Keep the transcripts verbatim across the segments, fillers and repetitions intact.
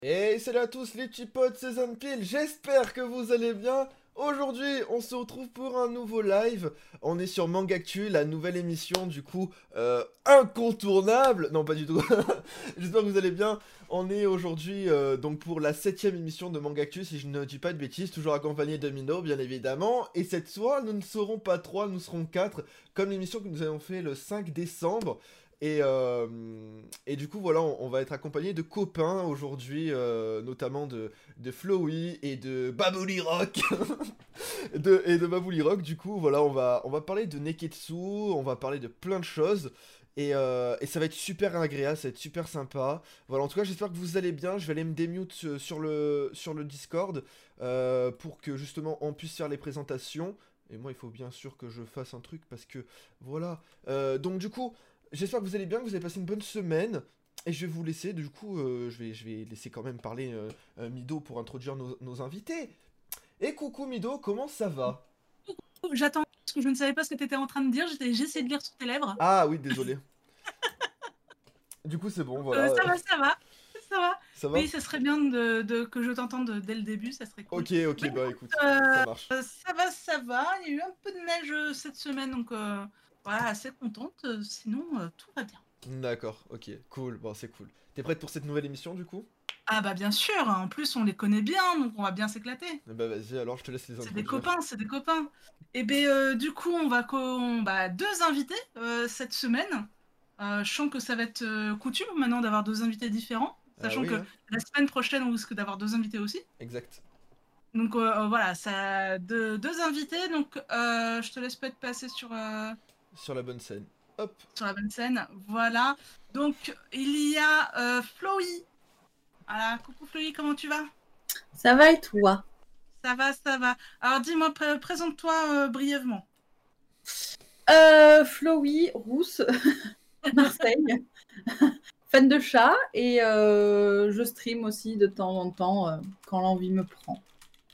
Et salut à tous les petits potes, c'est Zanpil, j'espère que vous allez bien. Aujourd'hui, on se retrouve pour un nouveau live. On est sur Mangactu, la nouvelle émission, du coup, euh, incontournable. Non, pas du tout. J'espère que vous allez bien. On est aujourd'hui, euh, donc, pour la septième émission de Mangactu, si je ne dis pas de bêtises, toujours accompagné de Mino, bien évidemment. Et cette fois, nous ne serons pas trois, nous serons quatre, comme l'émission que nous avons fait le cinq décembre. Et, euh, et du coup, voilà, on, on va être accompagné de copains aujourd'hui, euh, notamment de, de Flowey et de Babouli Rock. de, et de Babouli Rock, du coup, voilà, on va, on va parler de Neketsu, on va parler de plein de choses. Et, euh, et ça va être super agréable, ça va être super sympa. Voilà, en tout cas, j'espère que vous allez bien. Je vais aller me démute euh, sur le, sur le Discord euh, pour que justement on puisse faire les présentations. Et moi, il faut bien sûr que je fasse un truc parce que voilà. Euh, donc, du coup. J'espère que vous allez bien, que vous avez passé une bonne semaine. Et je vais vous laisser, du coup, euh, je, vais, je vais laisser quand même parler euh, euh, Mido pour introduire nos, nos invités. Et coucou Mido, comment ça va? J'attends, parce que je ne savais pas ce que tu étais en train de dire, j'étais- j'ai essayé de lire sur tes lèvres. Ah oui, désolé. Du coup, c'est bon, Euh, voilà. ça va, ça va, ça va. Ça va? Oui, ça serait bien de, de- que je t'entende dès le début, ça serait cool. Ok, ok, Mais bah écoute, écoute, ça euh, marche. ça va, ça va. Il y a eu un peu de neige euh, cette semaine, donc euh, voilà, assez contente. Euh, Sinon, euh, tout va bien. D'accord, ok, cool, bon, c'est cool. T'es prête pour cette nouvelle émission, du coup? Ah bah bien sûr, en plus on les connaît bien, donc on va bien s'éclater. Bah vas-y, alors je te laisse les C'est des introduire. copains, c'est des copains. Et ben euh, du coup, on va co on- bah, deux invités euh, cette semaine. Euh, je sens que ça va être euh, coutume maintenant d'avoir deux invités différents, Ah sachant oui, que hein, la semaine prochaine on risque d'avoir deux invités aussi. exact. Donc euh, euh, voilà, ça deux, deux invités. Donc euh, je te laisse peut-être passer sur euh, Sur la bonne scène. Hop. sur la bonne scène. Voilà. Donc il y a euh, Flowey. Voilà, coucou Flowey, comment tu vas? Ça va et toi? Ça va, ça va. Alors dis-moi, pré- présente-toi euh, brièvement. euh, Flowey, rousse, Marseille, fan de chat et euh, je stream aussi de temps en temps euh, quand l'envie me prend.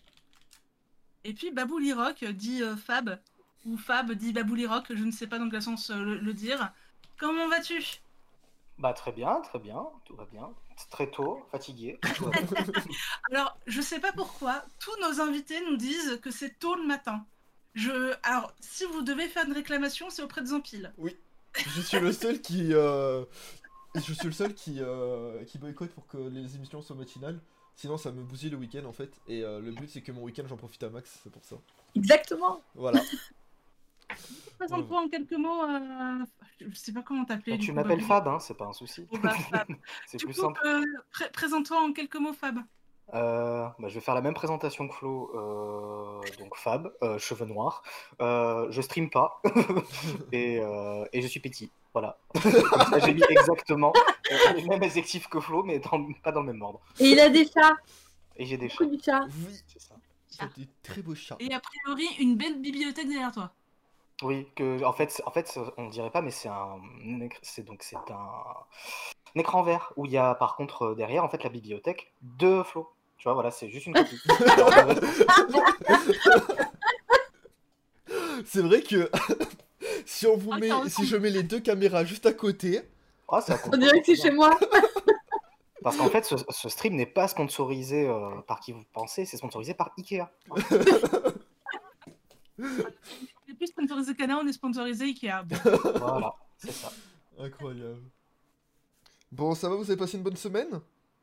Et puis Babouli Rock dit euh, Fab, ou Fab dit Babouli Rock, je ne sais pas dans quel sens euh, le, le dire. Comment vas-tu? Bah très bien, très bien, tout va bien. C'est très tôt, fatigué, tout va bien. Alors, je sais pas pourquoi, tous nos invités nous disent que c'est tôt le matin. Je... Alors, si vous devez faire une réclamation, c'est auprès de Zampil. Oui, je suis le seul qui... euh, Je suis le seul qui, euh, qui boycotte pour que les émissions soient matinales. Sinon, ça me bousille le week-end en fait. Et euh, le but, c'est que mon week-end, j'en profite à max. C'est pour ça. Exactement. Voilà. Présente-toi en quelques mots. euh, Je sais pas comment t'appeler Bah, du tu coup. m'appelles Babouli. Fab, hein, c'est pas un souci. Oh, bah, Fab. C'est Du plus coup, simple. euh, pré- présente-toi en quelques mots, Fab. Euh, bah, je vais faire la même présentation que Flo. euh, donc Fab, euh, cheveux noirs. Euh, je stream pas. et, euh, et je suis petit. Voilà. Comme ça, j'ai mis exactement euh, les mêmes adjectifs que Flo, mais dans- pas dans le même ordre. Et il a des chats, Et j'ai des beaucoup chats. de chats. Oui, C'est ça. c'est des très beaux chats. Et a priori, une belle bibliothèque derrière toi. Oui, que en fait, c'est- en fait, on dirait pas, mais c'est un, c'est donc c'est un, un écran vert où il y a par contre euh, derrière en fait la bibliothèque de Flo. Tu vois, voilà, c'est juste une copie. Alors, dans le vrai sens. C'est vrai que si on vous Ah, met, ça si ressemble. je mets les deux caméras juste à côté, Ah, ça On compte dirait que c'est chez moi. Parce qu'en fait, ce, ce stream n'est pas sponsorisé euh, par qui vous pensez, c'est sponsorisé par Ikea. On est plus sponsorisé Cana, on est sponsorisé Ikea. Bon. Voilà, c'est ça. incroyable. Bon, ça va, vous avez passé une bonne semaine?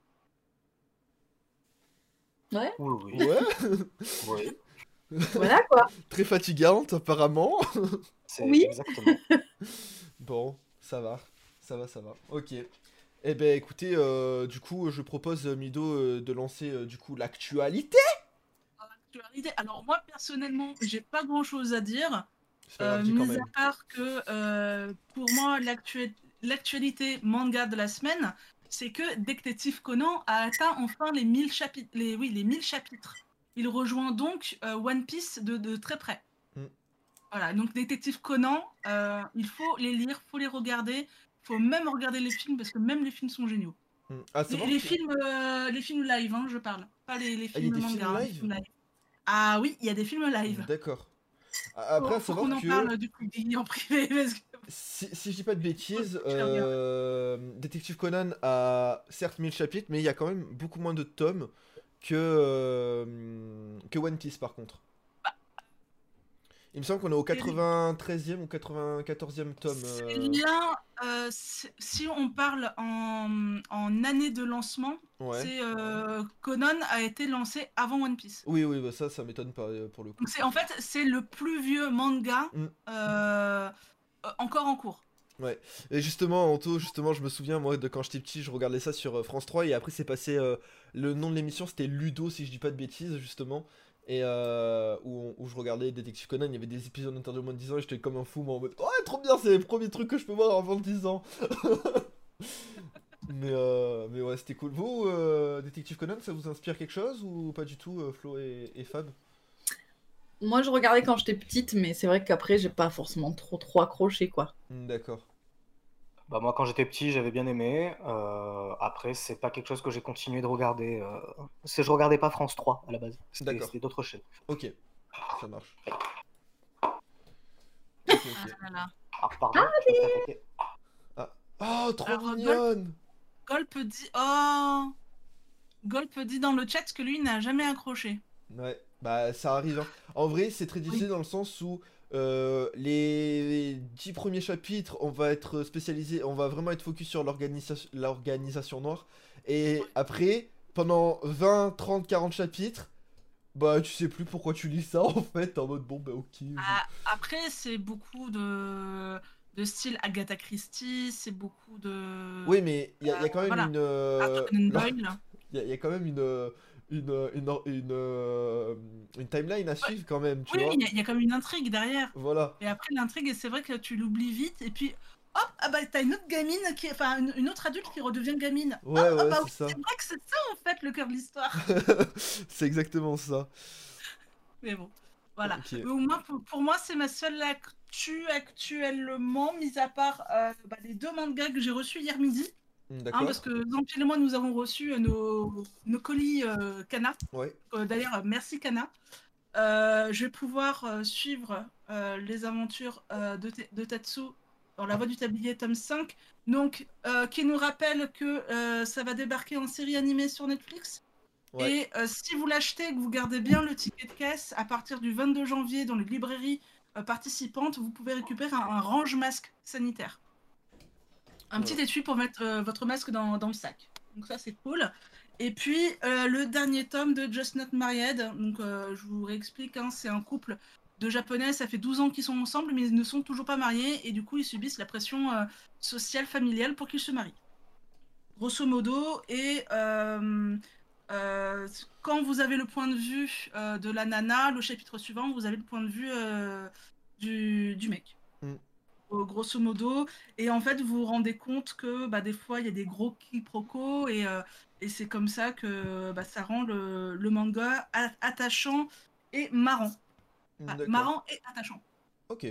Ouais, Oui, oui, Ouais. oui, voilà quoi. Très fatigante, apparemment. c'est Oui. exactement. Bon, ça va, ça va, ça va. Ok. Eh ben, écoutez, euh, du coup, je propose euh, Mido euh, de lancer euh, du coup l'actualité. Dans l'actualité, alors moi personnellement, j'ai pas grand chose à dire, C'est pas grave, euh, dis quand mis même. à part que euh, pour moi, l'actu- l'actualité manga de la semaine, c'est que Détective Conan a atteint enfin les mille chapitres. Les, oui, les mille chapitres. Il rejoint donc euh, One Piece de, de très près. Mm. Voilà, donc Détective Conan, euh, il faut les lire, faut les regarder, faut même regarder les films parce que même les films sont géniaux. Mm. Ah, c'est Les, bon les que... films, euh, les films live, hein, je parle, pas les, les Ah, il y a films des manga, films hein, les live? films live. Ah oui, il y a des films live. D'accord. Après, à Faut savoir qu'on en que parle du coup Guigui en privé parce que si, si je dis pas de bêtises, je regarde. euh, Détective Conan a certes mille chapitres, mais il y a quand même beaucoup moins de tomes que, euh, que One Piece par contre. Il me semble qu'on est au quatre-vingt-treizième ou quatre-vingt-quatorzième tome. C'est euh, là, euh, c'est- si on parle en, en année de lancement, Ouais. c'est euh, Conan a été lancé avant One Piece. Oui, oui, bah ça, ça m'étonne pas euh, pour le coup. Donc c'est en fait c'est le plus vieux manga Mm. euh, euh, encore en cours. Ouais. Et justement, Anto, justement, je me souviens, moi, de quand j'étais petit, je regardais ça sur euh, France trois, et après, c'est passé. euh, le nom de l'émission, c'était Ludo, si je dis pas de bêtises, justement. Et euh, où, on- où je regardais Détective Conan, il y avait des épisodes interdits au moins de dix ans, et j'étais comme un fou, moi, en mode ouais, trop bien, c'est les premiers trucs que je peux voir avant dix ans. mais, euh, mais ouais, c'était cool. Vous, euh, Détective Conan, ça vous inspire quelque chose ou pas du tout, euh, Flo et, et Fab? Moi, je regardais quand j'étais petite, mais c'est vrai qu'après, j'ai pas forcément trop trop accroché, quoi. Hmm, d'accord. Bah moi quand j'étais petit j'avais bien aimé. Euh, après c'est pas quelque chose que j'ai continué de regarder. Euh... c'est- Je regardais pas France trois à la base. C'était D'accord. c'était d'autres chaînes. Ok, ça marche. Ok, ok. Ah là là. Ah pardon, je me fais attaquer. Oh, trop Alors, Golp- mignonne! Golp dit oh Golp dit dans le chat que lui n'a jamais accroché. Ouais, bah ça arrive, hein. En vrai, c'est très difficile dans le sens où euh, les dix premiers chapitres, on va être spécialisé, on va vraiment être focus sur l'organisa- l'organisation noire. Et après, pendant vingt, trente, quarante chapitres, bah tu sais plus pourquoi tu lis ça en fait, t'es en mode bon bah ok. je- Ah, après c'est beaucoup de de style Agatha Christie, c'est beaucoup de Oui, mais il y, a- y a quand même voilà. une... euh, Arthur Conan là, Doyle. Il y, a- y a quand même une... euh, Une, euh, une, or- une, euh, une timeline à suivre quand même, tu Oui, vois. il y, a- il y a comme une intrigue derrière. Voilà. Et après l'intrigue, et c'est vrai que tu l'oublies vite, et puis hop, ah bah t'as une autre gamine qui, enfin une, une autre adulte qui redevient gamine. Ouais, Ah, ah ouais, bah c'est oui, ça. c'est vrai que c'est ça en fait le cœur de l'histoire. C'est exactement ça. Mais bon, voilà. Ok. Mais au moins, pour, pour moi, c'est ma seule actu actuellement, mis à part euh, bah, les deux mangas que j'ai reçus hier midi. Hein, D'accord. parce que Zampil et moi, nous avons reçu euh, nos, nos colis euh, Kana. Ouais. Euh, D'ailleurs, euh, merci Kana. Euh, je vais pouvoir euh, suivre euh, les aventures euh, de, Te- de Tetsu dans La Voie du Tablier, tome cinq. Donc, euh, qui nous rappelle que euh, ça va débarquer en série animée sur Netflix. Ouais. Et euh, si vous l'achetez et que vous gardez bien le ticket de caisse, à partir du vingt-deux janvier, dans les librairies euh, participantes, vous pouvez récupérer un, un range masque sanitaire. Un petit étui pour mettre euh, votre masque dans, dans le sac. Donc ça, c'est cool. Et puis, euh, le dernier tome de Just Not Married. Donc, euh, je vous réexplique, hein, c'est un couple de Japonais, ça fait douze ans qu'ils sont ensemble, mais ils ne sont toujours pas mariés. Et du coup, ils subissent la pression euh, sociale, familiale pour qu'ils se marient. Grosso modo, et... Euh, euh, quand vous avez le point de vue euh, de la nana, le chapitre suivant, vous avez le point de vue euh, du, du mec. Mm. Euh, grosso modo. Et en fait, vous vous rendez compte que bah, des fois, il y a des gros quiproquos et, euh, et c'est comme ça que bah, ça rend le, le manga a- attachant et marrant. Enfin, D'accord. marrant et attachant. Ok.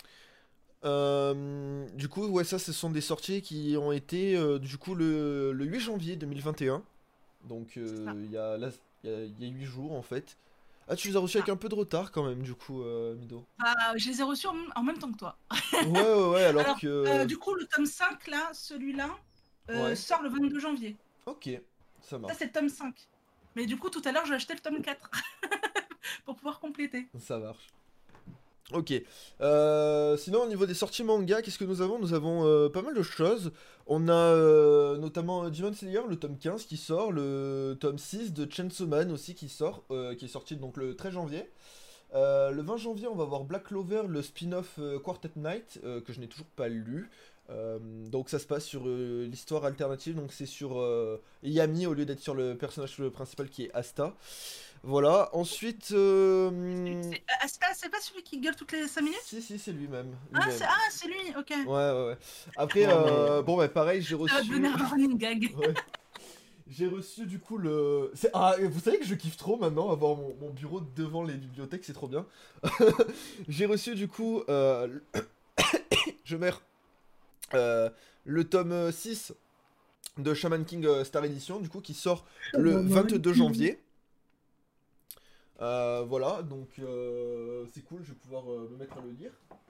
Euh, du coup, ouais, ça, ce sont des sorties qui ont été euh, du coup le, le huit janvier deux mille vingt et un. Donc, euh, C'est ça. il y a là, il y a, il y a huit jours en fait. Ah, tu les as reçus avec un peu de retard quand même, du coup, euh, Mido. Bah, je les ai reçus en, en même temps que toi. Ouais, ouais, ouais, alors, Alors, que. euh, du coup, le tome cinq, là, celui-là, euh, Ouais. sort le vingt-deux janvier. Ok, ça Ça, marche. c'est le tome cinq. Mais du coup, tout à l'heure, j'ai acheté le tome quatre pour pouvoir compléter. Ça marche. Ok. Euh, sinon, au niveau des sorties manga, qu'est-ce que nous avons? Nous avons euh, pas mal de choses. On a euh, notamment euh, Demon Slayer, le tome quinze qui sort, le tome six de Chainsaw Man aussi qui sort, euh, qui est sorti donc le treize janvier. Euh, le vingt janvier, on va voir Black Clover, le spin-off euh, Quartet Night, euh, que je n'ai toujours pas lu. Euh, donc ça se passe sur euh, l'histoire alternative, donc c'est sur euh, Yami au lieu d'être sur le personnage principal qui est Asta. Voilà, ensuite... euh, C'est ah, c'est pas, c'est pas celui qui gueule toutes les cinq minutes? Si, si, c'est lui-même. Ah, lui-même. c'est ah, c'est lui, ok. Ouais, ouais, ouais. Après, Ouais, euh, mais- bon, bah pareil, j'ai Ça va reçu... devenir un running gag. Ouais. J'ai reçu du coup le... c'est- Ah, vous savez que je kiffe trop maintenant, avoir mon, mon bureau devant les bibliothèques, c'est trop bien. J'ai reçu du coup... euh, le- je mets euh, le tome six de Shaman King euh, Star Edition, du coup, qui sort le Shaman vingt-deux King. janvier. Euh, voilà, donc euh, c'est cool, je vais pouvoir euh, me mettre à le lire.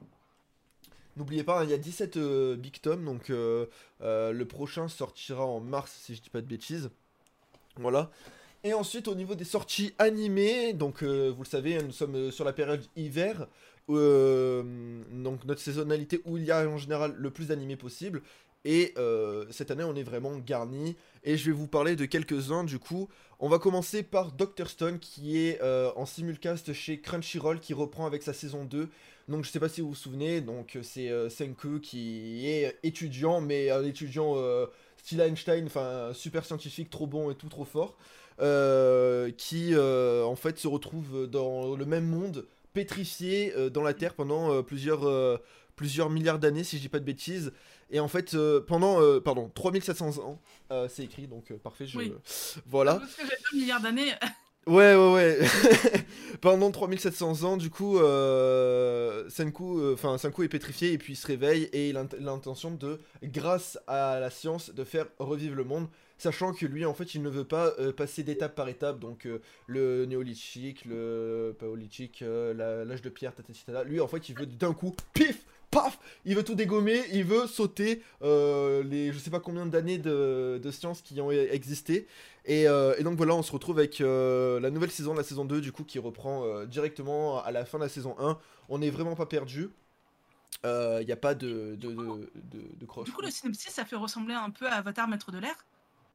N'oubliez pas, hein, il y a dix-sept euh, big tomes, donc euh, euh, le prochain sortira en mars, si je dis pas de bêtises. Voilà. Et ensuite, au niveau des sorties animées, donc euh, vous le savez, nous sommes euh, sur la période hiver, euh, donc notre saisonnalité où il y a en général le plus d'animés possible. Et euh, cette année, on est vraiment garni. Et je vais vous parler de quelques-uns, du coup. On va commencer par docteur Stone, qui est euh, en simulcast chez Crunchyroll, qui reprend avec sa saison deux. Donc je sais pas si vous vous souvenez, donc c'est euh, Senku qui est étudiant, mais un étudiant euh, style Einstein, enfin super scientifique, trop bon et tout, trop fort. Euh, qui euh, en fait se retrouve dans le même monde, pétrifié euh, dans la Terre pendant euh, plusieurs, euh, plusieurs milliards d'années, si je dis pas de bêtises. Et en fait, euh, pendant, euh, pardon, trois mille sept cents ans, euh, c'est écrit, donc euh, parfait, je... Oui. Voilà. Parce que j'ai un milliard d'années. Ouais, ouais, ouais. Pendant trois mille sept cents ans, du coup, euh, Senku, enfin, Senku est pétrifié et puis il se réveille et il a int- l'intention de, grâce à la science, de faire revivre le monde, sachant que lui, en fait, il ne veut pas euh, passer d'étape par étape, donc euh, le néolithique, le paléolithique, euh, la- l'âge de pierre, tata, tata. Lui, en fait, il veut d'un coup, pif, paf, il veut tout dégommer, il veut sauter euh, les, je sais pas combien d'années de, de science qui ont existé. Et, euh, et donc voilà, on se retrouve avec euh, la nouvelle saison, la saison deux, du coup, qui reprend euh, directement à la fin de la saison un. On n'est vraiment pas perdu. Il euh, n'y a pas de, de, de, de, de croche. Du coup, le synopsis, ça fait ressembler un peu à Avatar Maître de l'air.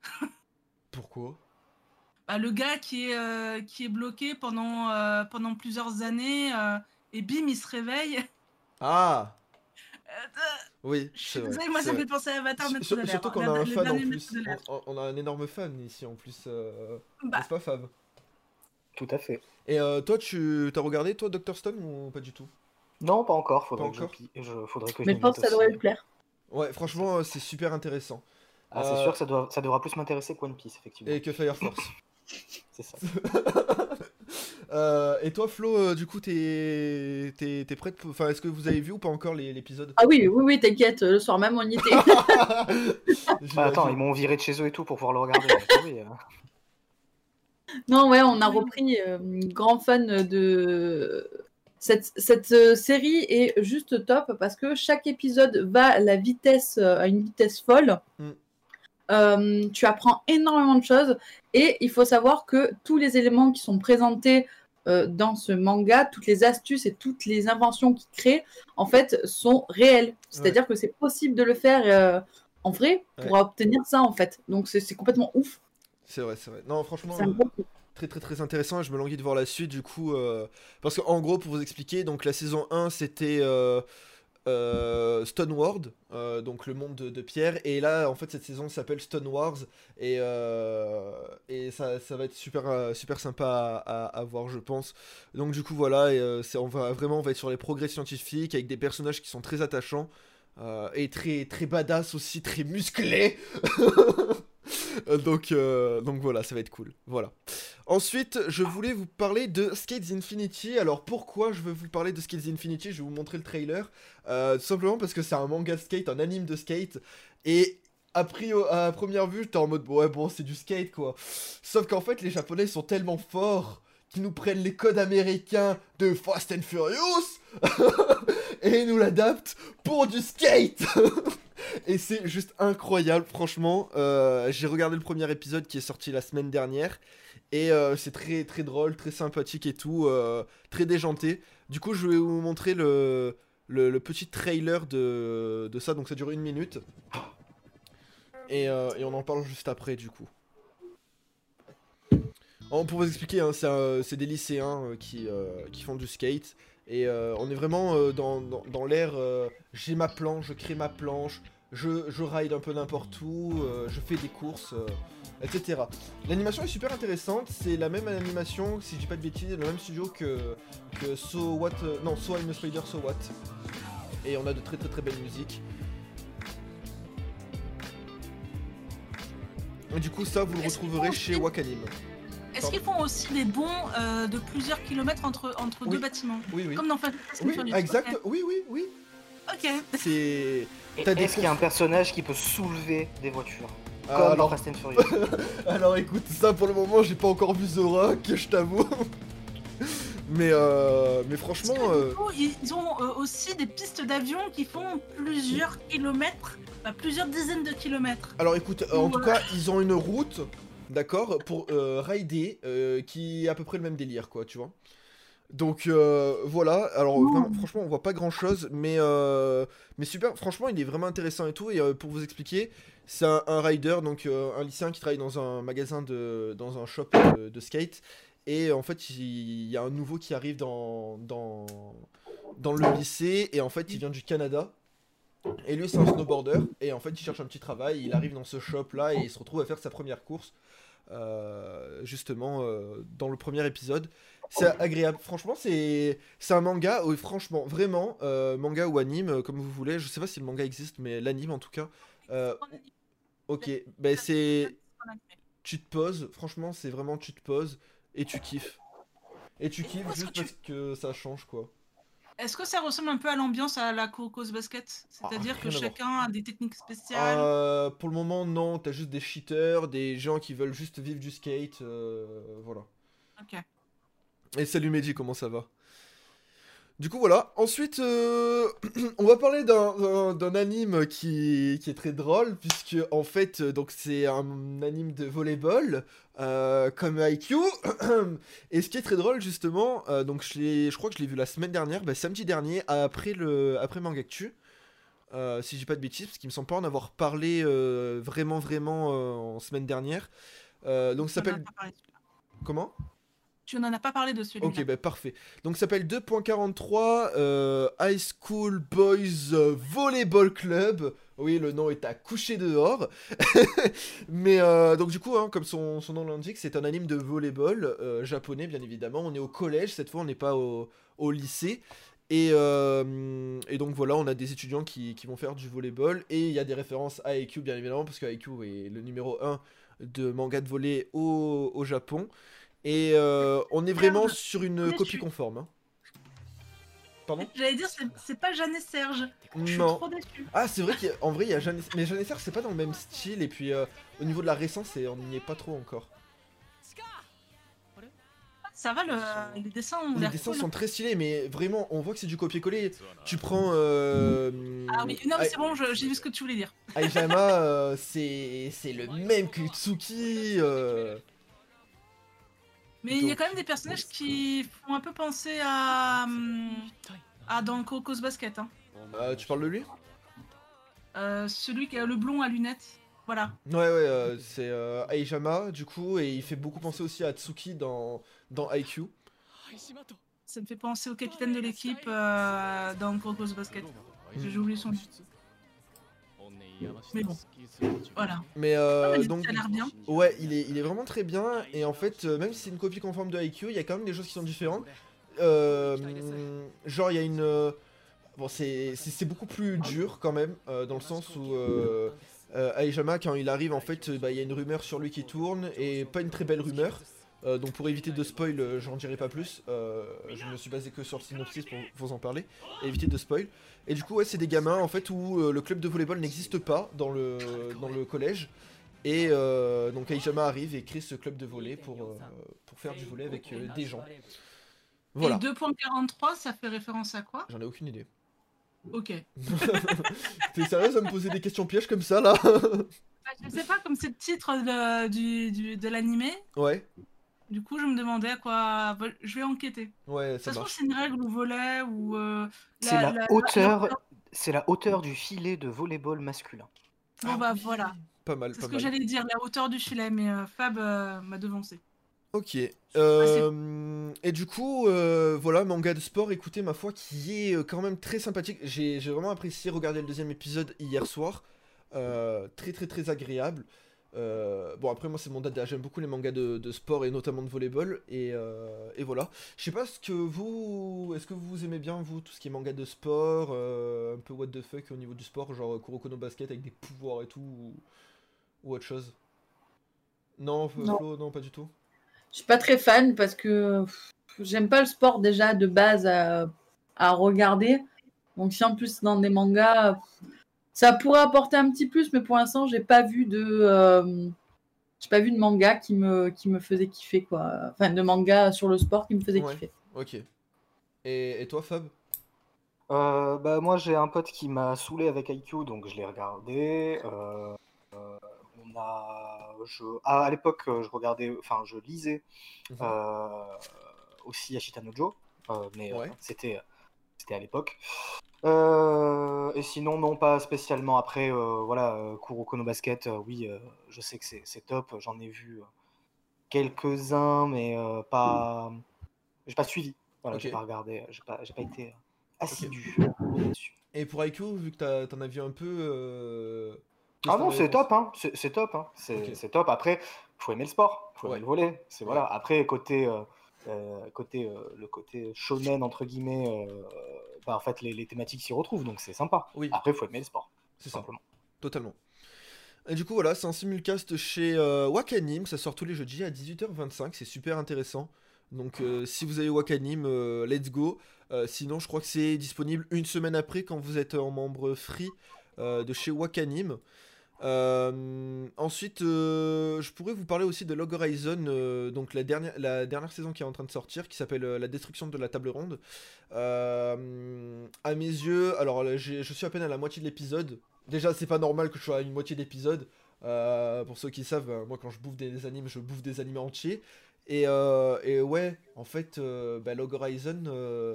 Pourquoi? Bah, le gars qui est, euh, qui est bloqué pendant, euh, pendant plusieurs années, euh, et bim, il se réveille. Ah Euh, oui, Je c'est suis vrai. désolée, moi c'est ça me vrai. fait penser à Avatar Sur- Maître sur- de l'air. surtout qu'on La- a un le fan en dernier plus. Maître de l'air. On, on a un énorme fan ici en plus. Euh... Bah, N'est-ce pas, Fab? Tout à fait. Et euh, toi, tu t'as regardé, toi, docteur Stone, ou pas du tout? Non, pas encore. Faudrait Pas que je, encore pi- je, faudrait que je Mais m'y je pense que mette ça devrait aussi. lui plaire. Ouais, franchement, euh, c'est super intéressant. Ah, c'est Euh, sûr que ça, doit, ça devra plus m'intéresser que One Piece, effectivement. Et que Fire Force. C'est ça. Euh, et toi, Flo, euh, du coup, t'es t'es t'es prête pour- Enfin, est-ce que vous avez vu ou pas encore les- l'épisode? Ah oui, oui, oui, t'inquiète, le soir même on y était. Bah, attends, ils m'ont viré de chez eux et tout pour pouvoir le regarder. donc oui, euh. Non, ouais, on a repris. Euh, grand fan de. Cette, cette euh, série est juste top parce que chaque épisode va à la vitesse, euh, à une vitesse folle. Mm. Euh, tu apprends énormément de choses et il faut savoir que tous les éléments qui sont présentés euh, dans ce manga, toutes les astuces et toutes les inventions qu'il crée, en fait, sont réelles. C'est-à-dire que c'est possible de le faire euh, en vrai pour Ouais. obtenir ça, en fait. Donc c'est c'est complètement ouf. C'est vrai, c'est vrai. Non, franchement, C'est un euh, gros coup. très très très intéressant. Et je me languis de voir la suite, du coup. euh, Parce qu'en gros, pour vous expliquer, donc la saison un, c'était euh, euh, Stone World, euh, donc le monde de, de Pierre. Et là, en fait, cette saison s'appelle Stone Wars. Et, euh, et ça, ça va être super, euh, super sympa à, à- à voir, je pense. Donc, du coup, voilà. Et, euh, c'est- on va vraiment on va être sur les progrès scientifiques avec des personnages qui sont très attachants. euh, et très, très badass aussi, très musclés. Euh, donc, euh, donc voilà, ça va être cool. Voilà. Ensuite, je voulais vous parler de Skates Infinity. Alors pourquoi je veux vous parler de Skates Infinity? Je vais vous montrer le trailer. Euh, tout simplement parce que c'est un manga de skate, un anime de skate. Et a priori, à première vue, j'étais en mode ouais bon c'est du skate quoi. Sauf qu'en fait les Japonais sont tellement forts qu'ils nous prennent les codes américains de Fast and Furious et ils nous l'adaptent pour du skate. Et c'est juste incroyable, franchement. Euh, j'ai regardé le premier épisode qui est sorti la semaine dernière. Et euh, c'est très très drôle, très sympathique et tout. euh, très déjanté. Du coup, je vais vous montrer le, le, le petit trailer de, de ça. Donc ça dure une minute. Et, euh, et on en parle juste après, du coup. Alors, pour vous expliquer, hein, c'est un- c'est des lycéens euh, qui, euh, qui font du skate. Et euh, on est vraiment euh, dans, dans, dans l'ère euh, j'ai ma planche, je crée ma planche, je, je ride un peu n'importe où, euh, je fais des courses, euh, et cetera. L'animation est super intéressante, c'est la même animation, si je dis pas de bêtises, le même studio que, que So What, euh, non, So I'm a Spider, So What. Et on a de très très très belles musiques. Et du coup ça vous le Est-ce qu'ils retrouverez font chez aussi- Wakanim. Est-ce qu'ils font aussi des bonds euh, de plusieurs kilomètres entre, entre Oui. deux bâtiments? Oui oui. Comme dans Fast and Oui, Furious. exact, Ok. oui oui oui. Ok. C'est... Et T'as des Est-ce qu'il y a un courses- personnage qui peut soulever des voitures Ah, Comme dans alors, Fast and Furious. alors écoute, ça pour le moment j'ai pas encore vu The Rock, je t'avoue. Mais, euh, mais Parce franchement, que, euh, du coup, ils ils ont euh, aussi des pistes d'avion qui font plusieurs kilomètres, bah, plusieurs dizaines de kilomètres. alors écoute, euh, en Ou, tout euh, cas, ils ont une route, d'accord, pour euh, rider, euh, qui est à peu près le même délire, quoi, tu vois. Donc euh, voilà, alors vraiment, franchement, on voit pas grand chose, mais, euh, mais super, franchement, il est vraiment intéressant et tout. Et euh, pour vous expliquer, c'est un, un rider, donc euh, un lycéen qui travaille dans un magasin de, dans un shop de, de skate. Et en fait, il, il y a un nouveau qui arrive dans, dans, dans le lycée, et en fait, il vient du Canada. Et lui, c'est un snowboarder, et en fait, il cherche un petit travail. Il arrive dans ce shop là, et il se retrouve à faire sa première course. Euh, justement euh, dans le premier épisode. C'est agréable, franchement, c'est c'est un manga, oui, franchement, vraiment, euh, manga ou anime, euh, comme vous voulez. Je sais pas si le manga existe, mais l'anime en tout cas. Euh, ok, ben c'est. Tu te poses, franchement, c'est vraiment tu te poses et tu kiffes. Et tu kiffes Est-ce que juste tu- parce que ça change quoi. Est-ce que ça ressemble un peu à l'ambiance à la Kurokos Basket? C'est-à-dire Ah, que rien à voir. chacun a des techniques spéciales. Euh, pour le moment, non, t'as juste des cheaters, des gens qui veulent juste vivre du skate, euh, voilà. Ok. Et salut Meiji, comment ça va? Du coup voilà, ensuite euh, on va parler d'un d'un- d'un anime qui, qui est très drôle, puisque en fait euh, donc c'est un anime de volleyball, euh, comme I Q. Et ce qui est très drôle justement, euh, donc je, l'ai- je crois que je l'ai vu la semaine dernière, bah, samedi dernier, après, le, après Mangactu, euh, si j'ai pas de bêtises, parce qu'il me semble pas en avoir parlé euh, vraiment vraiment euh, en semaine dernière. Euh, donc ça Tu n'en as s'appelle... pas parlé. Comment? Tu n'en as pas parlé de Ok, celui-là. bah parfait. Donc ça s'appelle deux point quarante-trois euh, High School Boys euh, Volleyball Club. Oui, le nom est à coucher dehors. Mais euh, donc du coup, hein, comme son, son nom l'indique, c'est un anime de volleyball euh, japonais, bien évidemment. On est au collège, cette fois on n'est pas au, au lycée. Et, euh, et donc voilà, on a des étudiants qui, qui vont faire du volleyball. Et il y a des références à I Q, bien évidemment, parce que I Q est le numéro un de manga de volley au, au Japon. Et euh, on est vraiment sur une Déçu. copie conforme. Hein. Pardon? J'allais dire, c'est- c'est pas Jeanne et Serge. Je suis Non. trop déçue. Ah, c'est vrai qu'en vrai, il y a Jeanne... Mais Jeanne et Serge, c'est pas dans le même style. Et puis, euh, au niveau de la récence, c'est- on n'y est pas trop encore. Ça va, le... les dessins ont Les l'air dessins cool. sont très stylés, mais vraiment, on voit que c'est du copier-coller. Tu prends... Euh... Ah oui, non, mais Ai- c'est bon, je- j'ai vu ce que tu voulais dire. Aijama, euh, c'est c'est le même que Tsuki. euh, Mais il y a Donc- quand même des personnages qui font un peu penser à. hum, à dans Kurokos Basket. Hein. euh, tu parles de lui? Euh, celui qui a le blond à lunettes. Voilà. Ouais, ouais, euh, c'est euh, Aijama, du coup, et il fait beaucoup penser aussi à Tsuki dans, dans I Q. Ça me fait penser au capitaine de l'équipe euh, dans Kurokos Basket. J'ai oublié son nom. Mais bon, voilà. Mais Non, euh, mais donc, ça a l'air bien. ouais, il est, il est vraiment très bien. Et en fait, euh, même si c'est une copie conforme de I Q, il y a quand même des choses qui sont différentes. Euh, genre, il y a une. euh, Bon, c'est c'est- c'est beaucoup plus dur quand même, euh, dans le sens où euh, euh, Aijama, quand il arrive, en fait, euh, bah, il y a une rumeur sur lui qui tourne, et pas une très belle rumeur. Euh, donc pour éviter de spoil, euh, j'en dirai pas plus. Euh, je me suis basé que sur le synopsis pour vous en parler, et éviter de spoil. Et du coup, ouais, c'est des gamins en fait où euh, le club de volleyball n'existe pas dans le, dans le collège. Et euh, donc Aijama arrive et crée ce club de volley pour, euh, pour faire du volley avec euh, des gens. Voilà, Et deux point quarante-trois, ça fait référence à quoi? j'en ai aucune idée. Ok. T'es sérieuse à me poser des questions pièges comme ça là? Bah, je sais pas, comme c'est le titre de, du, du- de l'animé, Ouais, du coup je me demandais à quoi. bah, Je vais enquêter. ouais, De ça toute façon, marche. c'est une règle ou volet ou. euh, C'est la, la- hauteur, la- c'est la hauteur du filet de volleyball masculin. Bon Ah bah oui, voilà. Pas mal, C'est pas ce que mal. j'allais dire, la hauteur du filet, mais euh, Fab euh, m'a devancé. Ok. Euh, et du coup, euh, voilà, manga de sport, écoutez, ma foi, qui est euh, quand même très sympathique. J'ai j'ai vraiment apprécié regarder le deuxième épisode hier soir. Euh, très très très agréable. Euh, bon, après, moi, c'est mon dada. J'aime beaucoup les mangas de, de sport et notamment de volleyball. Et, euh, et voilà. Je sais pas ce que vous. Est-ce que vous aimez bien, vous, tout ce qui est manga de sport, euh, un peu what the fuck au niveau du sport, genre Kuroko no Basket avec des pouvoirs et tout, ou, ou autre chose? Non, Flo, Non. non, pas du tout. Je suis pas très fan parce que pff, j'aime pas le sport déjà de base à, à regarder. Donc si en plus dans des mangas, pff, ça pourrait apporter un petit plus, mais pour l'instant j'ai pas vu de, euh, j'ai pas vu de manga qui me qui me faisait kiffer quoi. Enfin de manga sur le sport qui me faisait Ouais. kiffer. Ok. Et, et toi, Fab? Euh, bah, moi, j'ai un pote qui m'a saoulé avec I Q, donc je l'ai regardé. Euh, euh, on a, je, ah, à l'époque, euh, je regardais, enfin, je lisais Mhm. euh, aussi Ashita no Joe, euh, mais euh, Ouais. c'était, c'était à l'époque. Euh, et sinon, non, pas spécialement. Après, euh, voilà, euh, Kuroko no Basket, euh, oui, euh, je sais que c'est c'est top. J'en ai vu euh, quelques-uns, mais euh, pas, j'ai pas suivi. Voilà, j'ai Ok. pas regardé, j'ai pas, j'ai pas été euh, Ok. assidu là-dessus. Et pour I Q, vu que t'as- t'en as vu un peu, euh, qu'est-ce Ah que t'en non, avais c'est pensé? top, hein. C'est c'est top, hein. Ok. C'est c'est top. Après, faut aimer le sport, faut aimer Ouais. le volley. C'est Ouais. voilà. Après, côté, euh, euh, côté euh, le côté shonen entre guillemets, euh, bah, en fait, les, les thématiques s'y retrouvent, donc c'est sympa. Oui, Après, faut aimer le sport, c'est tout ça. simplement. Totalement. Et du coup, voilà, c'est un simulcast chez euh, Wakanim. Ça sort tous les jeudis à dix-huit heures vingt-cinq. C'est super intéressant. Donc, euh, si vous avez Wakanim, euh, let's go. Euh, sinon, je crois que c'est disponible une semaine après quand vous êtes en membre free euh, de chez Wakanim. Euh, ensuite, euh, je pourrais vous parler aussi de Log Horizon, euh, donc la dernière, la dernière saison qui est en train de sortir, qui s'appelle euh, La destruction de la table ronde. Euh, à mes yeux, alors là, j'ai- je suis à peine à la moitié de l'épisode. Déjà, c'est pas normal que je sois à une moitié d'épisode. Euh, pour ceux qui savent, euh, moi quand je bouffe des, des animes, je bouffe des animés entiers. Et, euh, et ouais, en fait, euh, bah, Log Horizon, euh,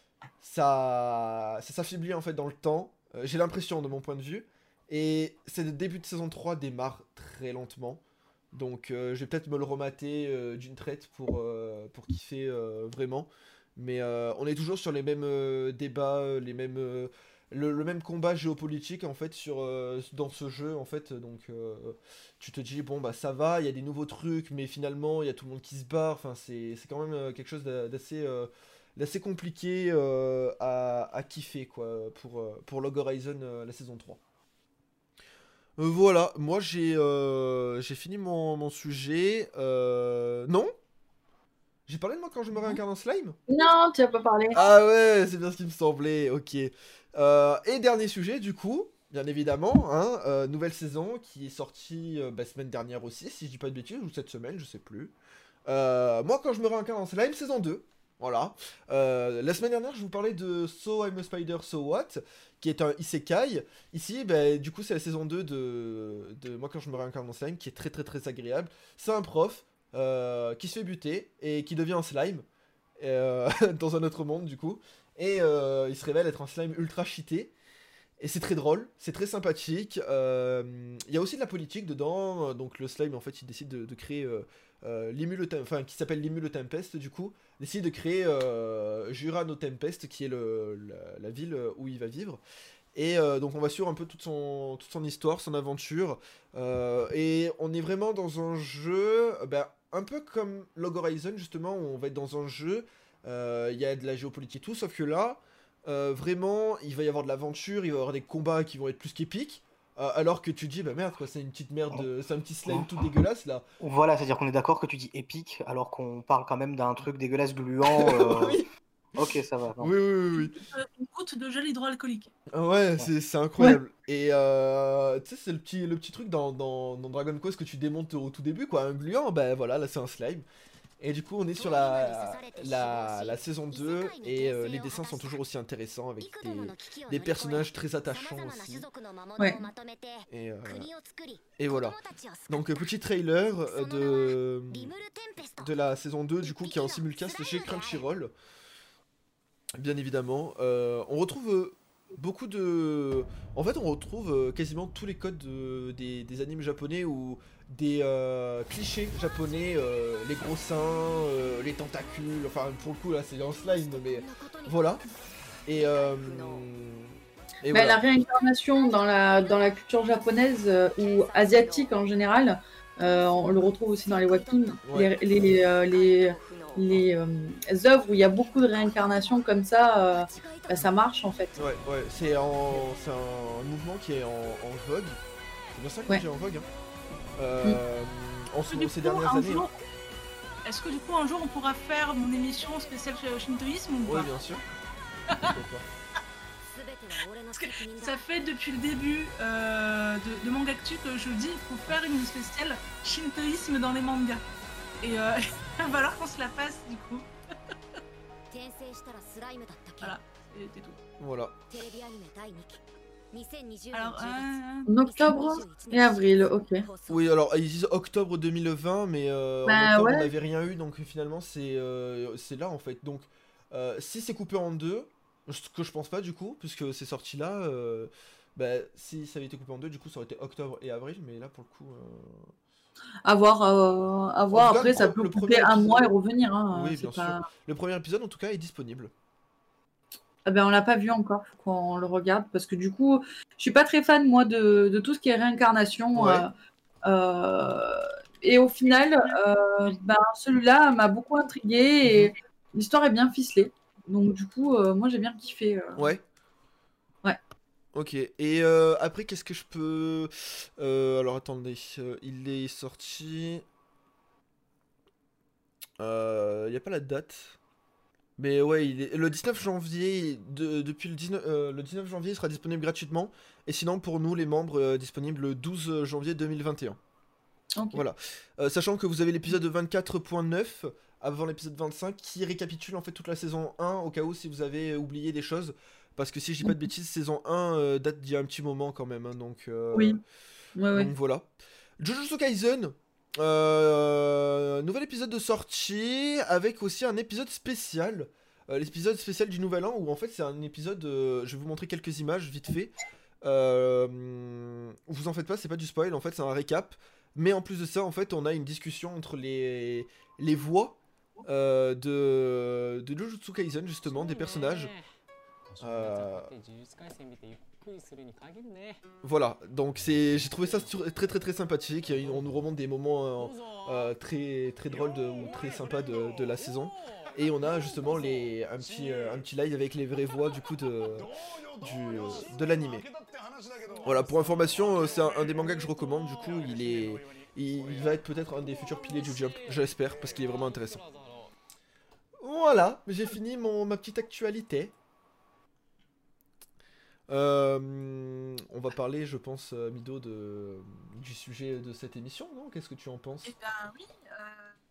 ça, ça s'affaiblit en fait dans le temps. Euh, j'ai l'impression de mon point de vue. Et c'est le début de saison trois démarre très lentement. Donc euh, je vais peut-être me le remater euh, d'une traite pour, euh, pour kiffer euh, vraiment. Mais euh, on est toujours sur les mêmes euh, débats, euh, les mêmes, euh, le, le même combat géopolitique en fait sur, euh, dans ce jeu en fait. Donc euh, tu te dis bon bah ça va, il y a des nouveaux trucs, mais finalement il y a tout le monde qui se barre. Enfin c'est c'est quand même euh, quelque chose d'a- d'assez euh, d'assez compliqué euh, à, à kiffer quoi pour, euh, pour Log Horizon euh, la saison trois. Euh, voilà, moi j'ai euh, j'ai fini mon, mon sujet. Euh, non? J'ai parlé de moi quand je me réincarne en slime? Non, tu as pas parlé. Ah ouais, c'est bien ce qui me semblait, ok. Euh, et dernier sujet, du coup, bien évidemment, hein, euh, nouvelle saison qui est sortie euh, bah, semaine dernière aussi, si je dis pas de bêtises, ou cette semaine, je sais plus. Euh, moi, quand je me réincarne en slime, saison deux. Voilà. Euh, la semaine dernière, je vous parlais de So I'm a Spider, So What, qui est un isekai. Ici, bah, du coup, c'est la saison deux de, de Moi, quand je me réincarne en slime, qui est très très très agréable. C'est un prof euh, qui se fait buter et qui devient un slime euh, dans un autre monde, du coup. Et euh, il se révèle être un slime ultra cheaté. Et c'est très drôle, c'est très sympathique. Euh, Il y a aussi de la politique dedans. euh, Donc le slime, en fait, il décide de, de créer euh, euh, Limu le Tem- enfin qui s'appelle Limu le Tempest, du coup, décide de créer euh, Jura no Tempest, qui est le, la, la ville où il va vivre. Et euh, donc on va suivre un peu toute son, toute son histoire, son aventure. Euh, et on est vraiment dans un jeu, euh, ben, un peu comme Log Horizon, justement, où on va être dans un jeu. euh, Il y a de la géopolitique et tout, sauf que là, euh, vraiment, il va y avoir de l'aventure, il va y avoir des combats qui vont être plus qu'épiques. euh, alors que tu te dis, bah merde, quoi, c'est une petite merde, de- c'est un petit slime tout dégueulasse là. Voilà, c'est-à-dire qu'on est d'accord que tu dis épique alors qu'on parle quand même d'un truc dégueulasse gluant. euh, Oui, Ok, ça va. Non. oui, oui, oui, oui. Euh, Une goutte de gel hydroalcoolique. Ah ouais, c'est c'est incroyable. Et euh, tu sais, c'est le petit, le petit truc dans, dans, dans Dragon Quest que tu démontes au tout début, quoi. Un gluant, ben voilà, là c'est un slime. Et du coup, on est sur la, la, la saison deux, et euh, les dessins sont toujours aussi intéressants, avec des, des personnages très attachants aussi. Ouais. Et, euh, et voilà. Donc, euh, petit trailer de, de la saison deux, du coup, qui est en simulcast chez Crunchyroll. Bien évidemment. Euh, on retrouve euh, beaucoup de... En fait, on retrouve euh, quasiment tous les codes de- des, des animes japonais ou des euh, clichés japonais, euh, les gros seins, euh, les tentacules, enfin pour le coup là c'est un slime, mais voilà. Et, euh, et Bah, voilà. La réincarnation dans la, dans la culture japonaise euh, ou asiatique en général, euh, on le retrouve aussi dans les webtoons, Ouais. les, les, euh, les, les euh, œuvres où il y a beaucoup de réincarnations comme ça, euh, bah, ça marche en fait. Ouais, ouais, c'est en... c'est un mouvement qui est en, en vogue. C'est bien ça que Ouais. j'ai en vogue. Hein. Euh, en ce- Du ces coup, dernières un années. jour- Est-ce que du coup un jour on pourra faire mon émission spéciale shintoïsme ou Oui, pas? bien sûr. Pourquoi pas. Parce que ça fait depuis le début euh, de, de Mangactu que je dis qu'il faut faire une spéciale shintoïsme dans les mangas. Et euh, il va falloir qu'on se la fasse du coup. Voilà, c'était tout. Voilà. Alors, euh, En octobre et avril, ok. Oui, alors ils disent octobre deux mille vingt, mais euh, en Bah, octobre ouais. on n'avait rien eu, donc finalement c'est euh, c'est là en fait. Donc euh, si c'est coupé en deux, ce que je pense pas du coup, puisque c'est sorti là, euh, bah, si ça avait été coupé en deux, du coup ça aurait été octobre et avril, mais là pour le coup. Euh... À voir, euh, à voir. En tout cas, Après, le ça pre- peut le couper premier un mois et épisode- revenir. Hein. Oui, c'est bien pas... sûr. Le premier épisode en tout cas est disponible. Ah ben, on l'a pas vu encore, faut qu'on le regarde parce que du coup, je suis pas très fan moi de, de tout ce qui est réincarnation. Ouais. euh, euh, et au final, euh, ben, celui-là m'a beaucoup intriguée et l'histoire est bien ficelée. Donc du coup, euh, moi j'ai bien kiffé. euh. Ouais. Ouais. Ok. Et euh, après, qu'est-ce que je peux. Euh, alors attendez. euh, il est sorti. Il euh, n'y a pas la date. Mais ouais, il est... le dix-neuf janvier. De... Depuis le dix-neuf... euh, le dix-neuf janvier, il sera disponible gratuitement. Et sinon, pour nous, les membres, euh, disponible le douze janvier deux mille vingt et un. Ok. Voilà. Euh, sachant que vous avez l'épisode vingt-quatre point neuf avant l'épisode vingt-cinq qui récapitule en fait toute la saison un au cas où si vous avez oublié des choses. Parce que si je dis pas de bêtises, saison un euh, date d'il y a un petit moment quand même. Hein, donc, euh, Oui. Ouais, ouais. donc voilà. Jujutsu Kaisen. Euh, nouvel épisode de sortie avec aussi un épisode spécial. Euh, L'épisode spécial du Nouvel An où en fait c'est un épisode. Euh, je vais vous montrer quelques images vite fait. Euh, vous en faites pas, c'est pas du spoil. En fait, c'est un récap. Mais en plus de ça, en fait, on a une discussion entre les, les voix euh, de, de Jujutsu Kaisen, justement, des personnages. Euh, Voilà, donc c'est, j'ai trouvé ça sur- très très très sympathique. Il y a une- On nous remonte des moments euh, euh, très très drôles de- ou très sympas de, de la saison. Et on a justement les, un, petit, euh, un petit live avec les vraies voix du coup de, du, de l'animé. Voilà, pour information, euh, c'est un, un des mangas que je recommande. Du coup, il est, il, il va être peut-être un des futurs piliers du Jump, j'espère, parce qu'il est vraiment intéressant. Voilà, j'ai fini mon, ma petite actualité. Euh, on va parler, je pense, euh, Mido, de, du sujet de cette émission, non? Qu'est-ce que tu en penses? eh ben oui. euh,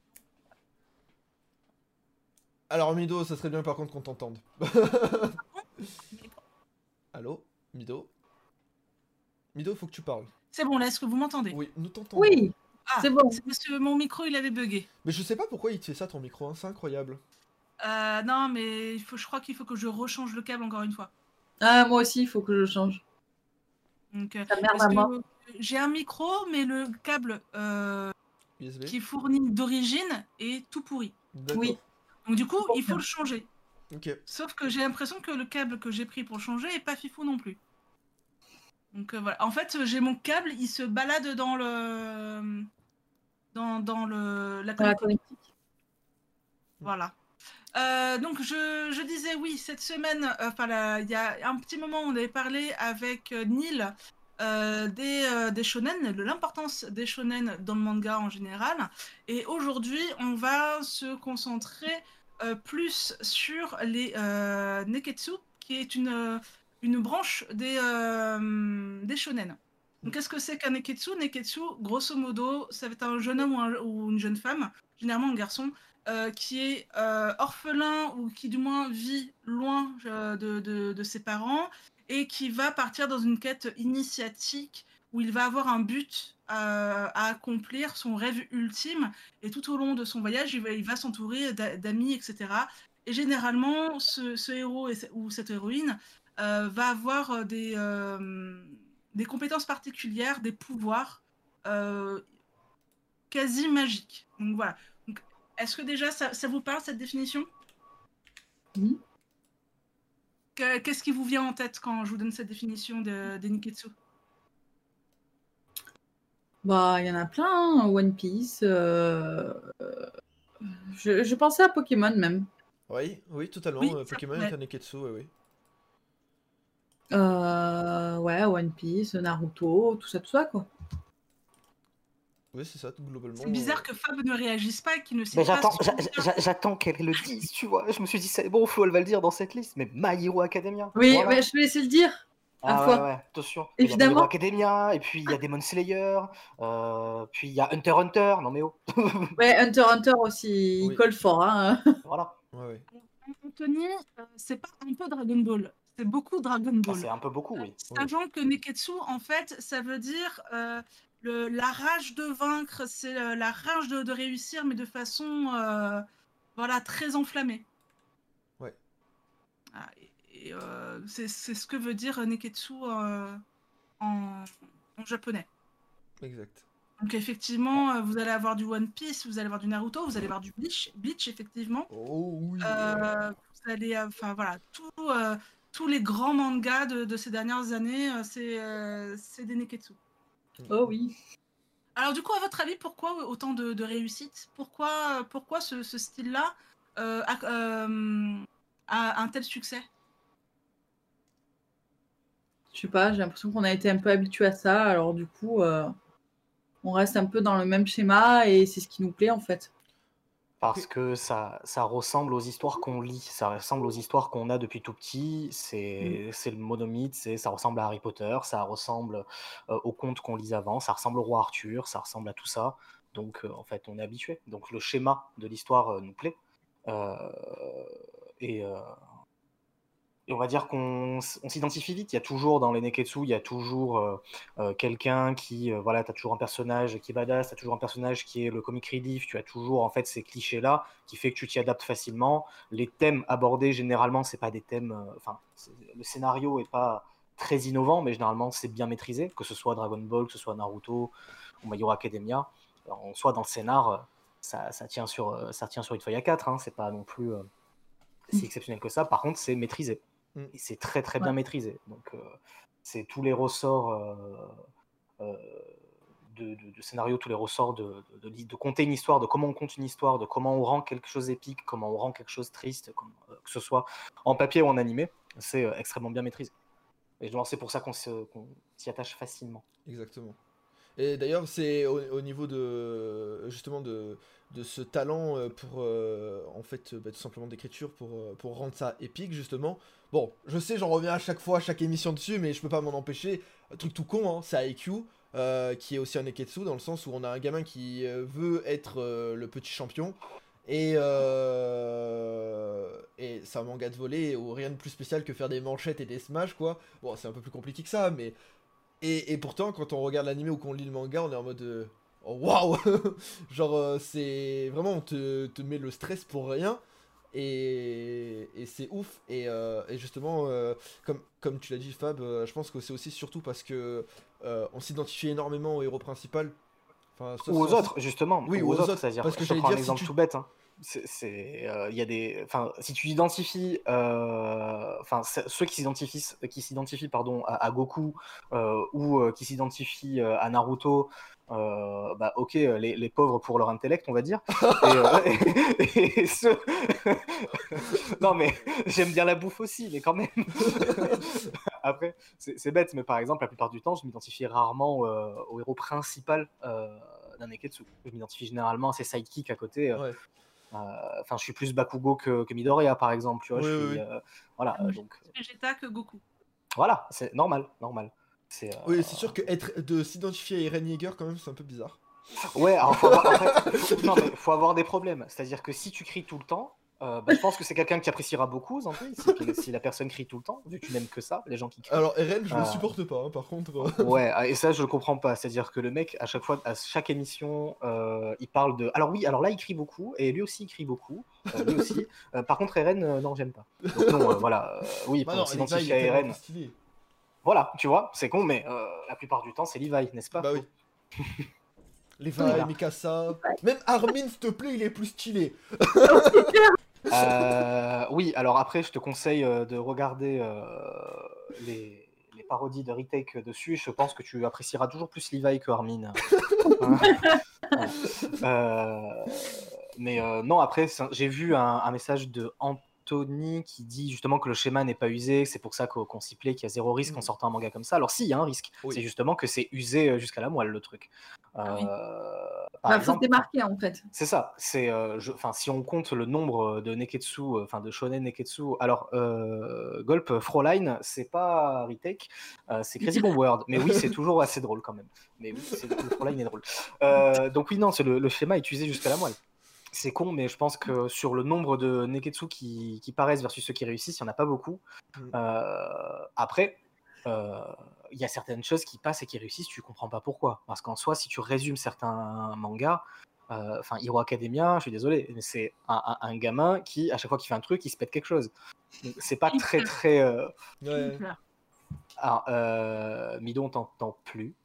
Alors, Mido, ça serait bien par contre qu'on t'entende. mais- Allô? Mido? Mido, faut que tu parles. C'est bon, là, est-ce que vous m'entendez? Oui, nous t'entendons. Oui, Ah, c'est bon. c'est parce que mon micro, il avait bugué. Mais je sais pas pourquoi il te fait ça, ton micro, hein, c'est incroyable. Euh, non, mais il faut, je crois qu'il faut que je rechange le câble encore une fois. Ah, moi aussi, il faut que je change. Donc, euh, Ça merde parce à moi. que j'ai un micro, mais le câble euh, U S B? qui est fourni d'origine est tout pourri. D'accord. Oui. Donc du coup, Bon, il faut le changer. Ok. Sauf que j'ai l'impression que le câble que j'ai pris pour le changer est pas fifou non plus. Donc euh, voilà. En fait, j'ai mon câble, il se balade dans le dans, dans le la Dans la connectique. connectique. Voilà. Euh, donc je, je disais oui, cette semaine, euh, enfin là, il y a un petit moment, on avait parlé avec euh, Neil euh, des, euh, des shonen, de l'importance des shonen dans le manga en général. Et aujourd'hui, on va se concentrer euh, plus sur les euh, neketsu, qui est une, euh, une branche des, euh, des shonen. Donc qu'est-ce que c'est qu'un neketsu? Neketsu, grosso modo, ça va être un jeune homme ou, un- ou une jeune femme, généralement un garçon, euh, qui est euh, orphelin ou qui du moins vit loin euh, de, de- de ses parents et qui va partir dans une quête initiatique où il va avoir un but euh, à accomplir, son rêve ultime, et tout au long de son voyage, il va, il va s'entourer d'a- d'amis, et cetera. Et généralement, ce, ce héros et ce- ou cette héroïne euh, va avoir des, euh, des compétences particulières, des pouvoirs euh, quasi magiques. Donc voilà. Donc, est-ce que déjà ça, ça vous parle cette définition? Oui. Que- Qu'est-ce qui vous vient en tête quand je vous donne cette définition de, des Niketsu? Bah, il y en a plein, hein. One Piece. euh, euh, Je, je pensais à Pokémon même. Oui, oui, totalement. Oui, euh, ça Pokémon pourrait. est un Neketsu, oui, oui. Euh, ouais, One Piece, Naruto, tout ça, tout ça, quoi. Oui, c'est ça, globalement. C'est bizarre euh, que Fab ne réagisse pas et qu'il ne sait Mais pas. j'attends, ce j'a- qu'on j'a- j'attends qu'elle le dise, tu vois. Je me suis dit, c'est bon, Flo, elle va le dire dans cette liste. Mais My Hero Academia. Oui, voilà. mais je vais laisser le dire. Ah une ouais, fois. ouais, attention. Il y a My Évidemment. Hero Academia, et puis il y a Demon Slayer, euh, puis il y a Hunter x Hunter. Non mais oh. Ouais, Hunter x Hunter aussi, il Oui. colle fort. Hein. Voilà. Ouais, ouais. On, on Tony, euh, c'est pas un peu Dragon Ball, c'est beaucoup Dragon Ah, Ball. c'est un peu beaucoup, oui. Euh, sachant que Neketsu, en fait, ça veut dire euh, le, la rage de vaincre, c'est euh, la rage de, de réussir, mais de façon euh, voilà, très enflammée. Ouais. Ah, et et, euh, c'est c'est ce que veut dire Neketsu euh, en, en japonais. Exact. Donc effectivement, euh, vous allez avoir du One Piece, vous allez avoir du Naruto, vous allez avoir du Bleach, Bleach effectivement. Oh oui. Euh, vous allez, euh, enfin voilà, tout, euh, tous les grands mangas de, de ces dernières années, euh, c'est euh, c'est des Neketsu. Oh oui. Alors du coup, à votre avis, pourquoi autant de, de réussite? Pourquoi, pourquoi ce, ce style-là euh, a, euh, a un tel succès? Je sais pas, j'ai l'impression qu'on a été un peu habitué à ça, alors du coup, euh, on reste un peu dans le même schéma et c'est ce qui nous plaît en fait. Parce que ça, ça ressemble aux histoires qu'on lit, ça ressemble aux histoires qu'on a depuis tout petit, c'est c'est le monomythe, c'est- ça ressemble à Harry Potter, ça ressemble euh, aux contes qu'on lisait avant, ça ressemble au roi Arthur, ça ressemble à tout ça. Donc euh, en fait, on est habitué. Donc le schéma de l'histoire euh, nous plaît. Euh, et, euh, et on va dire qu'on s- on s'identifie vite. Il y a toujours dans les Neketsu, il y a toujours euh, euh, quelqu'un qui, euh, voilà, tu as toujours un personnage qui est badass, tu as toujours un personnage qui est le comic relief, tu as toujours en fait ces clichés-là qui fait que tu t'y adaptes facilement. Les thèmes abordés, généralement, c'est pas des thèmes. euh, Enfin, c'est- le scénario est pas très innovant, mais généralement, c'est bien maîtrisé, que ce soit Dragon Ball, que ce soit Naruto ou My Hero Academia. En soit dans le scénar, euh, ça, ça tient sur, euh, ça tient sur une feuille A quatre, hein, c'est pas non plus euh, si exceptionnel que ça. Par contre, c'est maîtrisé. Mm. Et c'est très très bien Ouais. maîtrisé. Donc, euh, c'est tous les ressorts euh, euh, de, de- de scénario, tous les ressorts de, de, de- de compter une histoire, de comment on compte une histoire, de comment on rend quelque chose épique, comment on rend quelque chose triste, comme, euh, que ce soit en papier ou en animé, c'est euh, extrêmement bien maîtrisé. Et genre, c'est pour ça qu'on se- qu'on s'y attache facilement. Exactement. Et d'ailleurs, c'est au, au niveau de justement de, de ce talent euh, pour euh, en fait euh, bah, tout simplement d'écriture pour, euh, pour rendre ça épique justement. Bon, je sais, j'en reviens à chaque fois, à chaque émission dessus, mais je peux pas m'en empêcher. Un truc tout con, hein, c'est I Q, euh, qui est aussi un Neketsu dans le sens où on a un gamin qui euh, veut être euh, le petit champion. Et, euh, et c'est un manga de volley où rien de plus spécial que faire des manchettes et des smash quoi. Bon, c'est un peu plus compliqué que ça, mais et, et pourtant, quand on regarde l'anime ou qu'on lit le manga, on est en mode euh, oh, waouh. Genre, euh, c'est vraiment, on te, te met le stress pour rien. Et, et c'est ouf. Et, euh, et justement, euh, comme, comme tu l'as dit, Fab, euh, je pense que c'est aussi surtout parce que euh, on s'identifie énormément au héros principal. Enfin, sauf Ou aux sans- autres, justement, Oui, ou ou aux aux autres, autres. c'est-à-dire, Parce que je te j'allais prends un dire, si exemple tu. tout bête, hein. C'est, c'est, euh, il y a des, enfin, si tu identifies, euh, enfin, c'est- ceux qui s'identifient, qui s'identifient, pardon, à, à Goku euh, ou euh, qui s'identifient euh, à Naruto, euh, bah, ok, les, les pauvres pour leur intellect, on va dire. Et, euh, et- et ceux, non mais j'aime bien la bouffe aussi, mais quand même. Après, c'est c'est bête, mais par exemple, la plupart du temps, je m'identifie rarement euh, au héros principal euh, d'un Neketsu. Je m'identifie généralement à ses sidekicks à côté. euh, Ouais. euh, Enfin, je suis plus Bakugo que, que Midoriya, par exemple. Tu vois, Oui, je oui, suis oui. euh, voilà. euh, Donc Vegeta que Goku. voilà, c'est normal, normal. C'est euh, Oui, c'est sûr que être, de s'identifier à Eren Yeager, quand même, c'est un peu bizarre. ouais. Alors faut avoir, en fait, faut- non mais faut avoir des problèmes. C'est-à-dire que si tu cries tout le temps. euh, bah, je pense que c'est quelqu'un qui appréciera beaucoup, Zanté, si, si la personne crie tout le temps, vu que tu n'aimes que ça, les gens qui crient. Alors, Eren, je le Euh, supporte pas, hein, par contre. euh, Ouais, ah, et ça je le comprends pas. C'est-à-dire que le mec, à chaque fois, à chaque émission, euh, il parle de. Alors oui, alors là il crie beaucoup, et lui aussi il crie beaucoup, euh, lui aussi. Euh, par contre Eren, euh, non j'aime pas. Donc non, euh, voilà, euh, oui Bah pour non, Levi, il s'identifier est à tellement Eren, plus stylé. voilà, tu vois, c'est con, mais euh, la plupart du temps c'est Levi, n'est-ce pas? Bah Flo oui. Levi, Voilà. Mikasa. Même Armin, s'il te plaît, il est plus stylé. Euh, oui, alors après je te conseille euh, de regarder euh, les, les parodies de retake dessus. Je pense que tu apprécieras toujours plus Levi que Armin. Hein. Voilà. Euh, mais euh, non, après, c'est un- j'ai vu un, un message de Anthony qui dit justement que le schéma n'est pas usé, que c'est pour ça qu'on qu'on s'y plaît, qu'il y a zéro risque en Mm. sortant un manga comme ça. Alors si, il y a un risque, Oui. c'est justement que c'est usé euh, jusqu'à la moelle le truc. Ah oui. Euh, par Bah, faut se exemple, démarquer en fait. c'est ça. C'est, euh, je- enfin, si on compte le nombre de Neketsu, euh, enfin de shonen Neketsu, alors euh, Gulp Fräulein, c'est pas retake, euh, c'est Crazy Bomb World. Mais oui, c'est toujours assez drôle quand même. Mais oui, c'est, le Fräulein est drôle. Euh, donc oui, non, c'est le, le schéma est usé jusqu'à la moelle. c'est con, mais je pense que sur le nombre de Neketsu qui, qui paraissent versus ceux qui réussissent, il n'y en a pas beaucoup. Mm. Euh, après, euh, il y a certaines choses qui passent et qui réussissent, tu comprends pas pourquoi. Parce qu'en soi, si tu résumes certains mangas, euh, enfin Hero Academia, je suis désolé, mais c'est un, un- un gamin qui, à chaque fois qu'il fait un truc, il se pète quelque chose. Donc, c'est pas Il très pleure. très. euh, Ouais. Il pleure. Alors, euh, Mido, on t'entend plus.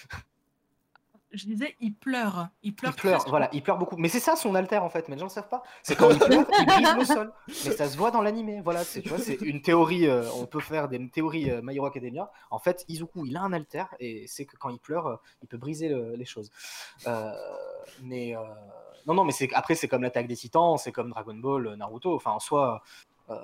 Je disais, il pleure. Il pleure, Il pleure, très voilà, il pleure beaucoup. Mais c'est ça son alter en fait, mais les gens ne le savent pas. C'est quand il pleure, il brise le sol. Mais ça se voit dans l'animé. Voilà, c'est tu vois, c'est une théorie. euh, on peut faire des théories euh, My Hero Academia. En fait, Izuku, il a un alter et c'est que quand il pleure, euh, il peut briser le- les choses. Euh, mais euh, non, non, mais c'est après c'est comme l'attaque des Titans, c'est comme Dragon Ball, euh, Naruto. Enfin, en soi, euh,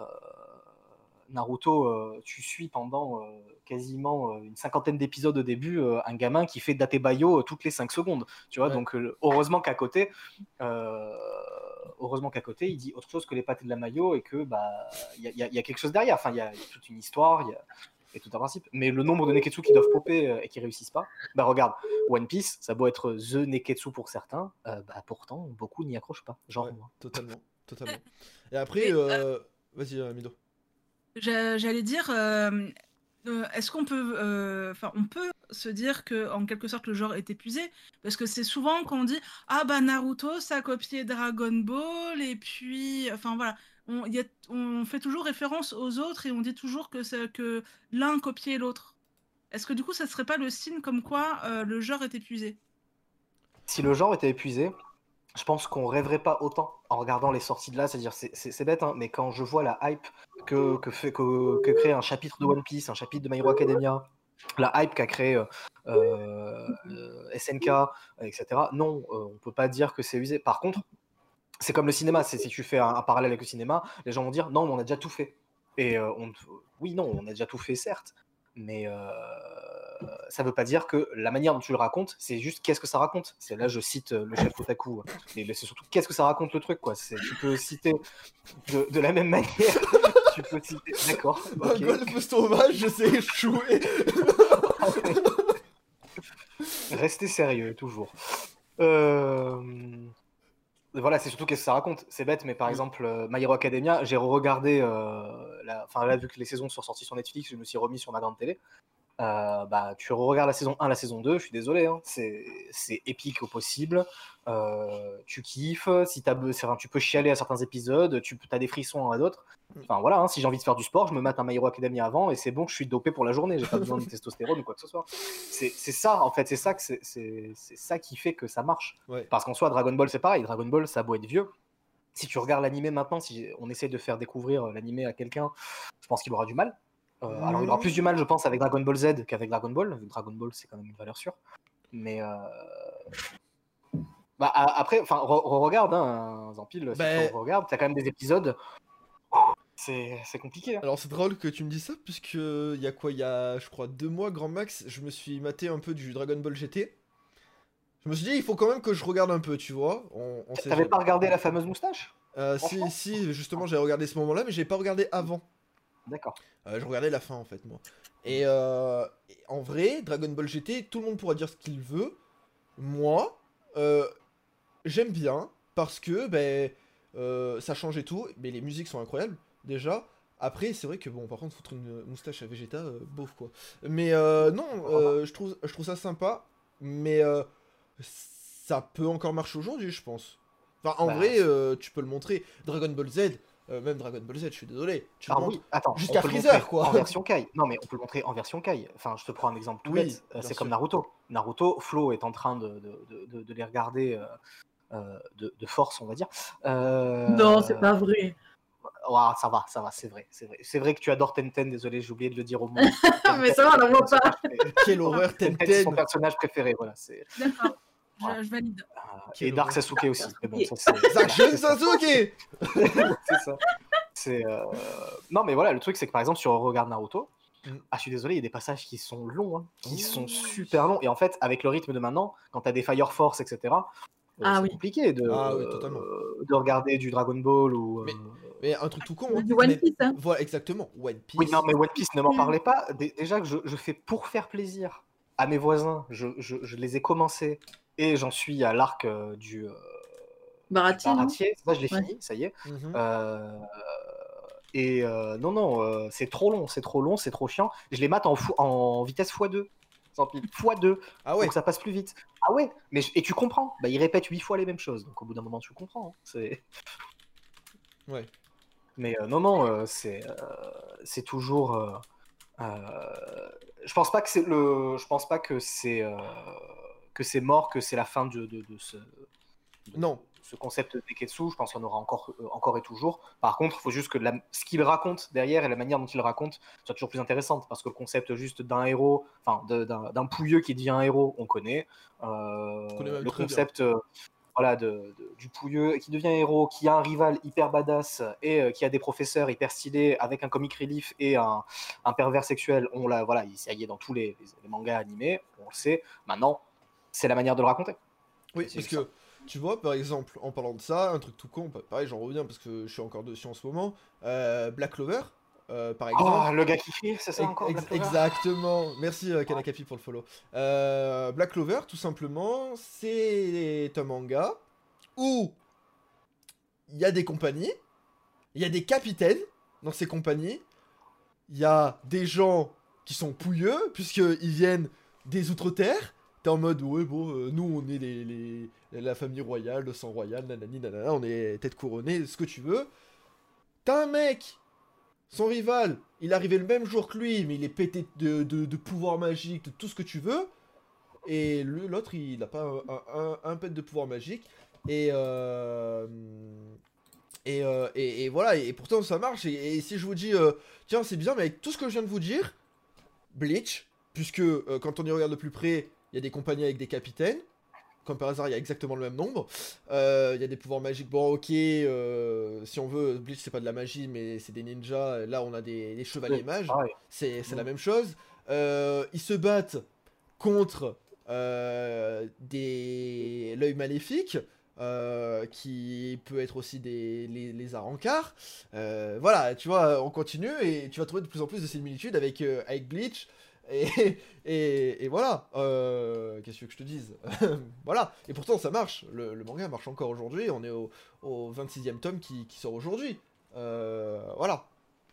Naruto, euh, tu suis pendant euh, quasiment euh, une cinquantaine d'épisodes au début euh, un gamin qui fait Datebayo euh, toutes les cinq secondes. Tu vois, Ouais. donc euh, heureusement qu'à côté, euh, heureusement qu'à côté, il dit autre chose que les pâtés de la maillot et que bah il y, a- il y a- il y a quelque chose derrière. Enfin, il y, a il y a toute une histoire, il y a, il y a tout un principe. Mais le nombre de Neketsu qui doivent popper euh, et qui réussissent pas, bah regarde, One Piece, ça doit être the Neketsu pour certains, euh, bah pourtant beaucoup n'y accrochent pas. Genre Ouais, moi. totalement, totalement. Et après, Et, euh... vas-y, euh, Mido. J'a- J'allais dire, euh, euh, est-ce qu'on peut, euh, enfin, on peut se dire que, en quelque sorte, le genre est épuisé, parce que c'est souvent quand on dit, ah bah Naruto, ça a copié Dragon Ball, et puis, enfin voilà, on, il y a- on fait toujours référence aux autres et on dit toujours que, c'est- que l'un copiait l'autre. Est-ce que du coup, ça serait pas le signe comme quoi euh, le genre est épuisé? Si le genre était épuisé, je pense qu'on rêverait pas autant en regardant les sorties de là. C'est-à-dire, c'est- c'est c'est bête, hein, mais quand je vois la hype que, que, fait, que, que crée un chapitre de One Piece, un chapitre de My Hero Academia, la hype qu'a créé euh, euh, euh, S N K, et cetera, non, euh, on peut pas dire que c'est usé. Par contre, c'est comme le cinéma. C'est si tu fais un, un parallèle avec le cinéma, les gens vont dire non, mais on a déjà tout fait. Et euh, on, oui, non, on a déjà tout fait, certes, mais euh, ça veut pas dire que la manière dont tu le racontes, c'est juste qu'est-ce que ça raconte. C'est là, je cite euh, le chef Otaku, mais c'est surtout qu'est-ce que ça raconte le truc, quoi. C'est, tu peux citer de, de la même manière, tu peux citer, d'accord, Un ok. golf sauvage, c'est échoué. Restez sérieux, toujours. Euh... Voilà, c'est surtout qu'est-ce que ça raconte. C'est bête, mais par Mm. exemple, euh, My Hero Academia, j'ai re-regardé, euh, la... enfin là, vu que les saisons sont sorties sur Netflix, je me suis remis sur ma grande télé. Euh, bah, tu regardes la saison un, la saison deux, je suis désolé, hein, c'est, c'est épique au possible. Euh, tu kiffes, si t'as, be- c'est- enfin, tu peux chialer à certains épisodes, tu as des frissons à d'autres. Enfin voilà, hein, si j'ai envie de faire du sport, je me mate un My Hero Academia avant et c'est bon, je suis dopé pour la journée, j'ai pas besoin de testostérone ou quoi que ce soit. C'est, c'est ça en fait, c'est ça, que c'est, c'est, c'est ça qui fait que ça marche. Ouais. Parce qu'en soi, Dragon Ball c'est pareil, Dragon Ball ça a beau être vieux. Si tu regardes l'animé maintenant, si on essaie de faire découvrir l'animé à quelqu'un, je pense qu'il aura du mal. Euh, alors il aura plus du mal, je pense, avec Dragon Ball Z qu'avec Dragon Ball. Dragon Ball, c'est quand même une valeur sûre. Mais euh... bah, a- après, enfin, re- re-regarde, hein, Zampil, si Bah- tu regardes, t'as quand même des épisodes. C'est, c'est compliqué. Hein. Alors c'est drôle que tu me dises ça, puisque il y a quoi, il y a je crois deux mois grand max, je me suis maté un peu du Dragon Ball G T. Je me suis dit il faut quand même que je regarde un peu, tu vois. On, on sait T'avais jamais. pas regardé la fameuse moustache? Euh, franchement si si justement j'ai regardé ce moment-là, mais j'ai pas regardé avant. D'accord. Euh, je regardais la fin en fait moi. Et, euh, et en vrai Dragon Ball G T, tout le monde pourra dire ce qu'il veut. Moi, euh, j'aime bien parce que ben euh, ça change et tout, mais les musiques sont incroyables déjà. Après, c'est vrai que bon, par contre, foutre une moustache à Vegeta, euh, bof quoi. Mais euh, non, euh, je trouve, je trouve ça sympa, mais euh, ça peut encore marcher aujourd'hui, je pense. Enfin, en Bah, vrai, c'est- euh, tu peux le montrer. Dragon Ball Z, euh, même Dragon Ball Z, je suis désolé. Tu le Ah montres oui, attends, jusqu'à on peut le Freezer, montrer quoi. en version Kai. Non, mais on peut le montrer en version Kai. Enfin, je te prends un exemple tout Oui, bête. Euh, bien c'est sûr. comme Naruto. Naruto, Flo est en train de, de, de, de- de les regarder euh, euh, de, de force, on va dire. Euh, Non, c'est pas vrai. ouah, ça va, ça va, c'est vrai, c'est vrai. C'est vrai que tu adores Tenten, désolé, j'ai oublié de le dire au monde. Mais ça va, on la voit pas. Quelle horreur, Tenten, c'est son Tenten. personnage préféré, voilà. C'est... D'accord, je, Ouais. je valide. euh, Quelle et Dark horreur. Sasuke aussi. Mais bon, ça, c'est... Zakshin c'est ça. Sasuke. C'est ça. C'est, euh, non, mais voilà, le truc, c'est que par exemple, si on regarde Naruto, Mm. ah, je suis désolé, il y a des passages qui sont longs, hein, qui Oui. sont super longs. Et en fait, avec le rythme de maintenant, quand t'as des Fire Force, et cetera, euh, Ah c'est oui. compliqué de, Ah oui, totalement. euh, de regarder du Dragon Ball ou. euh, Mais- Mais un truc tout con. Hein. Du One Mais- Piece, hein. Voilà, exactement. One Piece. Oui, non, mais One Piece, ne m'en Mm. parlez pas. Dé- Déjà que je, je fais pour faire plaisir à mes voisins, je, je- je les ai commencés et j'en suis à l'arc euh, du, euh, Baratier, non Baratier, ça je l'ai Ouais. fini, ça y est. Mhm. Euh, Et euh, non, non, euh, c'est trop long, c'est trop long, c'est trop chiant. Je les mate en, fou- en vitesse fois deux. Sans pile. fois deux, Ah ouais. pour que ça passe plus vite. Ah ouais, mais je- et tu comprends. Bah, ils répètent huit fois les mêmes choses. Donc au bout d'un moment, tu comprends. hein. C'est... Ouais. Mais euh, non, non, euh, c'est, euh, c'est toujours. euh, euh, je pense pas que c'est le. Je pense pas que c'est euh, que c'est mort, que c'est la fin de, de, de ce. de Non. ce concept de Neketsu. Je pense qu'il y en aura encore, euh, encore et toujours. Par contre, il faut juste que la, ce qu'il raconte derrière et la manière dont il raconte soit toujours plus intéressante, parce que le concept juste d'un héros, enfin de- d'un, d'un pouilleux qui devient un héros, on connaît. Euh, Je connais même le très bien. concept euh, voilà, de, de- du pouilleux qui devient héros, qui a un rival hyper badass et euh, qui a des professeurs hyper stylés avec un comic relief et un, un pervers sexuel, on l'a, voilà, il s'y est dans tous les, les, les mangas animés, on le sait. Maintenant, c'est la manière de le raconter. Oui, C'est parce juste ça. que tu vois, par exemple, en parlant de ça, un truc tout con, bah, pareil, j'en reviens parce que je suis encore dessus en ce moment. euh, Black Clover, euh, par exemple. Oh, le gars qui crie, c'est ça Ex- encore, ex- Black Clover. exactement. Merci euh, Kanakapi pour le follow. Euh, Black Clover, tout simplement, c'est un manga où il y a des compagnies, il y a des capitaines dans ces compagnies, il y a des gens qui sont pouilleux, puisqu'ils viennent des outre-terres. T'es en mode, ouais, bon, euh, nous, on est les, les- la famille royale, le sang royal, nanani, nanana, on est tête couronnée, ce que tu veux. T'as un mec, son rival, il est arrivé le même jour que lui, mais il est pété de, de, de pouvoir magique, de tout ce que tu veux. Et le- l'autre, il a pas un, un, un, un pet de pouvoir magique. Et, euh, et, euh, et, et voilà, et pourtant ça marche. Et, et si je vous dis, euh, tiens, c'est bien, mais avec tout ce que je viens de vous dire, Bleach, puisque euh, quand on y regarde de plus près, il y a des compagnies avec des capitaines. Comme par hasard, il y a exactement le même nombre. Euh, Il y a des pouvoirs magiques. Bon, ok, euh, si on veut, Bleach, c'est pas de la magie, mais c'est des ninjas. Là, on a des, des chevaliers Oui, mages. pareil. C'est c'est la Mm. même chose. Euh, ils se battent contre euh, des l'œil maléfique. euh, qui peut être aussi des les, les Arankars. Euh, voilà, tu vois, on continue et tu vas trouver de plus en plus de similitudes avec, euh, avec Bleach. Et, et, et voilà, euh, qu'est-ce que tu veux que je te dise? Voilà, et pourtant ça marche, le, le manga marche encore aujourd'hui, on est au, au vingt-sixième tome qui, qui sort aujourd'hui. Euh, voilà.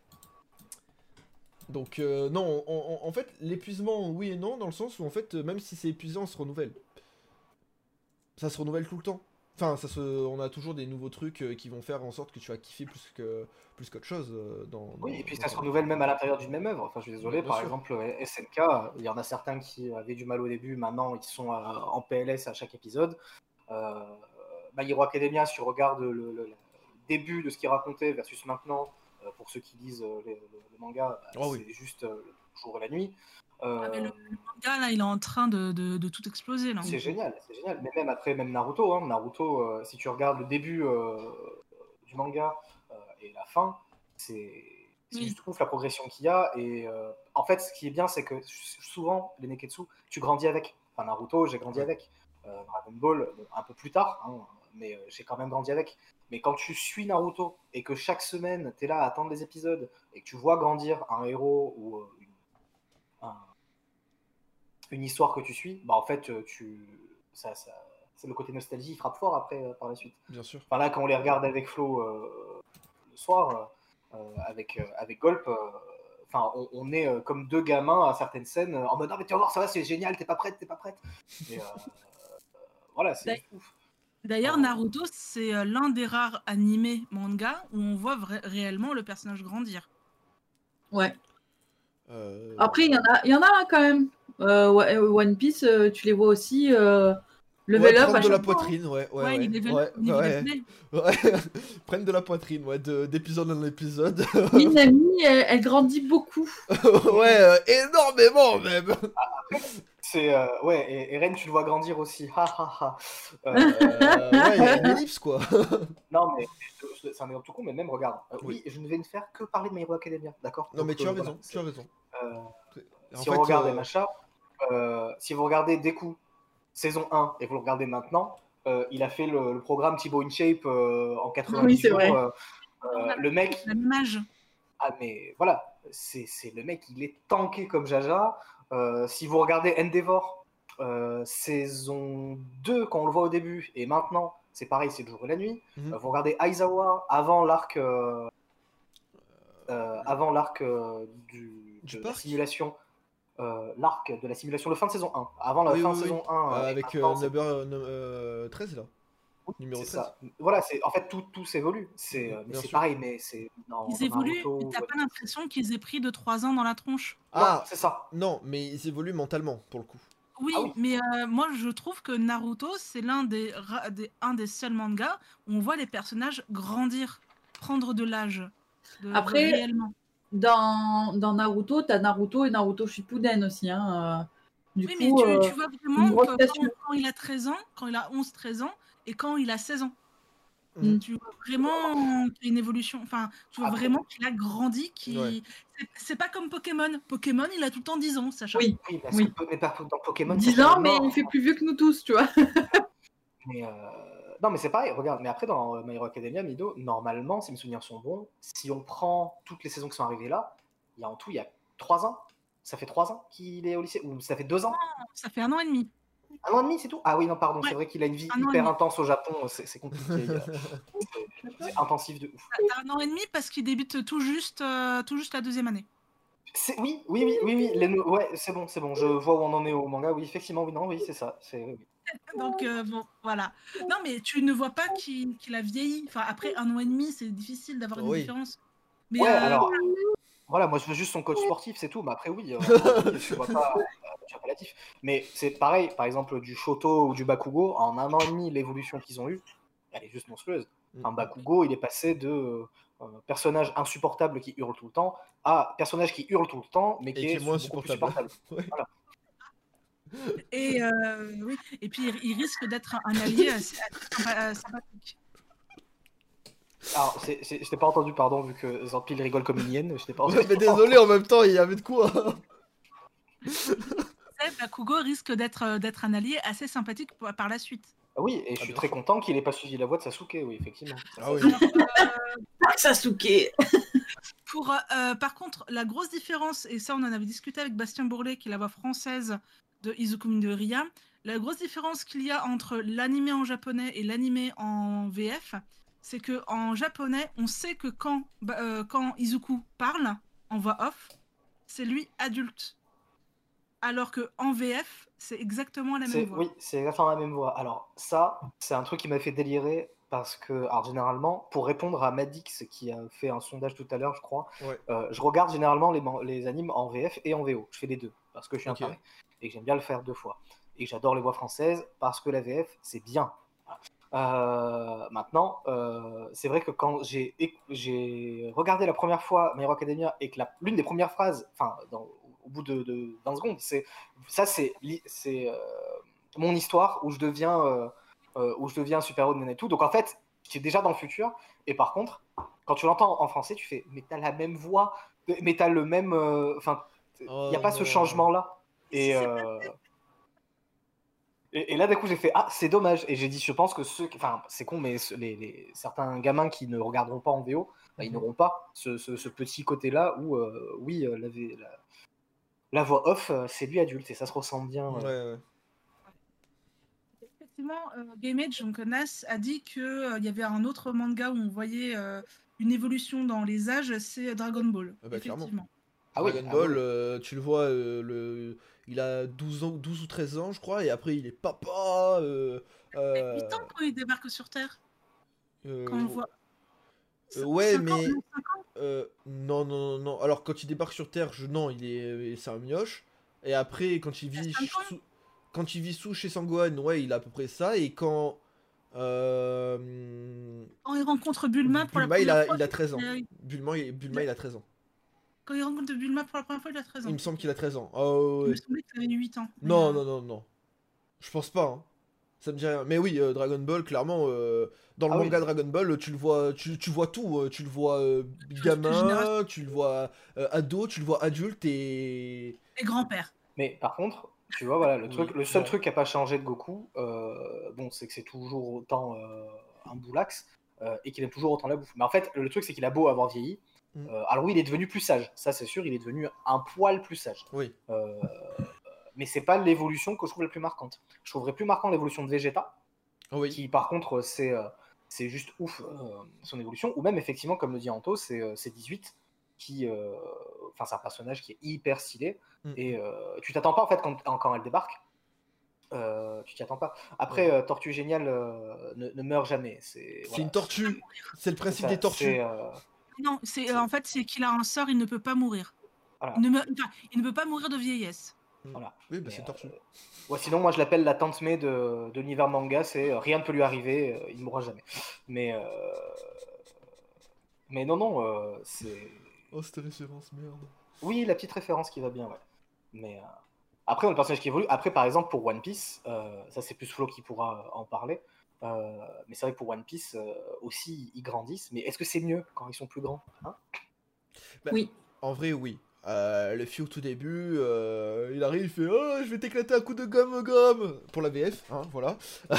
Donc euh, non, on- on- en fait, l'épuisement, oui et non, dans le sens où en fait, euh, même si c'est épuisant, on se renouvelle. Ça se renouvelle tout le temps. Enfin, ça se, on a toujours des nouveaux trucs euh, qui vont faire en sorte que tu vas kiffer plus que plus qu'autre chose euh, dans, Oui, dans, et puis dans ça se ton- renouvelle même à l'intérieur d'une même œuvre. Enfin, je suis Bien, désolé, bien par sûr. exemple, euh, S N K, il y en a certains qui avaient du mal au début, maintenant ils sont euh, en P L S à chaque épisode. Euh, My Hero Academia, si tu regardes le, le- le début de ce qu'il racontait versus maintenant, euh, pour ceux qui lisent euh, les- le, le manga, bah, Oh oui. c'est juste euh, le jour et la nuit. Ah, mais le, Euh, le manga, là, il est en train de, de, de tout exploser, là. c'est génial, c'est génial. Mais même après, même Naruto, hein, Naruto, euh, si tu regardes le début euh, du manga euh, et la fin, c'est c'est Oui. juste ouf la progression qu'il y a. Et euh, en fait, ce qui est bien, c'est que souvent, les Neketsu, tu grandis avec. Enfin, Naruto, j'ai grandi Ouais. avec. Euh, Dragon Ball, bon, un peu plus tard, hein, mais euh, j'ai quand même grandi avec. Mais quand tu suis Naruto et que chaque semaine, tu es là à attendre les épisodes et que tu vois grandir un héros ou euh, une, un, une histoire que tu suis, bah en fait, euh, tu, ça, ça, c'est le côté nostalgie, il frappe fort après euh, par la suite. Bien sûr. Enfin là, quand on les regarde avec Flo euh, le soir, euh, avec, euh, avec Golp, euh, enfin, on, on est euh, comme deux gamins à certaines scènes euh, en mode non mais tu vas voir, ça va, c'est génial, t'es pas prête, t'es pas prête. Et euh, voilà, c'est juste ouf. D'ailleurs, Oh. Naruto, c'est euh, l'un des rares animés manga où on voit vra- réellement le personnage grandir. Ouais. Euh, Après, il y en a, il y en a hein, quand même. Euh, ouais, euh, One Piece, euh, tu les vois aussi euh, level ouais, up prendre à de la chaque fois, hein. poitrine, ouais, ouais, Ouais, ouais, il est level ouais, up au niveau ouais, des plaies. ouais. Prennent de la poitrine, ouais, de- d'épisode en épisode. Minami, elle, elle grandit beaucoup. ouais, euh, énormément même. C'est euh, ouais, et, et Ren, tu le vois grandir aussi. Ha ha ha. Euh, Euh, ouais, il y a une ellipse quoi. non mais c'est un exemple tout con, mais même regarde. Euh, oui. oui, je ne vais ne faire que parler de My Hero Academia, d'accord. Non Donc, mais tu as euh, raison, voilà, tu as raison. Euh, En si fait, on regarde euh, M H A, euh, si vous regardez Deku saison un et vous le regardez maintenant, euh, il a fait le, le programme Thibaut InShape euh, en quatre-vingt-dix Oui, c'est jours. vrai. Euh, euh, le mec, La même âge. ah mais voilà, c'est c'est le mec, il est tanké comme Jaja. Euh, si vous regardez Endeavor, euh, saison deux quand on le voit au début et maintenant c'est pareil, c'est le jour et la nuit. Mhm. Euh, vous regardez Aizawa avant l'arc euh, euh, avant l'arc euh, du, Du de la parc simulation, euh, l'arc de la simulation de fin de saison un. Avant la Oui, fin oui, de oui. saison un, Euh, euh, et avec maintenant, euh, c'est- number, euh, num- euh, treize, là. Numéro c'est treize. ça. Voilà, c'est en fait tout, tout s'évolue. C'est Mhm, euh, mais bien c'est sûr. pareil, mais c'est dans, Ils dans évoluent, Naruto. mais t'as ouais. pas l'impression qu'ils aient pris de trois ans dans la tronche. Non, Ah, c'est ça. non, mais ils évoluent mentalement, pour le coup. Oui, Ah oui. mais euh, moi je trouve que Naruto, c'est l'un des, ra- des, un des seuls mangas où on voit les personnages grandir, prendre de l'âge. De, de Après, réellement. Dans, dans Naruto, t'as Naruto et Naruto Shippuden aussi. Hein. euh, Du Oui, mais coup, tu, euh, tu vois une vraiment grosse que quand, passion. quand il a treize ans, quand il a onze treize ans, et quand il a seize ans. Mhm. Tu vois vraiment qu'il y a une évolution. Enfin, tu vois Après- vraiment qu'il a grandi. Qu'il... Ouais. C'est, c'est pas comme Pokémon. Pokémon, il a tout le temps dix ans, Sacha. Oui, Oui, parce oui. que mais par contre, dans Pokémon, dix Sacha ans, est mais mort. il fait plus vieux que nous tous, tu vois. Mais euh, non, mais c'est pareil, regarde, mais après dans euh, My Hero Academia, Mido, normalement, si mes souvenirs sont bons, si on prend toutes les saisons qui sont arrivées là, il y a en tout, il y a trois ans. Ça fait trois ans qu'il est au lycée, ou ça fait deux ans, Ça fait un an et demi. un an et demi, c'est tout. Ah oui, non, pardon, Ouais, c'est vrai qu'il a une vie un an et hyper demi. intense au Japon, c'est c'est compliqué, euh, c'est- c'est intensif de ouf. T'as t'as un an et demi parce qu'il débute tout juste, euh, tout juste la deuxième année. C'est- Oui, oui, oui, oui, oui, les no- ouais, c'est bon, c'est bon, je vois où on en est au manga, oui, effectivement, oui, non, oui, c'est ça, c'est oui, oui. Donc, euh, bon, voilà. Non, mais tu ne vois pas qu'il, qu'il a vieilli. Enfin, après un an et demi, c'est difficile d'avoir une Oui. différence. Mais Ouais, euh, alors, voilà, moi je veux juste son coach sportif, c'est tout. Mais après, oui, euh, en vie, tu vois pas, euh, tu vois pas la diff. Mais c'est pareil, par exemple, du Shoto ou du Bakugo, en un an et demi, l'évolution qu'ils ont eue, elle est juste monstrueuse. Un Bakugo, il est passé de euh, euh, personnage insupportable qui hurle tout le temps à personnage qui hurle tout le temps, mais Et qui qui est, est moins beaucoup plus supportable. supportable. Ouais. Voilà. et euh, oui. Et puis il, il risque d'être un, un allié assez, assez sympa- euh, sympathique. Alors, c'est- c'est- je t'ai pas entendu, pardon, vu que Zampil rigole comme une hyène, je t'ai pas Ouais, entendu. mais désolé, en même temps, il y avait de quoi. C'est, Bakugo risque d'être euh, d'être un allié assez sympathique pour- par la suite. Ah oui, et je Ah, suis bien très sûr. content qu'il ait pas suivi la voie de Sasuke, oui, effectivement. Ça, Ah ça, oui. Alors, euh, Sasuke. pour, euh, par contre, la grosse différence, et ça on en avait discuté avec Bastien Bourlet, qui est la voix française de Izuku Midoriya, la grosse différence qu'il y a entre l'animé en japonais et l'animé en V F, c'est que en japonais, on sait que quand, bah, euh, quand Izuku parle en voix off, c'est lui adulte. Alors que en V F, c'est exactement la même C'est- voix. Oui, c'est exactement la même voix. Alors, ça, c'est un truc qui m'a fait délirer parce que, alors, généralement, pour répondre à Madix qui a fait un sondage tout à l'heure, je crois, Ouais. euh, je regarde généralement les, man- les animes en V F et en V O. Je fais les deux parce que je suis Ok. un taré et que j'aime bien le faire deux fois. Et que j'adore les voix françaises parce que la V F, c'est bien. Euh, maintenant, euh, c'est vrai que quand j'ai éc- j'ai regardé la première fois My Hero Academia et que la- l'une des premières phrases, enfin, dans- au bout de, de vingt secondes, c'est ça, c'est li- c'est euh, mon histoire où je deviens euh, euh, où je deviens un super-héros de Naruto. Donc en fait, c'est déjà dans le futur. Et par contre, quand tu l'entends en français, tu fais, mais t'as la même voix, mais t'as le même, euh, enfin, il Oh n'y a pas ce non. changement-là. Et, Si, c'est euh, et, et là, d'un coup, j'ai fait, ah, c'est dommage. Et j'ai dit, je pense que ceux, qui- enfin, c'est con, mais ce- les, les- certains gamins qui ne regarderont pas en V O, bah, ils Mhm. n'auront pas ce, ce- ce petit côté-là où, euh, oui, euh, la, V- la- la voix off, euh, c'est lui adulte et ça se ressent bien. Ouais, euh. ouais. Effectivement, euh, Game Age, donc Nas a dit qu'il y avait un autre manga où on voyait euh, une évolution dans les âges, c'est Dragon Ball. Ah bah, clairement. Effectivement. Ah oui, Dragon ah Ball, oui. euh, tu le vois, euh, le... il a douze ans, douze ou treize ans, je crois, et après il est papa. Euh, euh, huit ans quand il débarque sur Terre, euh, quand on le voit. euh, ouais, cinq ans, mais. non, cinq ans. euh, non, non, non, non. Alors, quand il débarque sur Terre, je... non, il est. C'est un mioche. Et après, quand il Il a vit. cinq ans. Sous... Quand il vit sous chez Sangohan, ouais, il a à peu près ça. Et quand. Euh... Quand il rencontre Bulma pour la Bulma, il première a, fois, il a treize ans. euh, Bulma, il... Bulma, il a treize ans. quand il rencontre Bulma pour la première fois, il a treize ans. Il me semble qu'il a treize ans. Oh, Il ouais. me semblait qu'il avait huit ans. mais, Non, euh, non, non, non. Je pense pas, hein. Ça me dit rien. Mais oui, euh, Dragon Ball, clairement, euh, dans le Ah oui. manga Dragon Ball, tu le vois, tu, tu vois tout. euh, Tu le vois euh, gamin, génération. tu le vois euh, ado, tu le vois adulte et. Et grand-père. Mais par contre, tu vois, voilà, le, Oui, truc, le seul non. truc qui n'a pas changé de Goku, euh, bon, c'est que c'est toujours autant euh, un boulax euh, et qu'il aime toujours autant la bouffe. Mais en fait, le truc, c'est qu'il a beau avoir vieilli. Mm. euh, alors oui, il est devenu plus sage, ça c'est sûr, il est devenu un poil plus sage. Oui. Euh, mais c'est pas l'évolution que je trouve la plus marquante. Je trouverais plus marquant l'évolution de Vegeta. Oui. qui par contre c'est euh, c'est juste ouf euh, son évolution, ou même effectivement comme le dit Anto, c'est euh, c'est dix-huit qui, euh, enfin c'est un personnage qui est hyper stylé, Mm. et euh, tu t'attends pas en fait quand, quand elle débarque, euh, tu t'y attends pas. Après Ouais. euh, Tortue Géniale euh, ne, ne meurt jamais, c'est C'est voilà, une tortue. C'est le c'est principe ça, des tortues. c'est, euh, Non, c'est c'est- euh, en fait c'est qu'il a un sort, il ne peut pas mourir. voilà, Il ne, meurt- enfin, il ne peut pas mourir de vieillesse. Mm. voilà. Oui, bah Mais, c'est une tortue. euh, ouais, sinon moi je l'appelle la tante May de, de l'univers manga, c'est euh, rien ne peut lui arriver, euh, il ne mourra jamais. Mais euh, mais non non, euh, c'est Oh, cette référence, merde. oui, la petite référence qui va bien, ouais. Mais euh, après, on a le personnage qui évolue. Après, par exemple, pour One Piece, euh, ça c'est plus Flo qui pourra euh, en parler. Euh, mais c'est vrai que pour One Piece euh, aussi, ils grandissent. Mais est-ce que c'est mieux quand ils sont plus grands, hein? Bah, Oui. En vrai, oui. Euh, le Luffy au tout début, euh, il arrive, il fait oh, je vais t'éclater à coup de gomme gomme pour la V F, hein, voilà.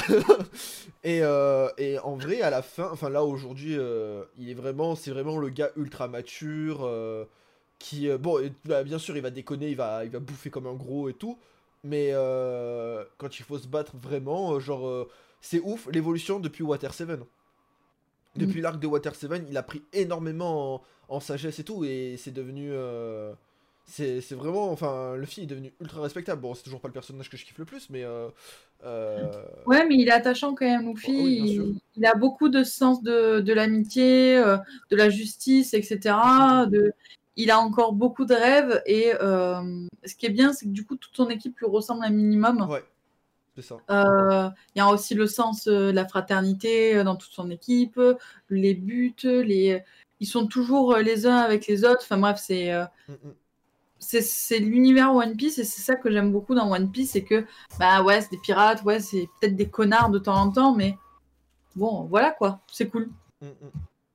et, euh, et en vrai, à la fin, enfin là aujourd'hui, euh, il est vraiment, c'est vraiment le gars ultra mature euh, qui, euh, bon, et, bah, bien sûr, il va déconner, il va, il va bouffer comme un gros et tout, mais euh, quand il faut se battre vraiment, euh, genre, euh, c'est ouf l'évolution depuis Water sept. Depuis l'arc de Water sept, il a pris énormément en, en sagesse et tout, et c'est devenu. Euh, c'est c'est vraiment. Enfin, Luffy est devenu ultra respectable. Bon, c'est toujours pas le personnage que je kiffe le plus, mais. Euh, euh, Ouais, mais il est attachant quand même, Luffy. Oh, oui, bien sûr. Il, il a beaucoup de sens de, de l'amitié, euh, de la justice, et cetera. De, il a encore beaucoup de rêves. Et euh, ce qui est bien, c'est que du coup, toute son équipe lui ressemble un minimum. Ouais, c'est ça. Euh, Il y a aussi le sens euh, de la fraternité euh, dans toute son équipe, les buts, les... ils sont toujours euh, les uns avec les autres. Enfin bref, c'est euh, Mm, mm. c'est c'est l'univers One Piece et c'est ça que j'aime beaucoup dans One Piece, c'est que bah ouais, c'est des pirates, ouais, c'est peut-être des connards de temps en temps, mais bon, voilà quoi, c'est cool. Mm, mm.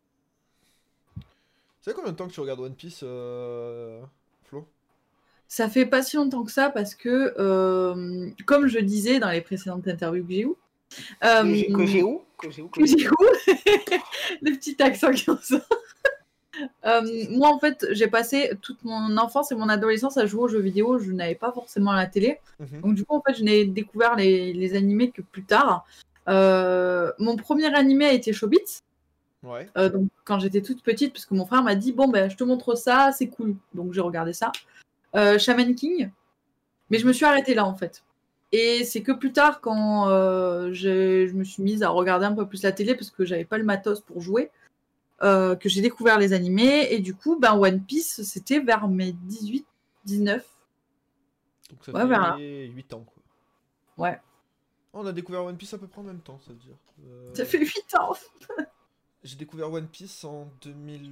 Ça fait combien de temps que tu regardes One Piece, euh, Flo? Ça fait pas si longtemps que ça parce que, euh, comme je disais dans les précédentes interviews que j'ai eues, euh, Que j'ai- que j'ai où Que j'ai où que que j'ai j'ai eu, le petit accent qui en sort. Euh, moi, en fait, j'ai passé toute mon enfance et mon adolescence à jouer aux jeux vidéo. Je n'avais pas forcément la télé. Mhm. Donc, du coup, en fait, je n'ai découvert les, les animés que plus tard. Euh, mon premier animé a été Chobits. Ouais. Euh, donc, quand j'étais toute petite, parce que mon frère m'a dit bon, ben, je te montre ça, c'est cool. Donc, j'ai regardé ça. Euh, Shaman King. Mais je me suis arrêtée là, en fait. Et c'est que plus tard, quand euh, je me suis mise à regarder un peu plus la télé, parce que j'avais pas le matos pour jouer, Euh, que j'ai découvert les animés, et du coup, ben, One Piece, c'était vers mes dix-huit, dix-neuf. Donc ça Ouais, fait voilà. huit ans, quoi. Ouais, Oh, on a découvert One Piece à peu près en même temps, ça veut dire. Euh, ça fait huit ans. J'ai découvert One Piece en deux mille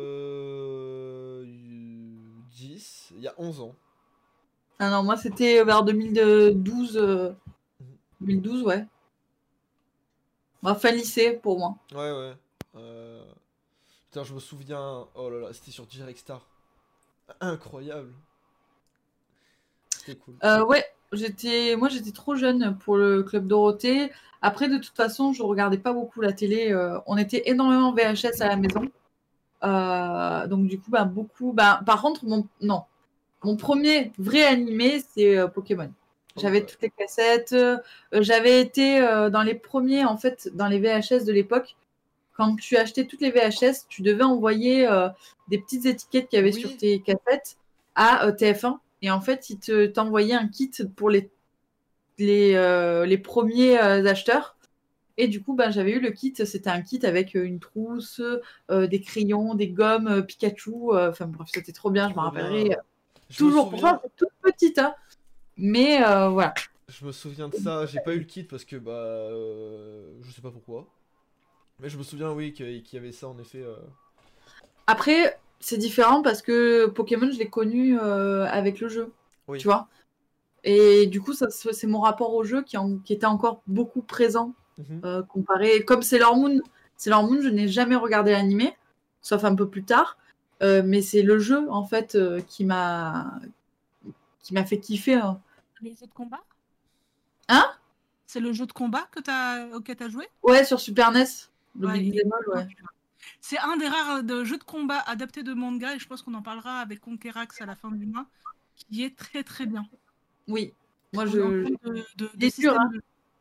dix, il y a onze ans. Ah non, moi, c'était vers deux mille douze. euh, deux mille douze, ouais. Bah, fin lycée, pour moi. Ouais, ouais. Euh... Putain, je me souviens. Oh là là, c'était sur Direct Star. Incroyable. C'était cool. Euh, ouais, j'étais, moi, j'étais trop jeune pour le Club Dorothée. Après, de toute façon, je regardais pas beaucoup la télé. euh, on était énormément en V H S à la maison. Euh, donc, du coup, bah, beaucoup. Bah, par contre, mon... non. Mon premier vrai animé, c'est euh, Pokémon. J'avais Ouais. toutes les cassettes. euh, J'avais été euh, dans les premiers, en fait, dans les V H S de l'époque. Quand tu achetais toutes les V H S, tu devais envoyer euh, des petites étiquettes qu'il y avait Oui. sur tes cassettes à euh, T F un. Et en fait, ils te, t'envoyaient un kit pour les, les, euh, les premiers euh, acheteurs. Et du coup, ben, j'avais eu le kit. C'était un kit avec euh, une trousse, euh, des crayons, des gommes, euh, Pikachu. euh, Enfin bref, c'était trop bien, je m'en Trop bien. rappellerai. Je me Toujours, souviens... pourtant, c'est toute petite, hein. Mais euh, voilà. Je me souviens de ça. J'ai pas eu le kit parce que, bah... euh, Je sais pas pourquoi. Mais je me souviens, oui, qu'il qu'il y avait ça, en effet. euh. Après, c'est différent parce que Pokémon, je l'ai connu euh, avec le jeu. Oui. Tu vois. Et du coup, ça, c'est mon rapport au jeu qui, en- qui était encore beaucoup présent Mhm. euh, comparé. Comme Sailor Moon, Sailor Moon, je n'ai jamais regardé l'animé, sauf un peu plus tard. Euh, mais c'est le jeu en fait euh, qui m'a qui m'a fait kiffer. Hein. Les jeux de combat Hein C'est le jeu de combat que t'as, auquel tu as joué Ouais, sur Super N E S. Le Ouais, Big il est- Demol, ouais. C'est un des rares de jeux de combat adaptés de manga, et je pense qu'on en parlera avec Conquerax à la fin du mois, qui est très très bien. Oui. Moi, En je. termes de, de, de C'est dur, système hein. de-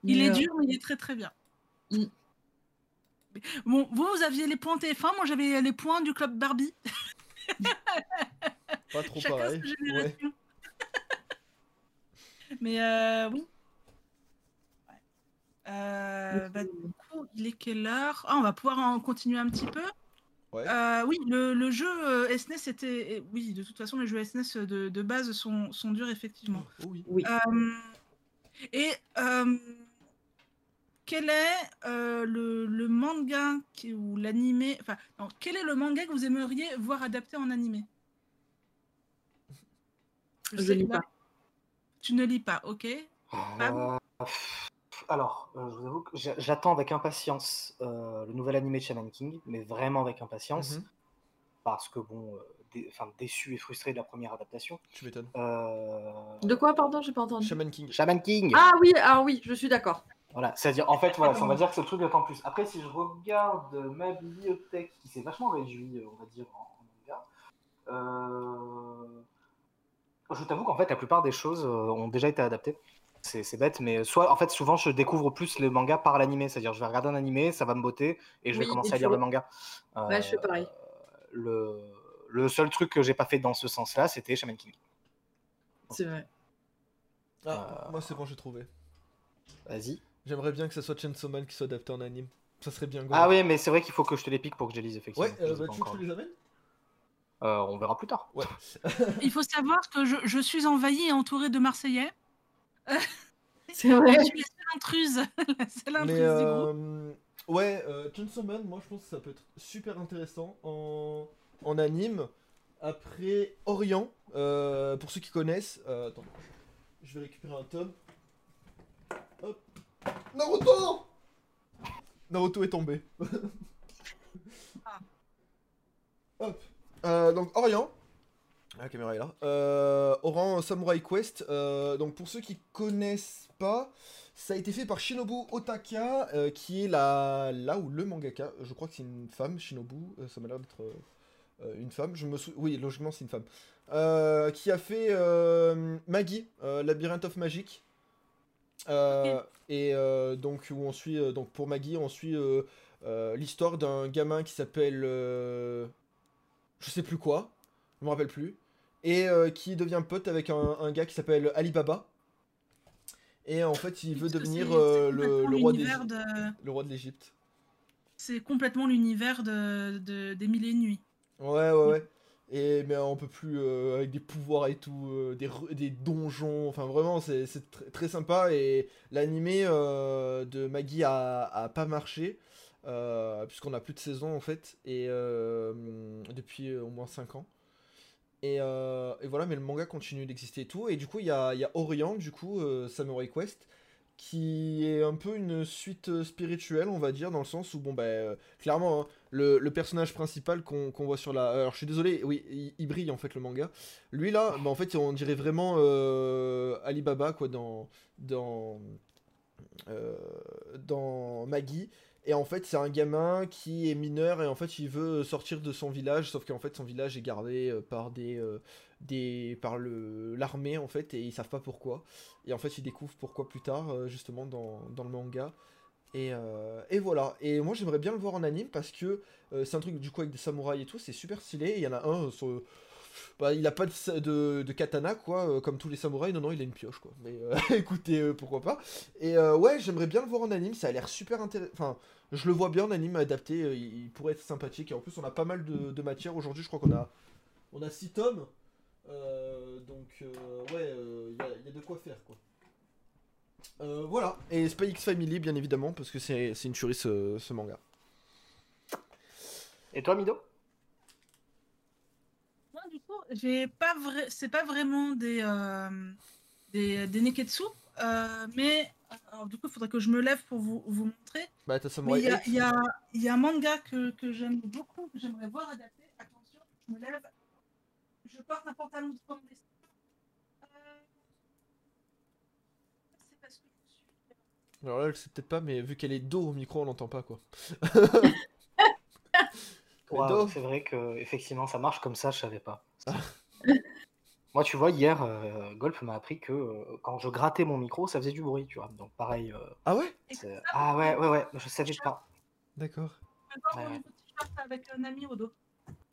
Il Mais, est euh, dur, mais il est très très bien. Mm. Bon, vous, vous aviez les points T F un, moi j'avais les points du club Barbie. Pas trop Chacun pareil. sa Ouais. génération. Mais euh, oui. Ouais. Euh, bah, du coup, il est quelle heure? Ah, on va pouvoir en continuer un petit peu. Ouais. Euh, oui, le, le jeu euh, S N E S était. eh, Oui, de toute façon, les jeux S N E S de, de base sont, sont durs, effectivement. Oh oui. Oui. Euh, et euh, quel est euh, le, le manga qui, ou l'animé. Enfin, non, quel est le manga que vous aimeriez voir adapté en animé? Je sais- lis bah, pas. Tu ne lis pas, ok. Fab Euh, Alors, euh, je vous avoue que j'a- j'attends avec impatience euh, le nouvel animé de Shaman King, mais vraiment avec impatience, Mhm. parce que bon, euh, dé- enfin, déçu et frustré de la première adaptation. Tu m'étonnes. Euh, De quoi, pardon, j'ai pas entendu. Shaman King. Shaman King. Ah oui, ah oui, je suis d'accord. Voilà, c'est-à-dire, en fait, voilà, on va dire que c'est le truc d'autant plus. Après, si je regarde ma bibliothèque, qui s'est vachement réduite, on va dire, en, en manga, euh, je t'avoue qu'en fait, la plupart des choses euh, ont déjà été adaptées. C'est c'est bête, mais soit, en fait, souvent, je découvre plus le manga par l'animé. C'est-à-dire, je vais regarder un animé, ça va me botter, et je vais Oui, commencer et à tu lire le re- manga. Ouais, je fais pareil. le, le seul truc que j'ai pas fait dans ce sens-là, c'était Shaman King. C'est vrai. Ah, Euh, moi c'est bon, j'ai trouvé. Vas-y. J'aimerais bien que ça soit Chainsaw Man qui soit adapté en anime. Ça serait bien gore. Ah oui, mais c'est vrai qu'il faut que je te les pique pour que je les lise, effectivement. Ouais, Je euh, les ai bah, pas tu veux que encore je te les amène? Euh, on verra plus tard. Ouais. Il faut savoir que je, je suis envahie et entourée de Marseillais. C'est vrai. Je suis la seule intruse, la seule intruse Mais du groupe. euh, ouais, euh, Chainsaw Man, moi je pense que ça peut être super intéressant en, en anime. Après, Orient, euh, pour ceux qui connaissent. Euh, attends, je vais récupérer un tome. Hop. Naruto Naruto est tombé. Ah. Hop. Euh, donc Orient. La caméra est là. Euh, Orient Samurai Quest. Euh, donc pour ceux qui connaissent pas, ça a été fait par Shinobu Otaka, euh, qui est la là où le mangaka. Je crois que c'est une femme, Shinobu. Euh, ça m'a l'air d'être euh, une femme. Je me sou... Oui, logiquement c'est une femme. Euh, qui a fait euh, Maggie, euh, Labyrinth of Magic. Euh, Ok. Et euh, donc où on suit euh, donc pour Maggie, on suit euh, euh, l'histoire d'un gamin qui s'appelle euh, je sais plus quoi, je me rappelle plus, et euh, qui devient pote avec un, un gars qui s'appelle Alibaba. Et en fait, il veut Parce que devenir c'est- euh, c'est le, complètement le roi l'univers d'Égypte. de- Le roi de l'Égypte. C'est complètement l'univers de, de- des Mille et une Nuits. Ouais, ouais, ouais. Et mais on peut plus euh, avec des pouvoirs et tout, euh, des, re- des donjons. Enfin, vraiment, c'est c'est tr- très sympa. Et l'animé euh, de Maggie a, a pas marché. Euh, puisqu'on a plus de saison en fait. Et euh, depuis euh, au moins cinq ans. Et, euh, et voilà, mais le manga continue d'exister et tout. Et du coup, il y a, il y a Orient, du coup, euh, Samurai Quest, qui est un peu une suite euh, spirituelle, on va dire, dans le sens où, bon, bah, euh, clairement, hein, le, le personnage principal qu'on qu'on voit sur la. Alors, je suis désolé, oui, il, il brille en fait le manga. Lui là, bah, en fait, on dirait vraiment euh, Alibaba, quoi, dans. Dans. euh, dans Maggie. Et en fait, c'est un gamin qui est mineur et en fait, il veut sortir de son village, sauf qu'en fait, son village est gardé euh, par des, euh, des par le l'armée en fait, et ils savent pas pourquoi. Et en fait, ils découvrent pourquoi plus tard, euh, justement dans, dans le manga. Et, euh, et voilà. Et moi, j'aimerais bien le voir en anime parce que euh, c'est un truc du coup avec des samouraïs et tout, c'est super stylé. Et il y en a un, euh, sur- bah, il a pas de, sa- de, de katana, quoi, euh, comme tous les samouraïs. Non, non, il a une pioche, quoi. Mais euh, écoutez, euh, pourquoi pas. Et euh, ouais, j'aimerais bien le voir en anime. Ça a l'air super intéressant. Enfin, je le vois bien en anime adapté. euh, il, il pourrait être sympathique. Et en plus, on a pas mal de, de matière. Aujourd'hui, je crois qu'on a, on a six tomes. Euh, donc, euh, ouais, il y, a, y a de quoi faire, quoi. Euh, voilà. Et Spy X Family, bien évidemment, parce que c'est c'est une tuerie ce, ce manga. Et toi, Mido? Moi, du coup, j'ai pas vrai... c'est pas vraiment des, euh, des, des Neketsu, euh, mais alors, du coup, il faudrait que je me lève pour vous, vous montrer. Bah, t'as Mais Samurai il y a, X. il y, a, il y a un manga que, que j'aime beaucoup, que j'aimerais voir adapté. Attention, je me lève. Je porte un pantalon de forme des... Euh... C'est parce que je suis... Alors là, je sais peut-être pas, mais vu qu'elle est dos au micro, on l'entend pas, quoi. Mais Waouh, dos. c'est vrai que effectivement ça marche comme ça, je savais pas. Moi, tu vois, hier, euh, Golf m'a appris que euh, quand je grattais mon micro, ça faisait du bruit, tu vois. Donc, pareil. euh, Ah ouais? c'est- ah ouais, ouais, ouais, je savais pas. D'accord. Encore Ouais, mon ouais. nouveau t-shirt avec un ami au dos.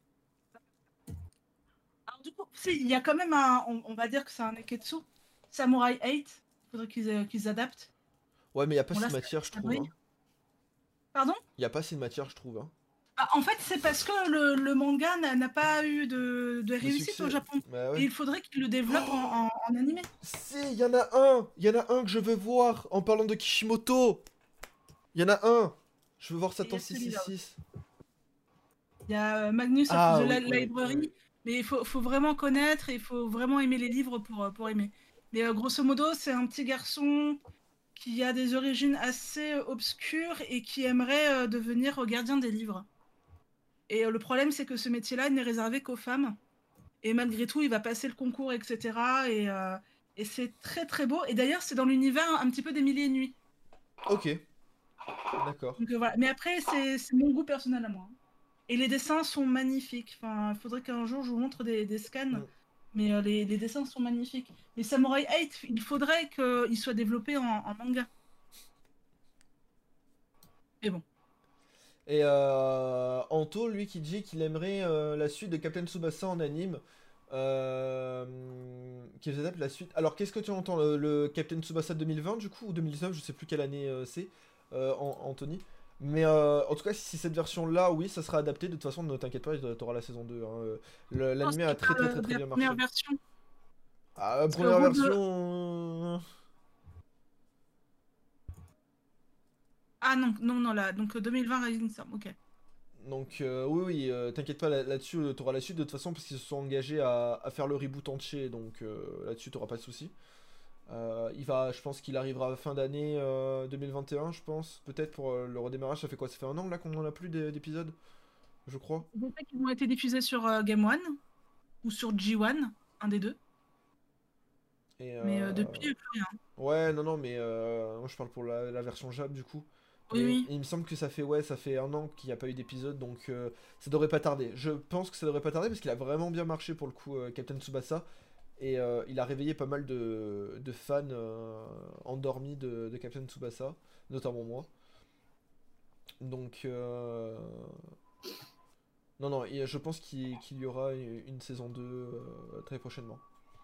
Alors du coup, si, il y a quand même un, on, on va dire que c'est un Neketsu. Samurai huit, il faudrait qu'ils euh, qu'ils adaptent. Ouais, mais y a pas Bon assez là, de ça, matière, je ça trouve. brille. Hein. Pardon? Y a pas assez de matière, je trouve. Hein. Ah, en fait, c'est parce que le, le manga n'a n'a pas eu de, de De réussite succès. au Japon. Bah Et ouais. il faudrait qu'ils le développent en, en, en animé. Si, y en a un. Y en a un que je veux voir en parlant de Kishimoto. Y en a un. Je veux voir Et il y Satan a celui-là aussi. six six six. Il y a euh, Magnus of Ah the oui, Li- oui, oui, Library, oui, oui. mais il faut, faut vraiment connaître et il faut vraiment aimer les livres pour, euh, pour aimer. Mais euh, grosso modo, c'est un petit garçon qui a des origines assez euh, obscures et qui aimerait euh, devenir euh, gardien des livres. Et euh, le problème, c'est que ce métier-là n'est réservé qu'aux femmes. Et malgré tout, il va passer le concours, et cetera. Et, euh, et c'est très très beau. Et d'ailleurs, c'est dans l'univers un petit peu des Mille et une nuits. Ok, d'accord. Donc euh, voilà. Mais après, c'est c'est mon goût personnel à moi. Et les dessins sont magnifiques. Enfin, il faudrait qu'un jour je vous montre des, des scans. Mm. Mais euh, les, les dessins sont magnifiques. Les Samurai huit, il faudrait qu'ils soient développés en, en manga. Mais bon. Et euh, Anto, lui, qui dit qu'il aimerait euh, la suite de Captain Tsubasa en anime. Euh, qu'ils adaptent la suite. Alors, qu'est-ce que tu entends le, le Captain Tsubasa deux mille vingt, du coup, ou deux mille dix-neuf, je sais plus quelle année euh, c'est, euh, An- Anthony. Mais euh, en tout cas, si c'est cette version-là, oui, ça sera adapté. De toute façon, ne t'inquiète pas, t'auras la saison deux. Hein. Le- Je pense L'anime a qu'il très très parle très de très la bien marché. première version. Ah, la Parce que première Road- version. euh, Ah non, non, non, là. Donc euh, deux mille vingt Rising Storm, ok. Donc euh, oui, oui, euh, t'inquiète pas là- là-dessus, euh, t'auras la suite de toute façon parce qu'ils se sont engagés à, à faire le reboot entier, donc euh, là-dessus t'auras pas de soucis. Euh, il va, je pense qu'il arrivera fin d'année euh, deux mille vingt et un, je pense, peut-être pour euh, le redémarrage. Ça fait quoi? Ça fait un an là qu'on en a plus d'é- d'épisodes, je crois. Je sais qu'ils ont été diffusés sur euh, Game One ou sur G un, un des deux. Et Mais euh, euh, depuis, plus rien. ouais, non, non, mais euh, moi je parle pour la, la version Jap du coup. Oui, Mais oui. il me semble que ça fait ouais, ça fait un an qu'il n'y a pas eu d'épisode, donc euh, ça devrait pas tarder. Je pense que ça devrait pas tarder parce qu'il a vraiment bien marché pour le coup, euh, Captain Tsubasa. Et euh, il a réveillé pas mal de, de fans euh, endormis de, de Captain Tsubasa, notamment moi. Donc, euh, non, non, et je pense qu'il qu'il y aura une une saison deux euh, très prochainement.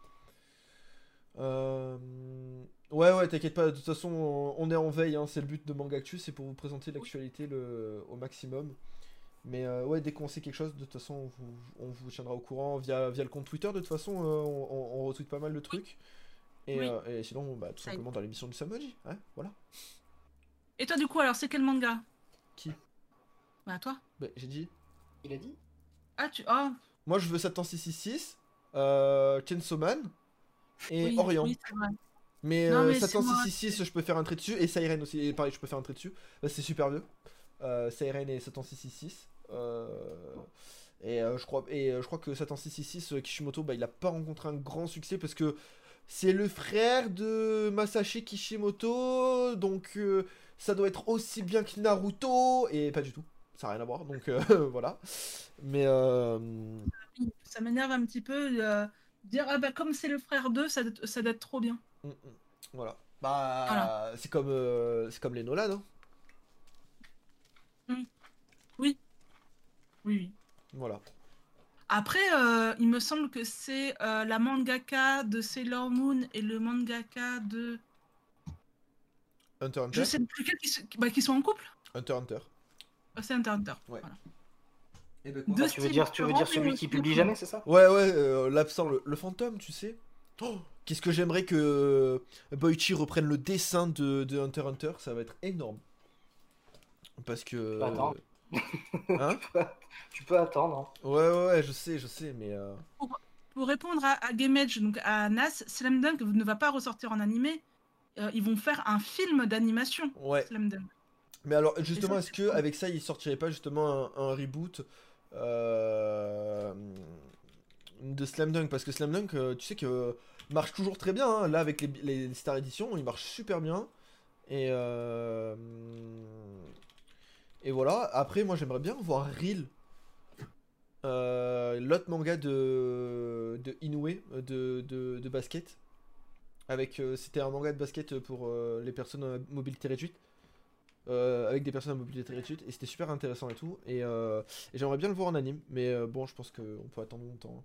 Euh, Ouais, ouais, t'inquiète pas, de toute façon, on on est en veille, hein, c'est le but de Mangactu, c'est pour vous présenter l'actualité le... au maximum. Mais euh, ouais, dès qu'on sait quelque chose, de toute façon, on vous, on vous tiendra au courant via, via le compte Twitter. De toute façon, euh, on, on- on retweet pas mal de trucs. Et, Oui. euh, et sinon, bah, tout Ça y est. simplement dans l'émission du Samoji. Hein, voilà. Et toi, du coup, alors, c'est quel manga? Qui? Bah, toi. Bah, j'ai dit. Il a dit? Ah, tu. Ah, Moi, je veux Satan six six six, euh, Chainsaw Man et oui, Orient. oui, c'est vrai. Mais, Non, euh, mais Satan c'est moi, six six six, je peux faire un trait dessus. Et Siren aussi. Et pareil, je peux faire un trait dessus. Bah, c'est super vieux. Euh, Siren et Satan six six six. Euh, et, euh, je crois, et euh, je crois que Satan six six six, euh, Kishimoto, bah, il a pas rencontré un grand succès parce que c'est le frère de Masashi Kishimoto. Donc euh, ça doit être aussi bien que Naruto. Et pas du tout. Ça n'a rien à voir. Donc euh, voilà. Mais euh, Oui, ça m'énerve un petit peu de dire ah bah comme c'est le frère d'eux, ça, doit- ça doit être trop bien. mm, mm, voilà. Voilà. Bah, c'est comme, euh, c'est comme les Nolan, hein. Mm. Oui, oui, oui. Voilà. Après, euh, il me semble que c'est euh, la mangaka de Sailor Moon et le mangaka de. Hunter Je Hunter. sais plus quel qui, se- bah, qui sont en couple. Hunter Hunter. Ah, c'est Hunter x Hunter. Ouais. Voilà. Et ben Deux Ah, tu veux styles dire, tu veux différents, dire celui mais qui aussi publie cool. jamais, c'est ça? Ouais, ouais, euh, l'absent, le, le fantôme, tu sais. Oh, qu'est-ce que j'aimerais que euh, Boichi reprenne le dessin de, de Hunter x Hunter, ça va être énorme. Parce que. Bah, attends. Hein? Tu peux- Tu peux attendre. Hein. Ouais, ouais, ouais, je sais, je sais, mais. euh, Pour répondre à, à Game Edge, donc à Nas, Slam Dunk ne va pas ressortir en animé. Euh, ils vont faire un film d'animation. Ouais. Slam Dunk. Mais alors, justement, ça, est-ce c'est que cool. avec ça, il sortirait pas justement un, un reboot euh, de Slam Dunk? Parce que Slam Dunk, euh, tu sais que euh, marche toujours très bien. Hein. Là, avec les, les Star Edition, il marche super bien. Et euh, et voilà. Après, moi, j'aimerais bien voir Reel. euh, l'autre manga de, de Inoue, de, de, de basket. Avec, euh, c'était un manga de basket pour euh, les personnes à mobilité réduite. Euh, avec des personnes à mobilité réduite. Et c'était super intéressant et tout. Et, euh, et j'aimerais bien le voir en anime. Mais euh, bon, je pense qu'on peut attendre longtemps.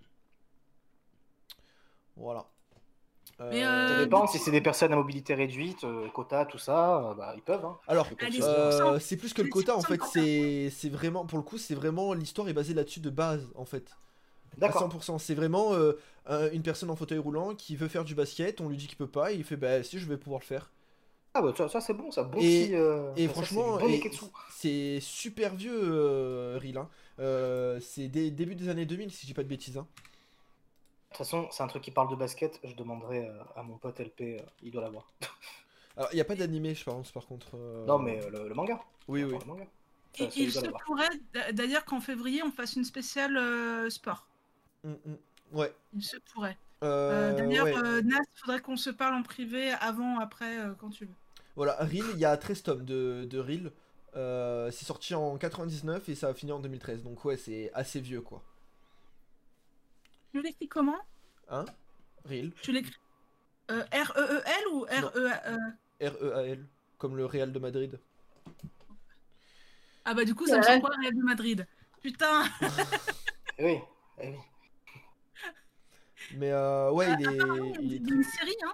Voilà. Mais, Euh, Ça euh, dépend, du si coup- c'est des personnes à mobilité réduite, euh, quota, tout ça, euh, bah, ils peuvent. Hein. Alors, Ils peuvent Allez, se- euh, c'est plus que le Les quota en six fait, pour cent c'est c'est vraiment, pour le coup, c'est vraiment, l'histoire est basée là-dessus de base en fait. À cent D'accord. pour cent, c'est vraiment euh, un- une personne en fauteuil roulant qui veut faire du basket, on lui dit qu'il peut pas, et il fait bah si je vais pouvoir le faire. Ah bah ça, ça, c'est bon, ça, bon Et, petit... euh, et ça, ça, c'est franchement, du bon et Neketsu. c'est super vieux euh, Reel, hein. Euh, c'est des début des années deux mille si je dis pas de bêtises. Hein. De toute façon, c'est un truc qui parle de basket, je demanderai euh, à mon pote L P, euh, il doit l'avoir. Alors il y a pas d'animé je pense par contre. euh, Non mais euh, le, le manga. Oui Enfin, oui. le manga. Et Ça, ça, il doit se l'avoir. pourrait d'a- d'ailleurs qu'en février on fasse une spéciale euh, sport. Mm, mm. Ouais. Il se pourrait. Euh, Euh, D'ailleurs, ouais. euh, Nas, faudrait qu'on se parle en privé avant, après, euh, quand tu veux. Voilà, Reel, il y a treize tomes de, de Reel. Euh, c'est sorti en quatre-vingt-dix-neuf et ça a fini en deux mille treize. Donc ouais, c'est assez vieux quoi. Tu l'écris comment? Hein Reel. Tu l'écris euh, R E E L ou R E A E? R E A L. Comme le Real de Madrid. Ah bah du coup, ça me Ouais. sort quoi, Real de Madrid? Putain. Eh oui, eh oui. Mais euh, ouais, il est... il est Il y a une série, hein.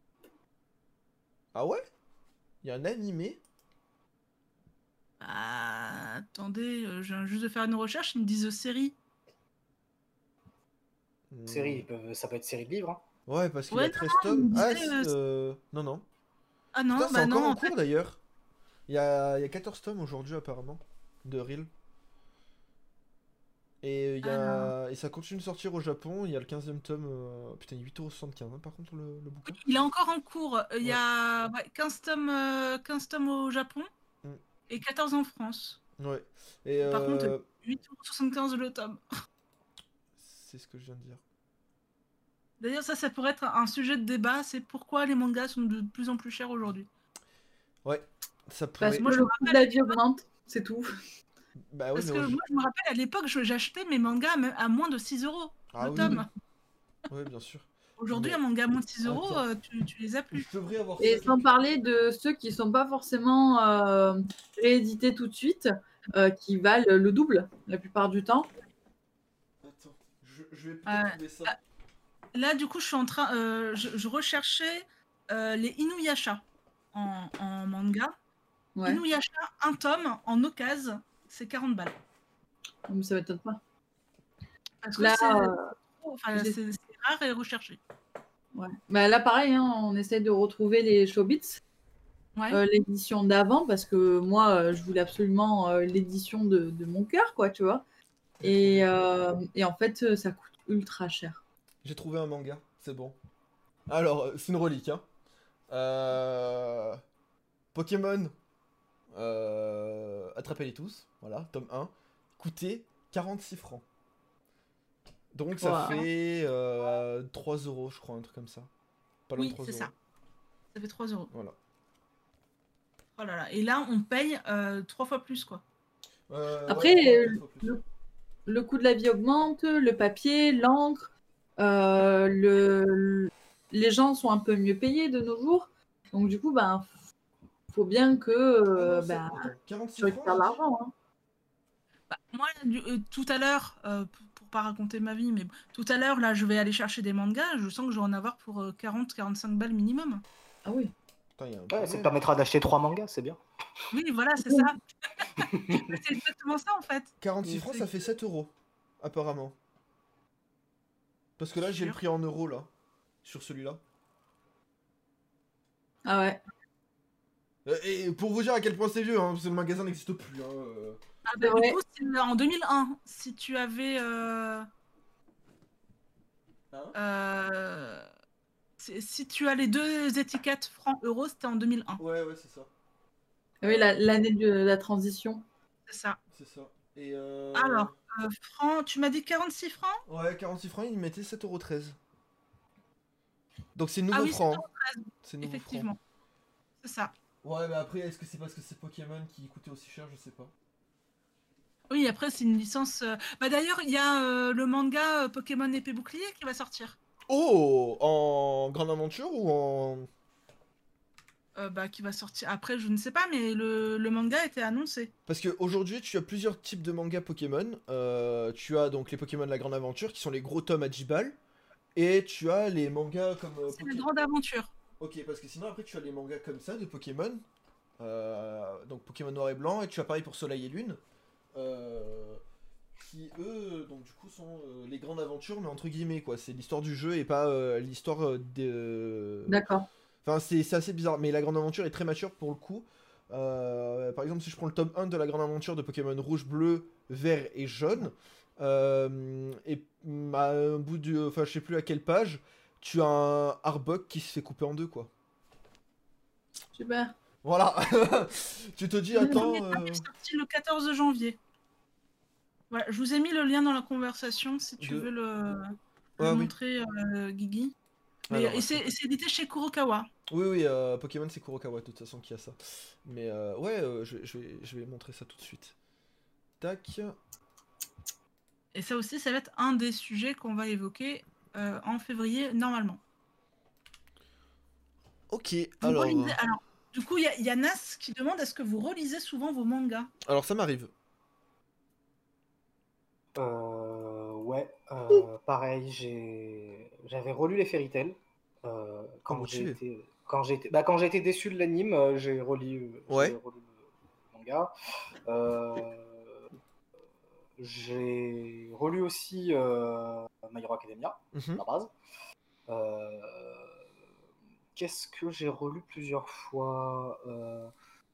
Ah ouais? Il y a un animé? Ah, attendez, euh, je viens juste de faire une recherche, ils me disent euh, série. Hmm. Série, ils peuvent- ça peut être série de livres. Hein. Ouais, parce qu'il Ouais, y a treize non, tomes. il me Ah disait, si, euh, euh... non, non. Ah non, Putain, c'est bah encore non, en en fait, cours d'ailleurs. Il y a... il y a quatorze tomes aujourd'hui apparemment. De Reel. Et, il y a... et ça continue de sortir au Japon. Il y a le quinzième tome. euh, Putain, huit euros soixante-quinze hein, par contre le, le bouquin. il est encore en cours. Euh, Il y a ouais, quinze tomes, euh, quinze tomes au Japon Mm. et quatorze en France. Ouais. Et Par contre, euh... huit euros soixante-quinze le tome. c'est ce que je viens de dire. D'ailleurs, ça, ça pourrait être un sujet de débat, c'est pourquoi les mangas sont de plus en plus chers aujourd'hui. Ouais, ça Parce pourrait. que Moi, je le me coût de la vie augmente, c'est tout. Bah oui, Parce mais que au- moi, je me rappelle, à l'époque, je- j'achetais mes mangas même à moins de six euros Ah le oui, tome. oui, bien sûr. Aujourd'hui, Mais- un manga à moins de six euros, Attends. euh, tu, tu les as plus. Je devrais avoir Et ça sans quelque- parler de ceux qui sont pas forcément euh, réédités tout de suite, euh, qui valent le double la plupart du temps. Attends, je, je vais peut-être Euh, trouver ça. ah. Là, du coup, je suis en train. euh, je, je recherchais euh, les Inuyasha en, en manga. Ouais, Inuyasha, un tome en occasion, c'est quarante balles. mais ça m'étonne pas. Parce que Là, c'est euh, trop- enfin, j'ai- c'est- c'est rare et recherché. ouais. Bah, là, pareil, hein, on essaie de retrouver les Showbits, Ouais. euh, l'édition d'avant, parce que moi, euh, je voulais absolument euh, l'édition de, de mon cœur, quoi, tu vois. Et, euh, et en fait, euh, ça coûte ultra cher. J'ai trouvé un manga, c'est bon. Alors, euh, c'est une relique, hein. Euh... Pokémon. Euh... Attrapez-les tous, voilà, tome un. Coûtait quarante-six francs. Donc ça Wow. fait euh, trois euros, je crois, un truc comme ça. Pas loin Oui, de trois c'est euros. ça. Ça fait trois euros. Voilà. Oh là là. Et là, on paye euh, trois fois plus, quoi. Euh, Après, ouais, euh, quatre fois plus. le- Le coût de la vie augmente, le papier, l'encre, euh, le... les gens sont un peu mieux payés de nos jours. Donc du coup, ben, faut bien que euh, Ah non, ça- ben, attends, quarante-six tu récupères francs, j'ai dit l'argent. Hein. Bah, moi, du- euh, tout à l'heure, euh, pour, pour pas raconter ma vie, mais tout à l'heure, là, je vais aller chercher des mangas. Je sens que je vais en avoir pour euh, quarante à quarante-cinq balles minimum. Ah oui. Putain, y a un Ouais, ça problème. te permettra d'acheter trois mangas, c'est bien. Oui, voilà, c'est ça. C'est exactement ça, en fait. quarante-six francs, C'est- ça fait sept euros, apparemment. Parce que là, j'ai le Sûr. prix en euros, là. Sur celui-là. Ah ouais. Euh, Et pour vous dire à quel point c'est vieux, hein, parce que le magasin n'existe plus. Hein, euh. Ah, C'est bah, vrai. du coup, c'est en deux mille un, si tu avais... euh, Hein euh, c'est- si tu as les deux étiquettes francs-euros, c'était en deux mille un. Ouais, ouais, c'est ça. Ah oui, la- l'année de la transition. C'est ça. C'est ça. Et euh... Alors, euh, francs, tu m'as dit quarante-six francs? Ouais, quarante-six francs, ils mettaient sept euros treize. Donc c'est nouveau Ah oui, franc. sept euros hein. treize, C'est nouveau effectivement. C'est ça. franc. Ouais, mais après, est-ce que c'est parce que c'est Pokémon qui coûtait aussi cher? Je sais pas. Oui, après, c'est une licence. euh, Bah, d'ailleurs, il y a euh, le manga euh, Pokémon Épée Bouclier qui va sortir. Oh, en grande aventure ou en... Euh, bah, qui va sortir. Après, je ne sais pas, mais le, le manga a été annoncé. Parce qu'aujourd'hui, tu as plusieurs types de mangas Pokémon. Euh, tu as donc les Pokémon de la grande aventure, qui sont les gros tomes à dix balles. Et tu as les mangas comme... euh, C'est une Poké- grande aventure. Ok, parce que sinon, après, tu as les mangas comme ça de Pokémon. Euh, donc Pokémon Noir et Blanc. Et tu as pareil pour Soleil et Lune. Euh, qui, eux, donc du coup, sont euh, les grandes aventures, mais entre guillemets, quoi. C'est l'histoire du jeu et pas euh, l'histoire euh, de... D'accord. Enfin, c'est c'est assez bizarre, mais la grande aventure est très mature pour le coup. Euh, par exemple, si je prends le tome un de la grande aventure de Pokémon rouge, bleu, vert et jaune, euh, et mm, à un bout du. Enfin, je sais plus à quelle page, tu as un Arbok qui se fait couper en deux, quoi. Super. Voilà. Tu te dis, Le attends. premier tome euh, est sorti le quatorze janvier. Voilà, je vous ai mis le lien dans la conversation si tu De- veux le, Ah le oui. montrer, euh, Guigui. Mais, Alors, et c'est et c'est édité chez Kurokawa. Oui, oui, euh, Pokémon c'est Kurokawa, de toute façon, qui a ça. Mais euh, ouais, euh, je, je vais, je vais montrer ça tout de suite. Tac. Et ça aussi, ça va être un des sujets qu'on va évoquer euh, en février, normalement. Ok, Vous alors. relisez- Alors, du coup, il y, a- il y a Nas qui demande est-ce que vous relisez souvent vos mangas? Alors, ça m'arrive. Euh, ouais, euh, pareil, j'ai, j'avais relu les Fairy Tail euh, Oh, quand j'ai motivé. été, quand j'ai été, bah, quand j'ai été déçu de l'anime, euh, j'ai relu, euh, j'ai Ouais. relu le manga. Euh, j'ai relu aussi euh, My Hero Academia, Mhm. la base. Euh, qu'est-ce que j'ai relu plusieurs fois euh,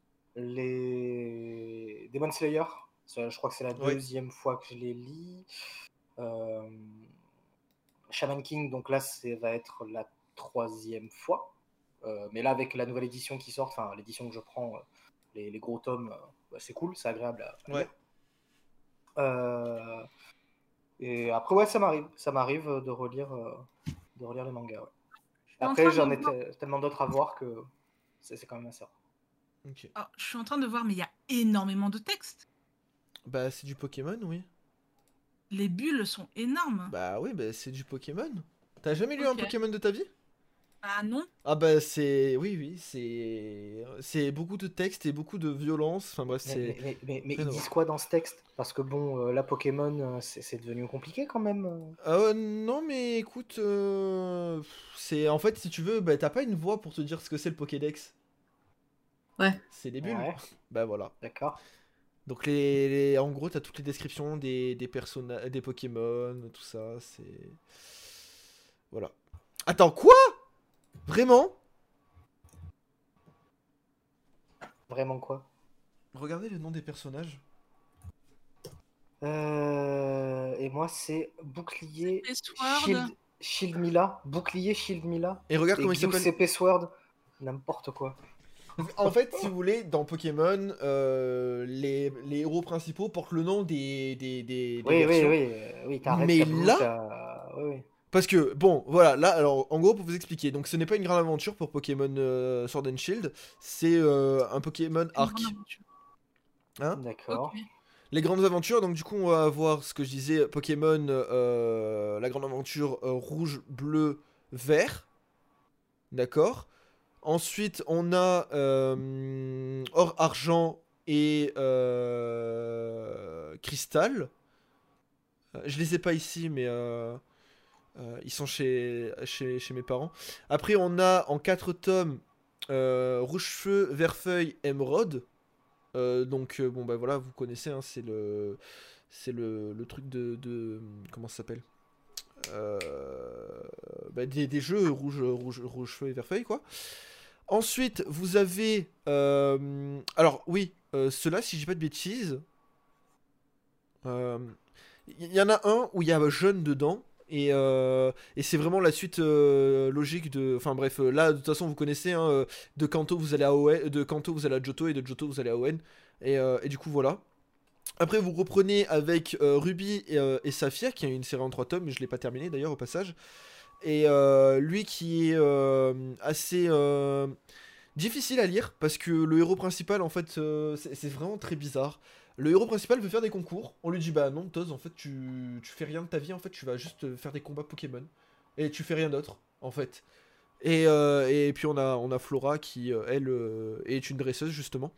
les Demon Slayer. Ça, je crois que c'est la Ouais. deuxième fois que je les lis. Euh, Shaman King, donc là, ça va être la troisième fois. Euh, mais là, avec la nouvelle édition qui sort, enfin l'édition que je prends, euh, les, les gros tomes, euh, bah, c'est cool, c'est agréable à, à Ouais. lire. Euh, et après, ouais, ça m'arrive, ça m'arrive de relire, euh, de relire les mangas. Ouais. Je suis en Après, train de j'en ai voir- te- tellement d'autres à voir que c'est c'est quand même assez rare. Ok. Ah, je suis en train de voir, mais il y a énormément de textes. Bah, c'est du Pokémon, oui. Les bulles sont énormes. Bah oui, bah c'est du Pokémon. T'as jamais lu un Ok. Pokémon de ta vie? Ah non. Ah bah c'est... Oui, oui, c'est... C'est beaucoup de texte et beaucoup de violence. Enfin bref, Mais, c'est... mais, mais, mais- mais rien ils à disent voir. quoi dans ce texte? Parce que bon, euh, là, Pokémon, euh, c'est c'est devenu compliqué quand même. euh. Ah ouais, non mais écoute, euh, c'est... En fait, si tu veux, bah t'as pas une voix pour te dire ce que c'est le Pokédex. Ouais. C'est des bulles. Ouais, Bah voilà. d'accord. Donc les, les- en gros, t'as toutes les descriptions des, des personnages, des Pokémon, tout ça, c'est... Voilà. Attends, quoi? Vraiment? Vraiment quoi? Regardez le nom des personnages. Euh, et moi, c'est Bouclier, C'est Sword. Shield, Shield Mila. Bouclier, Shield Mila. Et regarde Et comment il Gyu s'appelle. C P Sword. N'importe quoi. En fait, si vous voulez, dans Pokémon, euh, les, les héros principaux portent le nom des, des, des, des Oui, oui, versions. oui, euh, oui, t'as Red, Mais t'as Blue, là- t'as- oui, oui. Parce que, bon, voilà, là, alors, en gros, pour vous expliquer, donc ce n'est pas une grande aventure pour Pokémon euh, Sword and Shield, c'est euh, un Pokémon Une Arc. grande aventure. Hein? D'accord. Ok. Les grandes aventures, donc du coup, on va avoir ce que je disais, Pokémon, euh, la grande aventure euh, rouge, bleu, vert. D'accord. Ensuite, on a euh, or, argent et euh, cristal. Euh, Je les ai pas ici, mais euh, euh, ils sont chez, chez, chez mes parents. Après, on a en quatre tomes euh, rouge-feu, vert-feuille, émeraude. Euh, donc, euh, bon, bah voilà, vous connaissez, hein, c'est le, c'est le, le truc de, de. Comment ça s'appelle? Euh, bah, des, des jeux rouge, rouge, rouge-feu et vert-feuille, quoi. Ensuite, vous avez. euh, alors, oui, euh, ceux-là, si je dis pas de bêtises. Il y en a un où il y a jaune dedans. Et, euh, et c'est vraiment la suite euh, logique de. Enfin bref, euh, là, de toute façon, vous connaissez. Hein, euh, de Kanto, vous allez à O N. De Kanto, vous allez à Johto. Et de Johto, vous allez à O N. Et, euh, et du coup, voilà. Après, vous reprenez avec euh, Ruby et, euh, et Saphir, qui a une série en trois tomes, mais je l'ai pas terminé d'ailleurs au passage. Et euh, lui qui est euh, assez euh, difficile à lire, parce que le héros principal, en fait, euh, c'est c'est vraiment très bizarre. Le héros principal veut faire des concours. On lui dit bah non, Toz, en fait, tu, tu fais rien de ta vie, en fait, tu vas juste faire des combats Pokémon. Et tu fais rien d'autre, en fait. Et, euh, et puis on a, on a Flora qui, euh, elle, euh, est une dresseuse, justement.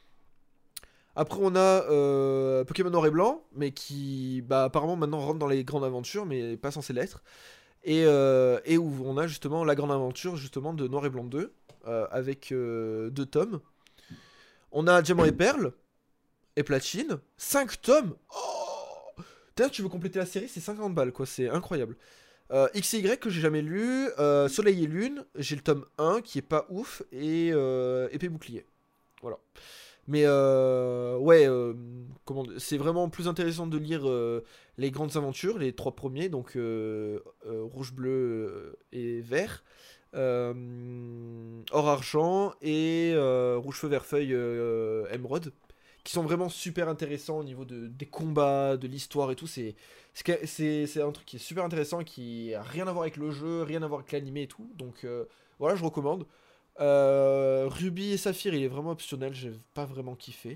Après, on a euh, Pokémon Noir et Blanc, mais qui, bah, apparemment, maintenant rentre dans les grandes aventures, mais pas censé l'être. Et, euh, et où on a justement la grande aventure, justement, de Noir et Blanc deux, euh, avec euh, deux tomes. On a Diamant et Perle. Et Platine, cinq tomes. Oh, d'ailleurs, tu veux compléter la série, c'est cinquante balles, quoi, c'est incroyable. Euh, X et Y que j'ai jamais lu, euh, Soleil et Lune, j'ai le tome un qui est pas ouf, et euh, Épée Bouclier. Voilà. Mais euh, ouais, euh, comment, c'est vraiment plus intéressant de lire euh, les grandes aventures, les trois premiers, donc euh, euh, Rouge, Bleu et Vert, euh, Or Argent et euh, Rouge Feu Vert Feuille euh, Émeraude, qui sont vraiment super intéressants au niveau de, des combats, de l'histoire et tout. C'est c'est c'est un truc qui est super intéressant, qui a rien à voir avec le jeu, rien à voir avec l'animé et tout. Donc euh, voilà, je recommande. Euh, Ruby et Saphir, il est vraiment optionnel, j'ai pas vraiment kiffé.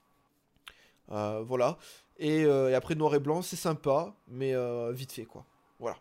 Euh, voilà. Et, euh, et après Noir et Blanc, c'est sympa, mais euh, vite fait quoi. Voilà.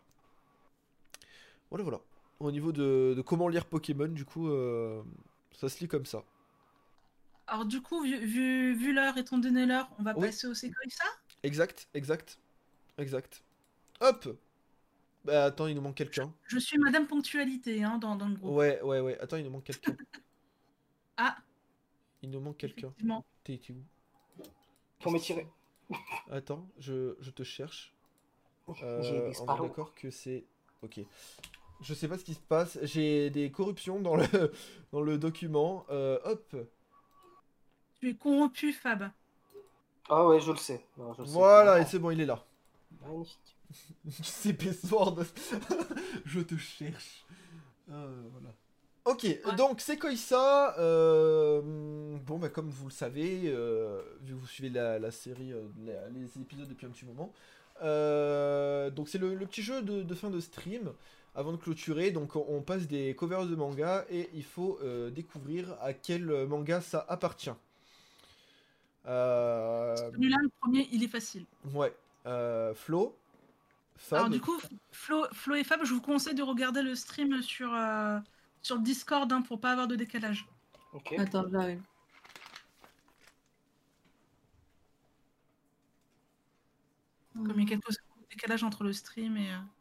Voilà, voilà. Au niveau de, de comment lire Pokémon, du coup, euh, ça se lit comme ça. Alors du coup, vu, vu, vu l'heure, étant donné l'heure, on va Oui. passer au Sequoia. Exact, exact, exact. Hop! Bah attends, il nous manque quelqu'un. Je suis Madame Ponctualité hein, dans, dans le groupe. Ouais, ouais, ouais. Attends, il nous manque quelqu'un. Ah, Il nous manque quelqu'un. effectivement. T'es t'es où? Pour m'étirer. Attends, je, je te cherche. J'ai Euh, des on est Sparrow. d'accord que c'est... Ok. Je sais pas ce qui se passe. J'ai des corruptions dans le, dans le document. Euh, hop. Tu es corrompu, Fab. Ah ouais, je le sais. Non, je le sais. Voilà, et c'est bon, il est là. Magnifique. C P Sword. Je te cherche. Euh, voilà. Ok, Ouais. donc c'est Koissa. Euh, bon, bah, comme vous le savez, euh, vu que vous suivez la, la série, euh, la- les épisodes depuis un petit moment. euh, donc c'est le, le petit jeu de, de fin de stream avant de clôturer. Donc on, on passe des covers de manga et il faut euh, découvrir à quel manga ça appartient. Euh, Celui-là, le premier, il est facile. ouais. Euh, Flo, Fab. Alors du coup, Flo, Flo et Fab, je vous conseille de regarder le stream sur, euh, sur le Discord hein, pour pas avoir de décalage. Ok. Attends, j'arrive. Comme il y a quelques secondes de décalage entre le stream et... euh,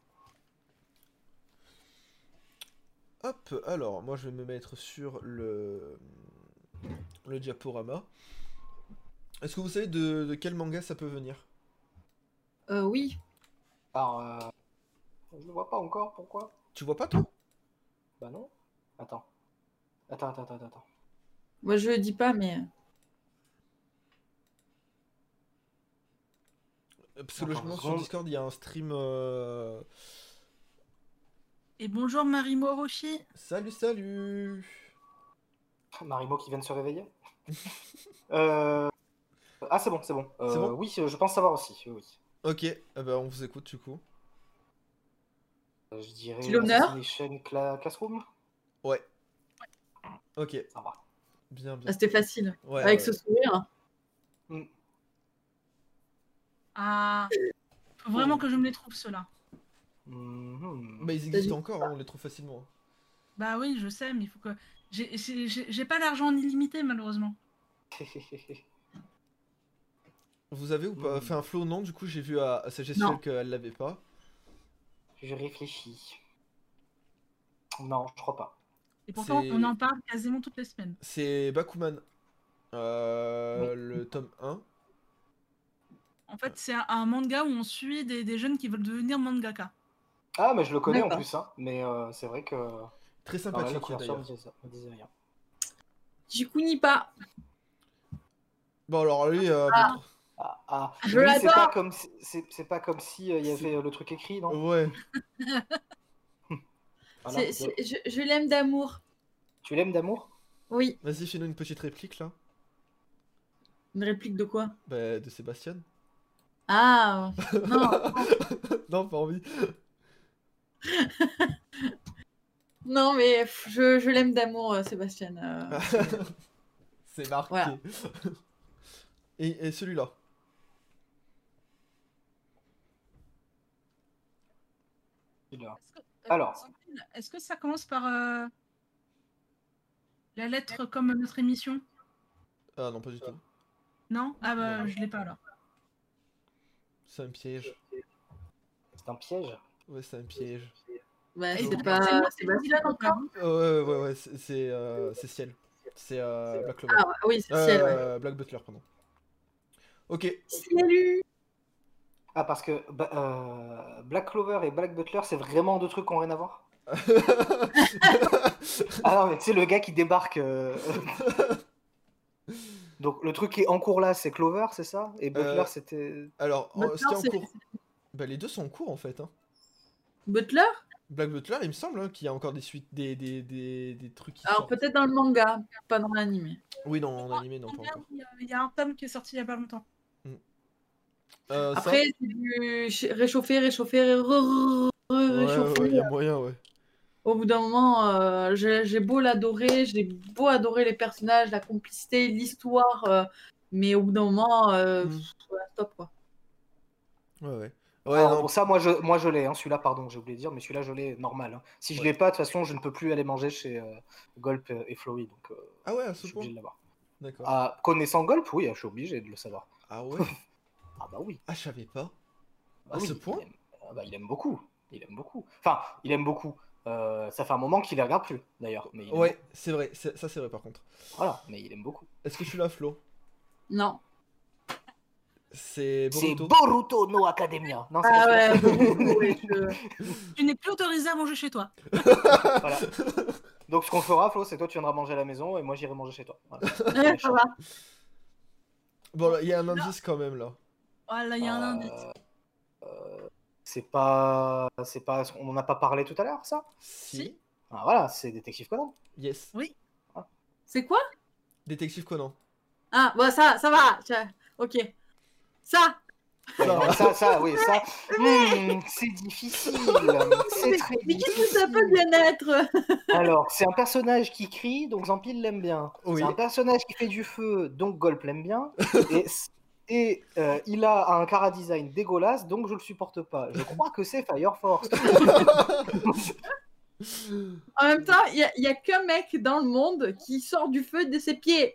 Hop, alors moi je vais me mettre sur le, le diaporama. Est-ce que vous savez de, de quel manga ça peut venir? Euh, oui. Alors, euh... je le vois pas encore, pourquoi? Tu vois pas toi? Bah non. Attends. Attends, attends, attends, attends. Moi, je le dis pas, mais. Parce que Attends, logiquement une sur seconde. Discord il y a un stream... euh, Et bonjour Marimo Roshi. Salut, salut. Marimo qui vient de se réveiller. euh... Ah, c'est bon, c'est bon. Euh, C'est bon oui, je pense savoir aussi. Oui. Ok, eh ben, on vous écoute du coup. Euh, Je dirais C'est l'honneur. Assassination Cla- Classroom. Ouais. Ok, Ça va. bien, bien. Ah, c'était facile. Ouais, Avec ouais. ce sourire. Hmm. Ah, faut vraiment que je me les trouve ceux-là. Mhm. Bah ils existent encore, hein, on les trouve facilement. Bah oui, je sais, mais il faut que... J'ai- J'ai j'ai pas d'argent en illimité malheureusement. Vous avez ou pas? Hmm. Enfin un Flo non, du coup j'ai vu à, à sa gestuelle Non. qu'elle l'avait pas. Je réfléchis. Non, je crois pas. Et pourtant, C'est- on en parle quasiment toutes les semaines. C'est Bakuman. Euh, le tome un. En fait, c'est un, un manga où on suit des, des jeunes qui veulent devenir mangaka. Ah, mais je le connais en D'accord. plus, hein. Mais euh, c'est vrai que. Très Ah ouais, la sympathique couverture me d'ailleurs. disait, me disait rien. J'y connais pas. Bon alors lui, euh, Ah. votre- Ah, ah. Je Oui, l'attends. c'est pas comme si, c'est, c'est pas comme si euh, il y C'est- avait euh, le truc écrit, non? ouais. Voilà. C'est- c'est- je je l'aime d'amour. Tu l'aimes d'amour? Oui. Vas-y, fais-nous une petite réplique là. Une réplique de quoi? Bah, de Sébastien. Ah, non. Non, pas envie. Non, mais pff, je, je l'aime d'amour, euh, Sébastien. euh, C'est marqué. Voilà. Et, et celui-là. Celui-là. Est-ce que, euh, Alors. Zampil, est-ce que ça commence par euh, la lettre comme notre émission? Ah non, pas du tout. Non? Ah bah Non. je l'ai pas alors. C'est un piège. C'est un piège. Ouais, c'est un piège. Bah, Et c'est donc, pas, moi, c'est pas celui-là Ciel encore. encore. Euh, ouais, ouais, ouais, c'est c'est, euh, c'est Ciel. C'est euh, Black Clover. Ah ouais, oui, c'est Ciel, ouais. Euh, Black Butler, pardon. Ok. Salut. Ah, parce que bah, euh, Black Clover et Black Butler, c'est vraiment deux trucs qui n'ont rien à voir. Ah non, mais tu sais, le gars qui débarque. euh, Donc, le truc qui est en cours là, c'est Clover, c'est ça? Et Butler, Euh, c'était. Alors, en- Butler, ce qui est en c'est- cours. Bah, les deux sont en cours en fait. Hein. Butler? Black Butler, il me semble hein, qu'il y a encore des suites, des, des, des, des trucs qui Alors sortent. peut-être dans le manga, pas dans l'animé. Oui, non, en animé, non, pas Regarde, encore. Il y, a- il y a un tome qui est sorti il y a pas longtemps. Euh, ça Après, c'est du ch- réchauffer, réchauffer, ré- re- re- Ouais, réchauffer. ouais, il y a moyen, ouais. Au bout d'un moment, euh, j'ai j'ai beau l'adorer, j'ai beau adorer les personnages, la complicité, l'histoire, euh, mais au bout d'un moment, euh, Mm. pff, voilà, stop quoi. Ouais, ouais. Ouais, Alors, non. bon, ça, moi je, moi, je l'ai, hein, celui-là, pardon, j'ai oublié de dire, mais celui-là, je l'ai normal. hein. Si je Ouais. l'ai pas, de toute façon, je ne peux plus aller manger chez euh, Gulp et Flowey, donc euh, Ah ouais, à je ce suis point. obligé de l'avoir. D'accord. Ah, connaissant Gulp, oui, je suis obligé de le savoir. Ah ouais. Ah bah oui. Ah, je savais pas. Bah À oui, ce il point aime, ah bah, il aime beaucoup. Il aime beaucoup. Enfin, il aime beaucoup. Euh, ça fait un moment qu'il les regarde plus, d'ailleurs. Mais il aime Ouais, beaucoup. c'est vrai, c'est- ça c'est vrai par contre. Voilà, mais il aime beaucoup. Est-ce que tu l'as, Flo? Non. C'est C'est Boruto. Boruto no Academia. Non, c'est Ah pas ouais, celui-là. Boruto, ouais, je- Tu n'es plus autorisé à manger chez toi. Voilà. Donc ce qu'on fera, Flo, c'est toi tu viendras manger à la maison et moi j'irai manger chez toi. Voilà. Ouais, ça va. Bon, là, il y a un Là. indice quand même là. Voilà, il y a un indice. Euh, euh, c'est pas, c'est pas, on en a pas parlé tout à l'heure, ça? Si. Ah voilà, c'est Détective Conan. Yes. Oui. C'est quoi? Détective Conan. Ah, bon, ça, ça va. tiens, Ok. Ça. Ouais, Ça. non, ça, ça, oui, ça. Hmm, c'est difficile. C'est Mais, très mais qu'est-ce que ça difficile. peut bien être? Alors, c'est un personnage qui crie, donc Zampil l'aime bien. Oui. C'est un personnage qui fait du feu, donc Golp l'aime bien. Et, et euh, il a un cara design dégueulasse, donc je le supporte pas. Je crois que c'est Fire Force. En même temps, il y a, il y a qu'un mec dans le monde qui sort du feu de ses pieds.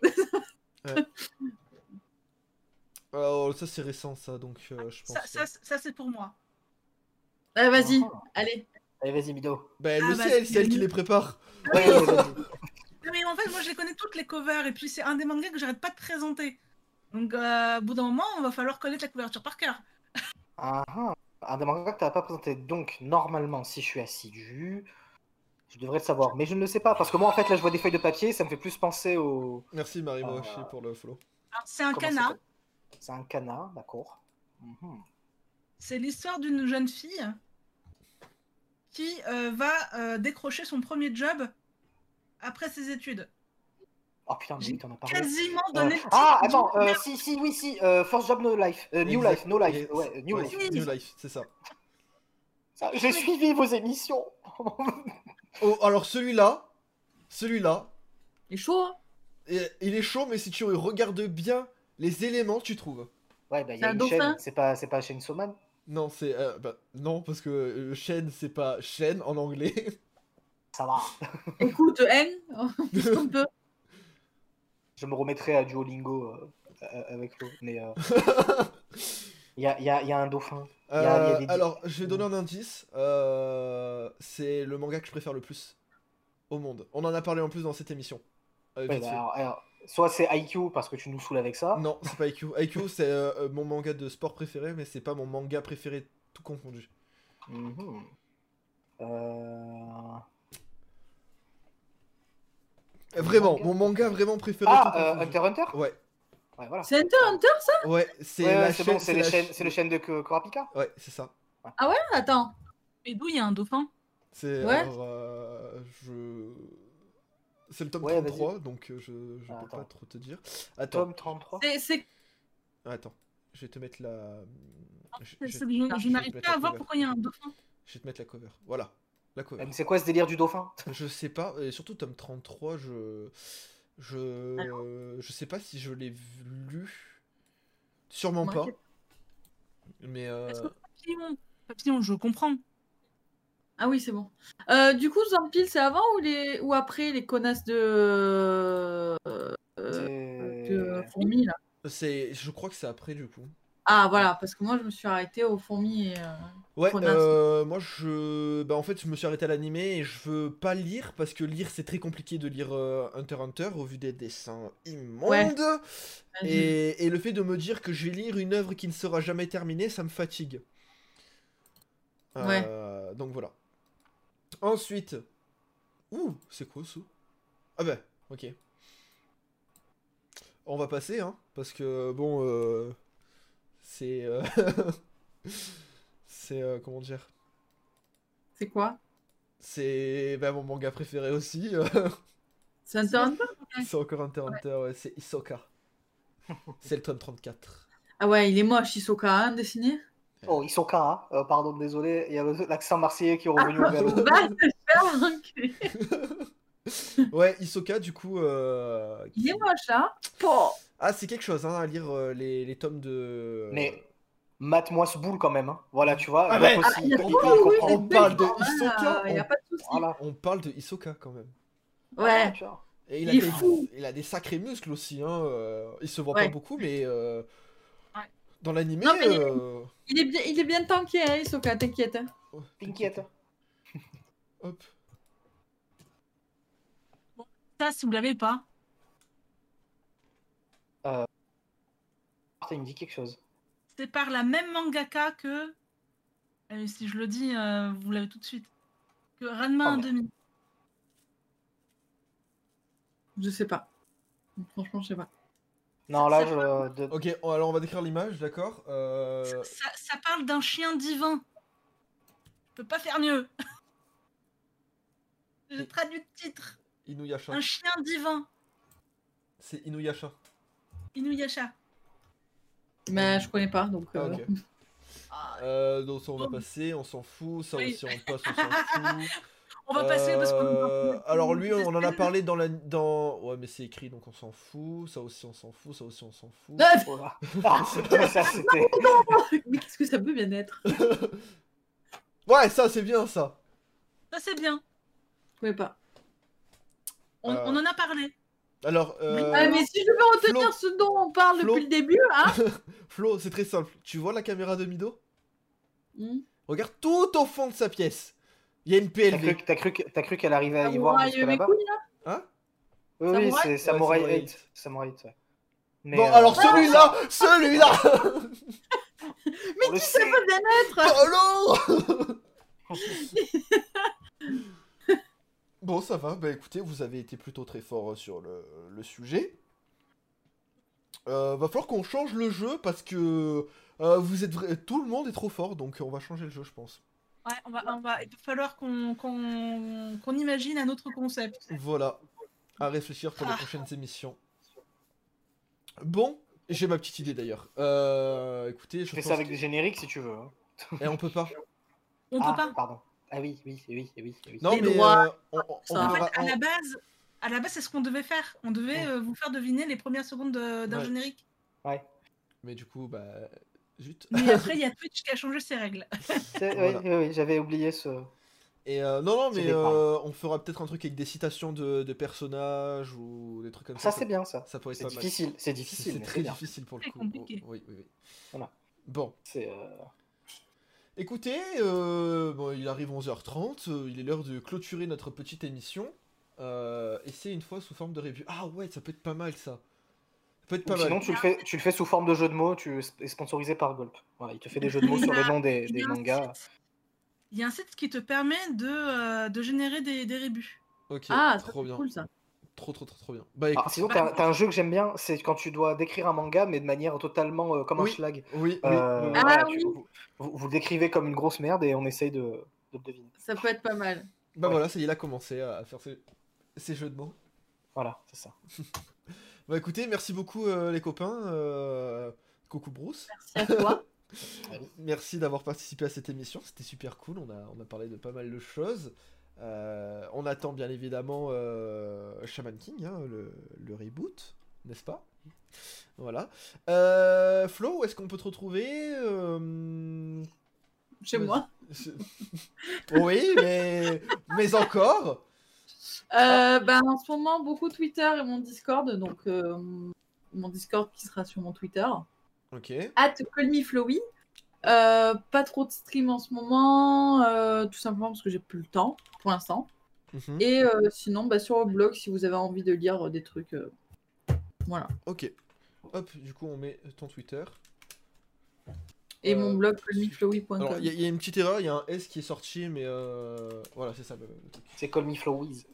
Alors, ça c'est récent ça, donc euh, je pense. Ça, ça, ça, c'est pour moi. Ah, vas-y, Ah. allez. Allez, vas-y, Mido. Bah, elle Ah, le bah, sait, elle, c'est c'est elle qui Yannick. les prépare. Ouais, ouais, vas-y. Non, mais en fait, moi, je les connais toutes les covers, et puis c'est un des mangas que j'arrête pas de présenter. Donc, euh, au bout d'un moment, on va falloir connaître la couverture par cœur. Ah, ah. Un des mangas que tu n'as pas présenté. Donc, normalement, si je suis assidu, je devrais le savoir. Mais je ne le sais pas, parce que moi, en fait, là, je vois des feuilles de papier, ça me fait plus penser au... Merci Marie Ah. Moachi pour le follow. Alors, c'est un Comment ça cana. s'appelle? C'est un canard, d'accord. Mhm. C'est l'histoire d'une jeune fille qui euh, va euh, décrocher son premier job après ses études. Oh putain, mais J'ai oui, t'en as parlé. Quasiment Euh, donné le ah, titre attends, du- euh, si, si, oui, si, euh, First Job No Life, euh, New Exact. Life, No Life, Yes. ouais, euh, New Ouais, Life. New Life, c'est ça. Ça, J'ai suivi vos émissions. Oh, alors celui-là, celui-là, Il est chaud, hein? et- il est chaud, mais si tu regardes bien les éléments, tu trouves. Ouais, bah, il y C'est a un une dauphin chaîne, c'est pas, c'est pas Chainsaw Man. Non, c'est. euh, bah, non, parce que euh, chaîne, c'est pas chaîne en anglais. Ça va. Écoute, N, qu'est-ce qu'on peut? Je me remettrai à Duolingo euh, euh, avec Flo, mais euh, il y, a, il y, a, il y a un dauphin. Il y a- il y a Euh, des- alors, je vais donner un indice. euh, c'est le manga que je préfère le plus au monde. On en a parlé en plus dans cette émission. Euh, Ouais, vite bah, fait. alors, alors, soit c'est I Q parce que tu nous saoules avec ça. Non, c'est pas I Q. I Q, c'est euh, euh, mon manga de sport préféré, mais c'est pas mon manga préféré tout confondu. Mhm. Euh... Euh, Vraiment, manga mon manga vraiment préféré Ah, tout euh, confondu. Hunter x Hunter. Ouais, Ouais, voilà. C'est Hunter x Hunter, ça? ouais, c'est Ouais, la ouais, c'est chaîne. bon, c'est les la chaînes, ch- c'est le chaîne de Ko- Kurapika. Ouais, c'est ça. Ah ouais? Attends. Et d'où il y a un dauphin? C'est Ouais. alors, euh, je. C'est le tome Ouais, trente-trois, donc euh, je, je Ah, peux attends. pas trop te dire. Attends, Tome trente-trois. C'est- C'est attends, je vais te mettre la. Je, C'est- je- c'est- Je, je je vais te n'arrive mettre pas à la voir cover. pourquoi il y a un dauphin. Je vais te mettre la cover. Voilà, la cover. Mais c'est quoi ce délire du dauphin? Je sais pas, et surtout tome trente-trois, je. Je. Je sais pas si je l'ai vu. Sûrement Ouais, pas. ok. Mais euh... Parce que papillon, papillon, je comprends. Ah oui, c'est bon. Euh, du coup, Zampil, c'est avant ou, les... ou après les connasses de, euh, de C'est- fourmis là? c'est, je crois que c'est après du coup. Ah voilà, parce que moi je me suis arrêtée aux fourmis et euh, Ouais, connasses. euh, moi je, bah en fait je me suis arrêté à l'animé et je veux pas lire parce que lire c'est très compliqué de lire euh, Hunter x Hunter au vu des dessins immondes. Ouais. j'ai vu. Et, et le fait de me dire que je vais lire une œuvre qui ne sera jamais terminée, ça me fatigue. Euh, donc voilà. Ensuite, ouh, c'est quoi ça? Ah bah, ok. On va passer, hein, parce que bon, euh, c'est, euh, c'est euh, comment dire, C'est quoi? c'est bah, mon manga préféré aussi. euh, C'est Hunter x Hunter? c'est encore Hunter x Hunter, ouais, c'est Hisoka. C'est le tome trente-quatre. Ah ouais, il est moche, Hisoka, hein, dessiné. Oh, Hisoka, hein. Euh, pardon, désolé, il y a le- l'accent marseillais qui est revenu au galop. Va te faire enculer. Ouais, Hisoka, du coup. Euh, Il qui- est moche, hein? Pouah. Ah, c'est quelque chose, hein, à lire euh, les, les tomes de. Mais mate-moi ce boule quand même. Hein. Voilà, tu vois. Ah donc ouais. aussi, Ah, il, il y a- il- oui, il oui, comprend. mais On parle de belle forme, Hisoka, hein, y a on- pas de souci. Voilà. On parle de Hisoka quand même. Voilà, Ouais. tu vois. Et il, Il a est des, fou. il a des sacrés muscles aussi, hein. euh, il se voit Ouais. pas beaucoup, mais euh, Ouais. dans l'animé. Non, mais il- euh, Il est bien, il est bien tanké, hein, Hisoka, t'inquiète. Hein. oh, T'inquiète. Hop. Ça, si vous l'avez pas. Euh... Il me dit quelque chose. C'est par la même mangaka que. euh, si je le dis, euh, vous l'avez tout de suite. Que Ranma Oh, un merde. demi. Je sais pas. Franchement, je sais pas. Non, Ça- là, ça- je. de- Ok, on- alors on va décrire l'image, d'accord. euh, Ça, ça parle d'un chien divin. Je peux pas faire mieux. Je traduis le titre. Inuyasha. Un chien divin. C'est Inuyasha. Inuyasha. Mais je connais pas, donc. Ah, euh, ok. Ah, Euh, donc ça on va Oh. passer, on s'en fout. Ça Oui. aussi on passe, on s'en fout. on va passer parce qu'on. Euh, Alors lui, on en a parlé dans la... dans. Ouais, mais c'est écrit, donc on s'en fout. Ça aussi, on s'en fout. Ça aussi, on s'en fout. Ah, Oh là. Ah, mais ça, c'était. mais qu'est-ce que ça peut bien être? Ouais, ça, c'est bien, ça. Ça, c'est bien. Je connais pas. On, Euh. on en a parlé. Alors, euh... Ah, mais si je veux retenir Flo. ce dont on parle Flo. depuis le début, hein? Flo, c'est très simple. Tu vois la caméra de Mido? Hmm. Regarde tout au fond de sa pièce. Il y a une T'as P L cru, V. que- t'as cru, que- t'as cru qu'elle arrivait à y voir Samouraï jusque mes là-bas? couilles, là? Hein? Oui, oui, Samouraï c'est Samurai Samurai huit. Samurai huit, ouais. Mais, Bon, euh, alors celui-là, celui-là. Mais on le qui ça sait. peut bien être? Oh non. Bon, ça va. Bah écoutez, vous avez été plutôt très fort euh, sur le, le sujet. Euh, va falloir qu'on change le jeu parce que euh, vous êtes vra- tout le monde est trop fort, donc on va changer le jeu, je pense. Ouais, on va, on va, il va falloir qu'on qu'on qu'on imagine un autre concept. Voilà, à réfléchir pour les Ah. prochaines émissions. Bon, j'ai ma petite idée d'ailleurs. Euh, écoutez, je Je fais pense ça avec que- des génériques si tu veux. hein. Et on peut pas. On ah, peut pas. pardon. Ah oui, oui, oui, oui, oui. Non, Les mais droits, euh, on, on- on ça. En fait, verra- à on- la base, à la base, c'est ce qu'on devait faire. On devait euh, vous faire deviner les premières secondes de- d'un Ouais. générique. Ouais. Mais du coup, bah, zut. Mais après, il y a Twitch qui a changé ses règles. C'est- Voilà. Oui, oui, oui, j'avais oublié ce. Et euh, non, non, C'est mais des euh, on fera peut-être un truc avec des citations de, de personnages ou des trucs comme ça. Ça, c'est bien, ça. Ça pourrait être C'est pas mal. difficile, c'est C'est difficile, c'est mais très c'est bien. difficile pour le Très coup. compliqué. Oh, oui, oui, oui. Voilà. Bon, C'est. euh, écoutez, euh, bon, il arrive onze heures trente, euh, il est l'heure de clôturer notre petite émission. Euh, et c'est une fois sous forme de review. Ah ouais, ça peut être pas mal ça. Ça peut être ou pas sinon, mal. tu le, fais, tu le fais sous forme de jeu de mots, tu es sponsorisé par Gulp. Voilà, il te fait des jeux de mots Il y sur a- les noms des, Il y des a un mangas. site- il y a un site qui te permet de, euh, de générer des, des rébus. Ok, Ah, ça, trop c'est bien. cool ça. Trop, trop, trop, trop bien. Bah Ah, écoute. sinon, t'as t'as un jeu que j'aime bien, c'est quand tu dois décrire un manga, mais de manière totalement euh, comme Oui. un schlag. Oui, oui, Euh, oui, oui. Ah, voilà, tu- oui. vous, vous- vous le décrivez comme une grosse merde et on essaye de, de le deviner. Ça peut être pas mal. Bah ouais. voilà, ça y est, il a commencé à faire ses, ses jeux de mots. Voilà, c'est ça. Bah écoutez, merci beaucoup euh, les copains. euh, Coucou Bruce. Merci à toi. Merci d'avoir participé à cette émission, c'était super cool, on a, on a parlé de pas mal de choses. Euh, on attend bien évidemment euh, Shaman King, hein, le, le reboot, n'est-ce pas? Voilà. Euh, Flo, où est-ce qu'on peut te retrouver euh... Chez Vas-y. moi. Oui, mais... mais encore Euh, ben, en ce moment, beaucoup Twitter et mon Discord. Donc, euh, mon Discord qui sera sur mon Twitter. Ok. At callmeflowy. Euh, pas trop de stream en ce moment, euh, tout simplement parce que j'ai plus le temps pour l'instant. Mhm. Et euh, sinon, bah, sur le blog, si vous avez envie de lire des trucs, euh, voilà. Ok. Hop, du coup, on met ton Twitter. Et Euh, mon blog callmeflowy point com. Alors, il y, y a une petite erreur, il y a un S qui est sorti, mais euh... voilà, c'est ça le, le truc. C'est Call Me Flowiz.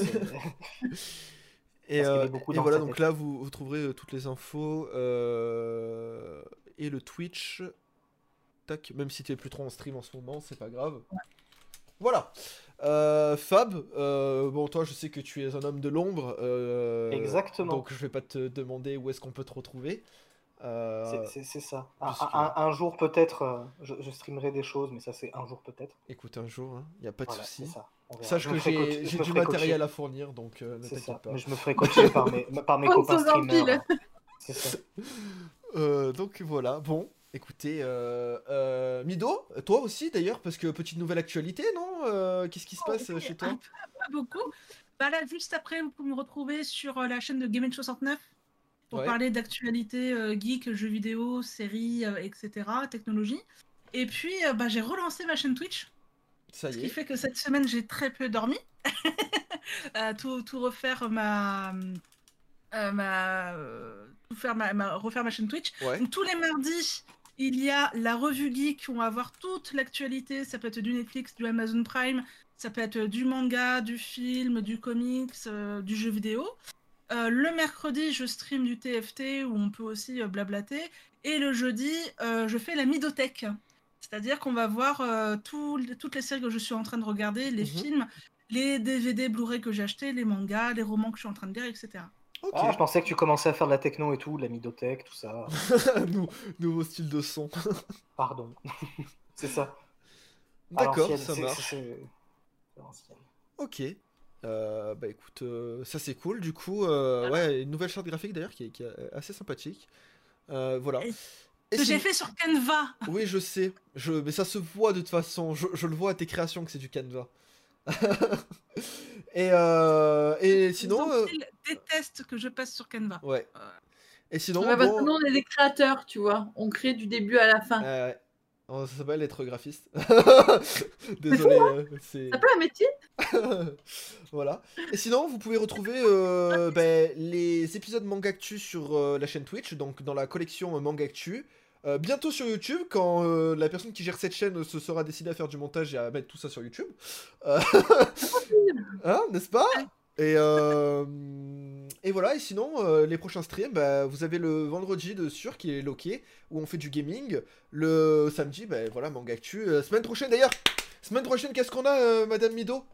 Et, Parce qu'il y euh, avait beaucoup et dans voilà, sa donc tête. là, vous, vous trouverez euh, toutes les infos euh, et le Twitch. Tac, même si t'es plus trop en stream en ce moment, c'est pas grave. Ouais. Voilà. Euh, Fab, euh, bon, toi, je sais que tu es un homme de l'ombre. euh, Exactement. Donc, je vais pas te demander où est-ce qu'on peut te retrouver. Euh, C'est- C'est c'est ça. Un, puisque- un- un jour peut-être, euh, je, je streamerai des choses, mais ça c'est un jour peut-être. Écoute, un jour, il n'y a pas de Voilà, c'est souci. ça. On verra. Sache Je que me ferai coach- j'ai je j'ai me du ferai matériel coacher. à fournir, donc euh, ne C'est t'inquiète ça. pas. Mais je me ferai coacher par mes, par mes Sponsors copains en streamers. pile. C'est ça. Euh, donc voilà, bon, écoutez, euh, euh, Mido, toi aussi d'ailleurs, parce que petite nouvelle actualité, non Euh, Qu'est-ce qui se passe euh, Oui, chez un toi peu, pas beaucoup. Bah là, juste après, vous pouvez me retrouver sur euh, la chaîne de Game soixante-neuf pour Ouais. parler d'actualité euh, geek, jeux vidéo, séries, euh, et cetera, technologie. Et puis, euh, bah, j'ai relancé ma chaîne Twitch, Ça ce y qui est. fait que cette semaine, j'ai très peu dormi. Euh, tout, tout refaire ma... euh, ma, euh, tout faire ma, ma- refaire ma chaîne Twitch. Ouais. Donc, tous les mardis, il y a la revue geek où on va voir toute l'actualité. Ça peut être du Netflix, du Amazon Prime, ça peut être du manga, du film, du comics, euh, du jeu vidéo. Euh, le mercredi, je stream du T F T où on peut aussi euh, blablater. Et le jeudi, euh, je fais la Midothèque. C'est-à-dire qu'on va voir euh, tout- toutes les séries que je suis en train de regarder, les Mhm. films, les D V D Blu-ray que j'ai achetés, les mangas, les romans que je suis en train de lire, et cetera. Ok. Ah, je pensais que tu commençais à faire de la techno et tout, de la midothèque, tout ça. Nou- nouveau style de son. Pardon. C'est ça. D'accord, À l'ancienne, ça c'est- marche. c'est- c'est- c'est à l'ancienne. Ok. Euh, bah écoute, euh, ça c'est cool. Du coup, euh, ouais, une nouvelle charte graphique d'ailleurs qui, est- qui est assez sympathique. Euh, voilà. Et- Et Que j'ai sinon- fait sur Canva. Oui, je sais. Je... Mais ça se voit de toute façon. Je, je le vois à tes créations que c'est du Canva. Et, euh... Et sinon... euh, Ils détestent que je passe sur Canva. Ouais. Euh, Et sinon, Ouais, parce que bon... nous, on est des créateurs, tu vois. On crée du début à la fin. Euh, ouais. Oh, ça s'appelle être graphiste. Désolé, euh, c'est... C'est pas un métier? Voilà. Et sinon, vous pouvez retrouver euh, ben, les épisodes Mangactu sur euh, la chaîne Twitch, donc dans la collection euh, Mangactu. Euh, bientôt sur YouTube, quand euh, la personne qui gère cette chaîne euh, se sera décidée à faire du montage et à mettre tout ça sur YouTube. Euh, hein, n'est-ce pas? Et, euh, et voilà, et sinon, euh, les prochains streams, bah, vous avez le vendredi de Sur qui est loqué, où on fait du gaming. Le samedi, bah, voilà, Mangactu. Euh, semaine prochaine d'ailleurs, semaine prochaine, qu'est-ce qu'on a, euh, Madame Mido?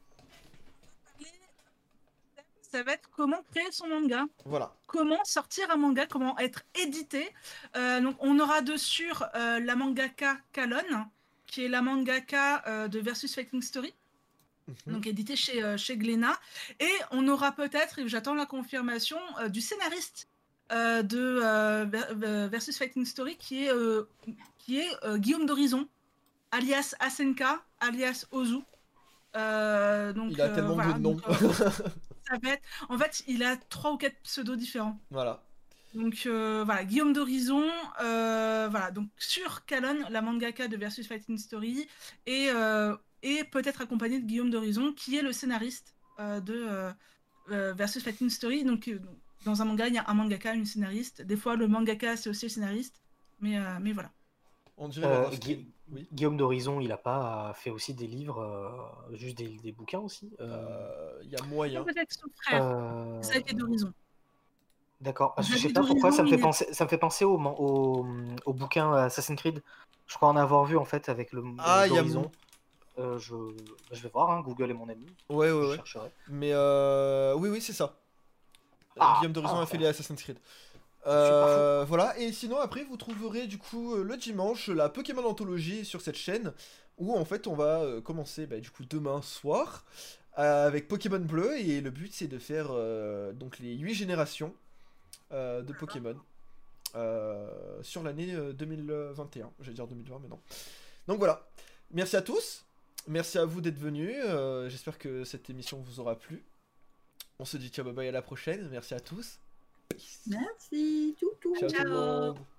Ça va être comment créer son manga. Voilà. Comment sortir un manga, comment être édité. Euh, donc on aura dessus euh, la mangaka Kalon, qui est la mangaka euh, de Versus Fighting Story, Mhm. donc édité chez, euh, chez Glénat. Et on aura peut-être, et j'attends la confirmation, euh, du scénariste euh, de euh, Ver- Versus Fighting Story, qui est, euh, qui est euh, Guillaume d'Horizon, alias Asenka, alias Ozu. Euh, donc, Il a euh, tellement voilà, de noms. donc, euh, ça va être... En fait, il a trois ou quatre pseudos différents. Voilà. Donc euh, voilà, Guillaume d'Horizon, euh, voilà, donc sur Kalon, la mangaka de Versus Fighting Story, et, euh, et peut-être accompagné de Guillaume d'Horizon, qui est le scénariste euh, de euh, euh, Versus Fighting Story. Donc euh, dans un manga, il y a un mangaka, une scénariste. Des fois, le mangaka, c'est aussi le scénariste. Mais, euh, mais voilà. On dirait Euh, avoir un Gui- skin. Oui. Guillaume d'Horizon, il a pas fait aussi des livres, euh, juste des, des bouquins aussi euh, Euh, Il y a moyen. Peut-être son frère, euh, Xavier d'Horizon. D'accord, parce que je sais Xavier pas pourquoi ça me d'Horizon, fait il est- penser, ça me fait penser au, man- au, au bouquin Assassin's Creed. Je crois en avoir vu en fait avec le Ah, il y a d'Horizon. Euh, je, je vais voir, hein, Google est mon ami. Ouais, ouais, Je ouais. chercherai. Mais euh... oui, oui, c'est ça. Ah, Guillaume d'Horizon ah, a fait les Assassin's Creed. pas Euh, voilà, et sinon après vous trouverez du coup euh, le dimanche la Pokémon Anthologie sur cette chaîne où en fait on va euh, commencer bah, du coup demain soir euh, avec Pokémon Bleu et le but c'est de faire euh, donc les huit générations euh, de Pokémon euh, sur l'année euh, deux mille vingt et un. J'allais dire deux mille vingt, mais non. Donc voilà. Merci à tous. Merci à vous d'être venus. Euh, J'espère que cette émission vous aura plu. On se dit ciao, bye bye, à la prochaine. Merci à tous. Peace. Merci. Tout, tout. Ciao tout le Ciao. monde.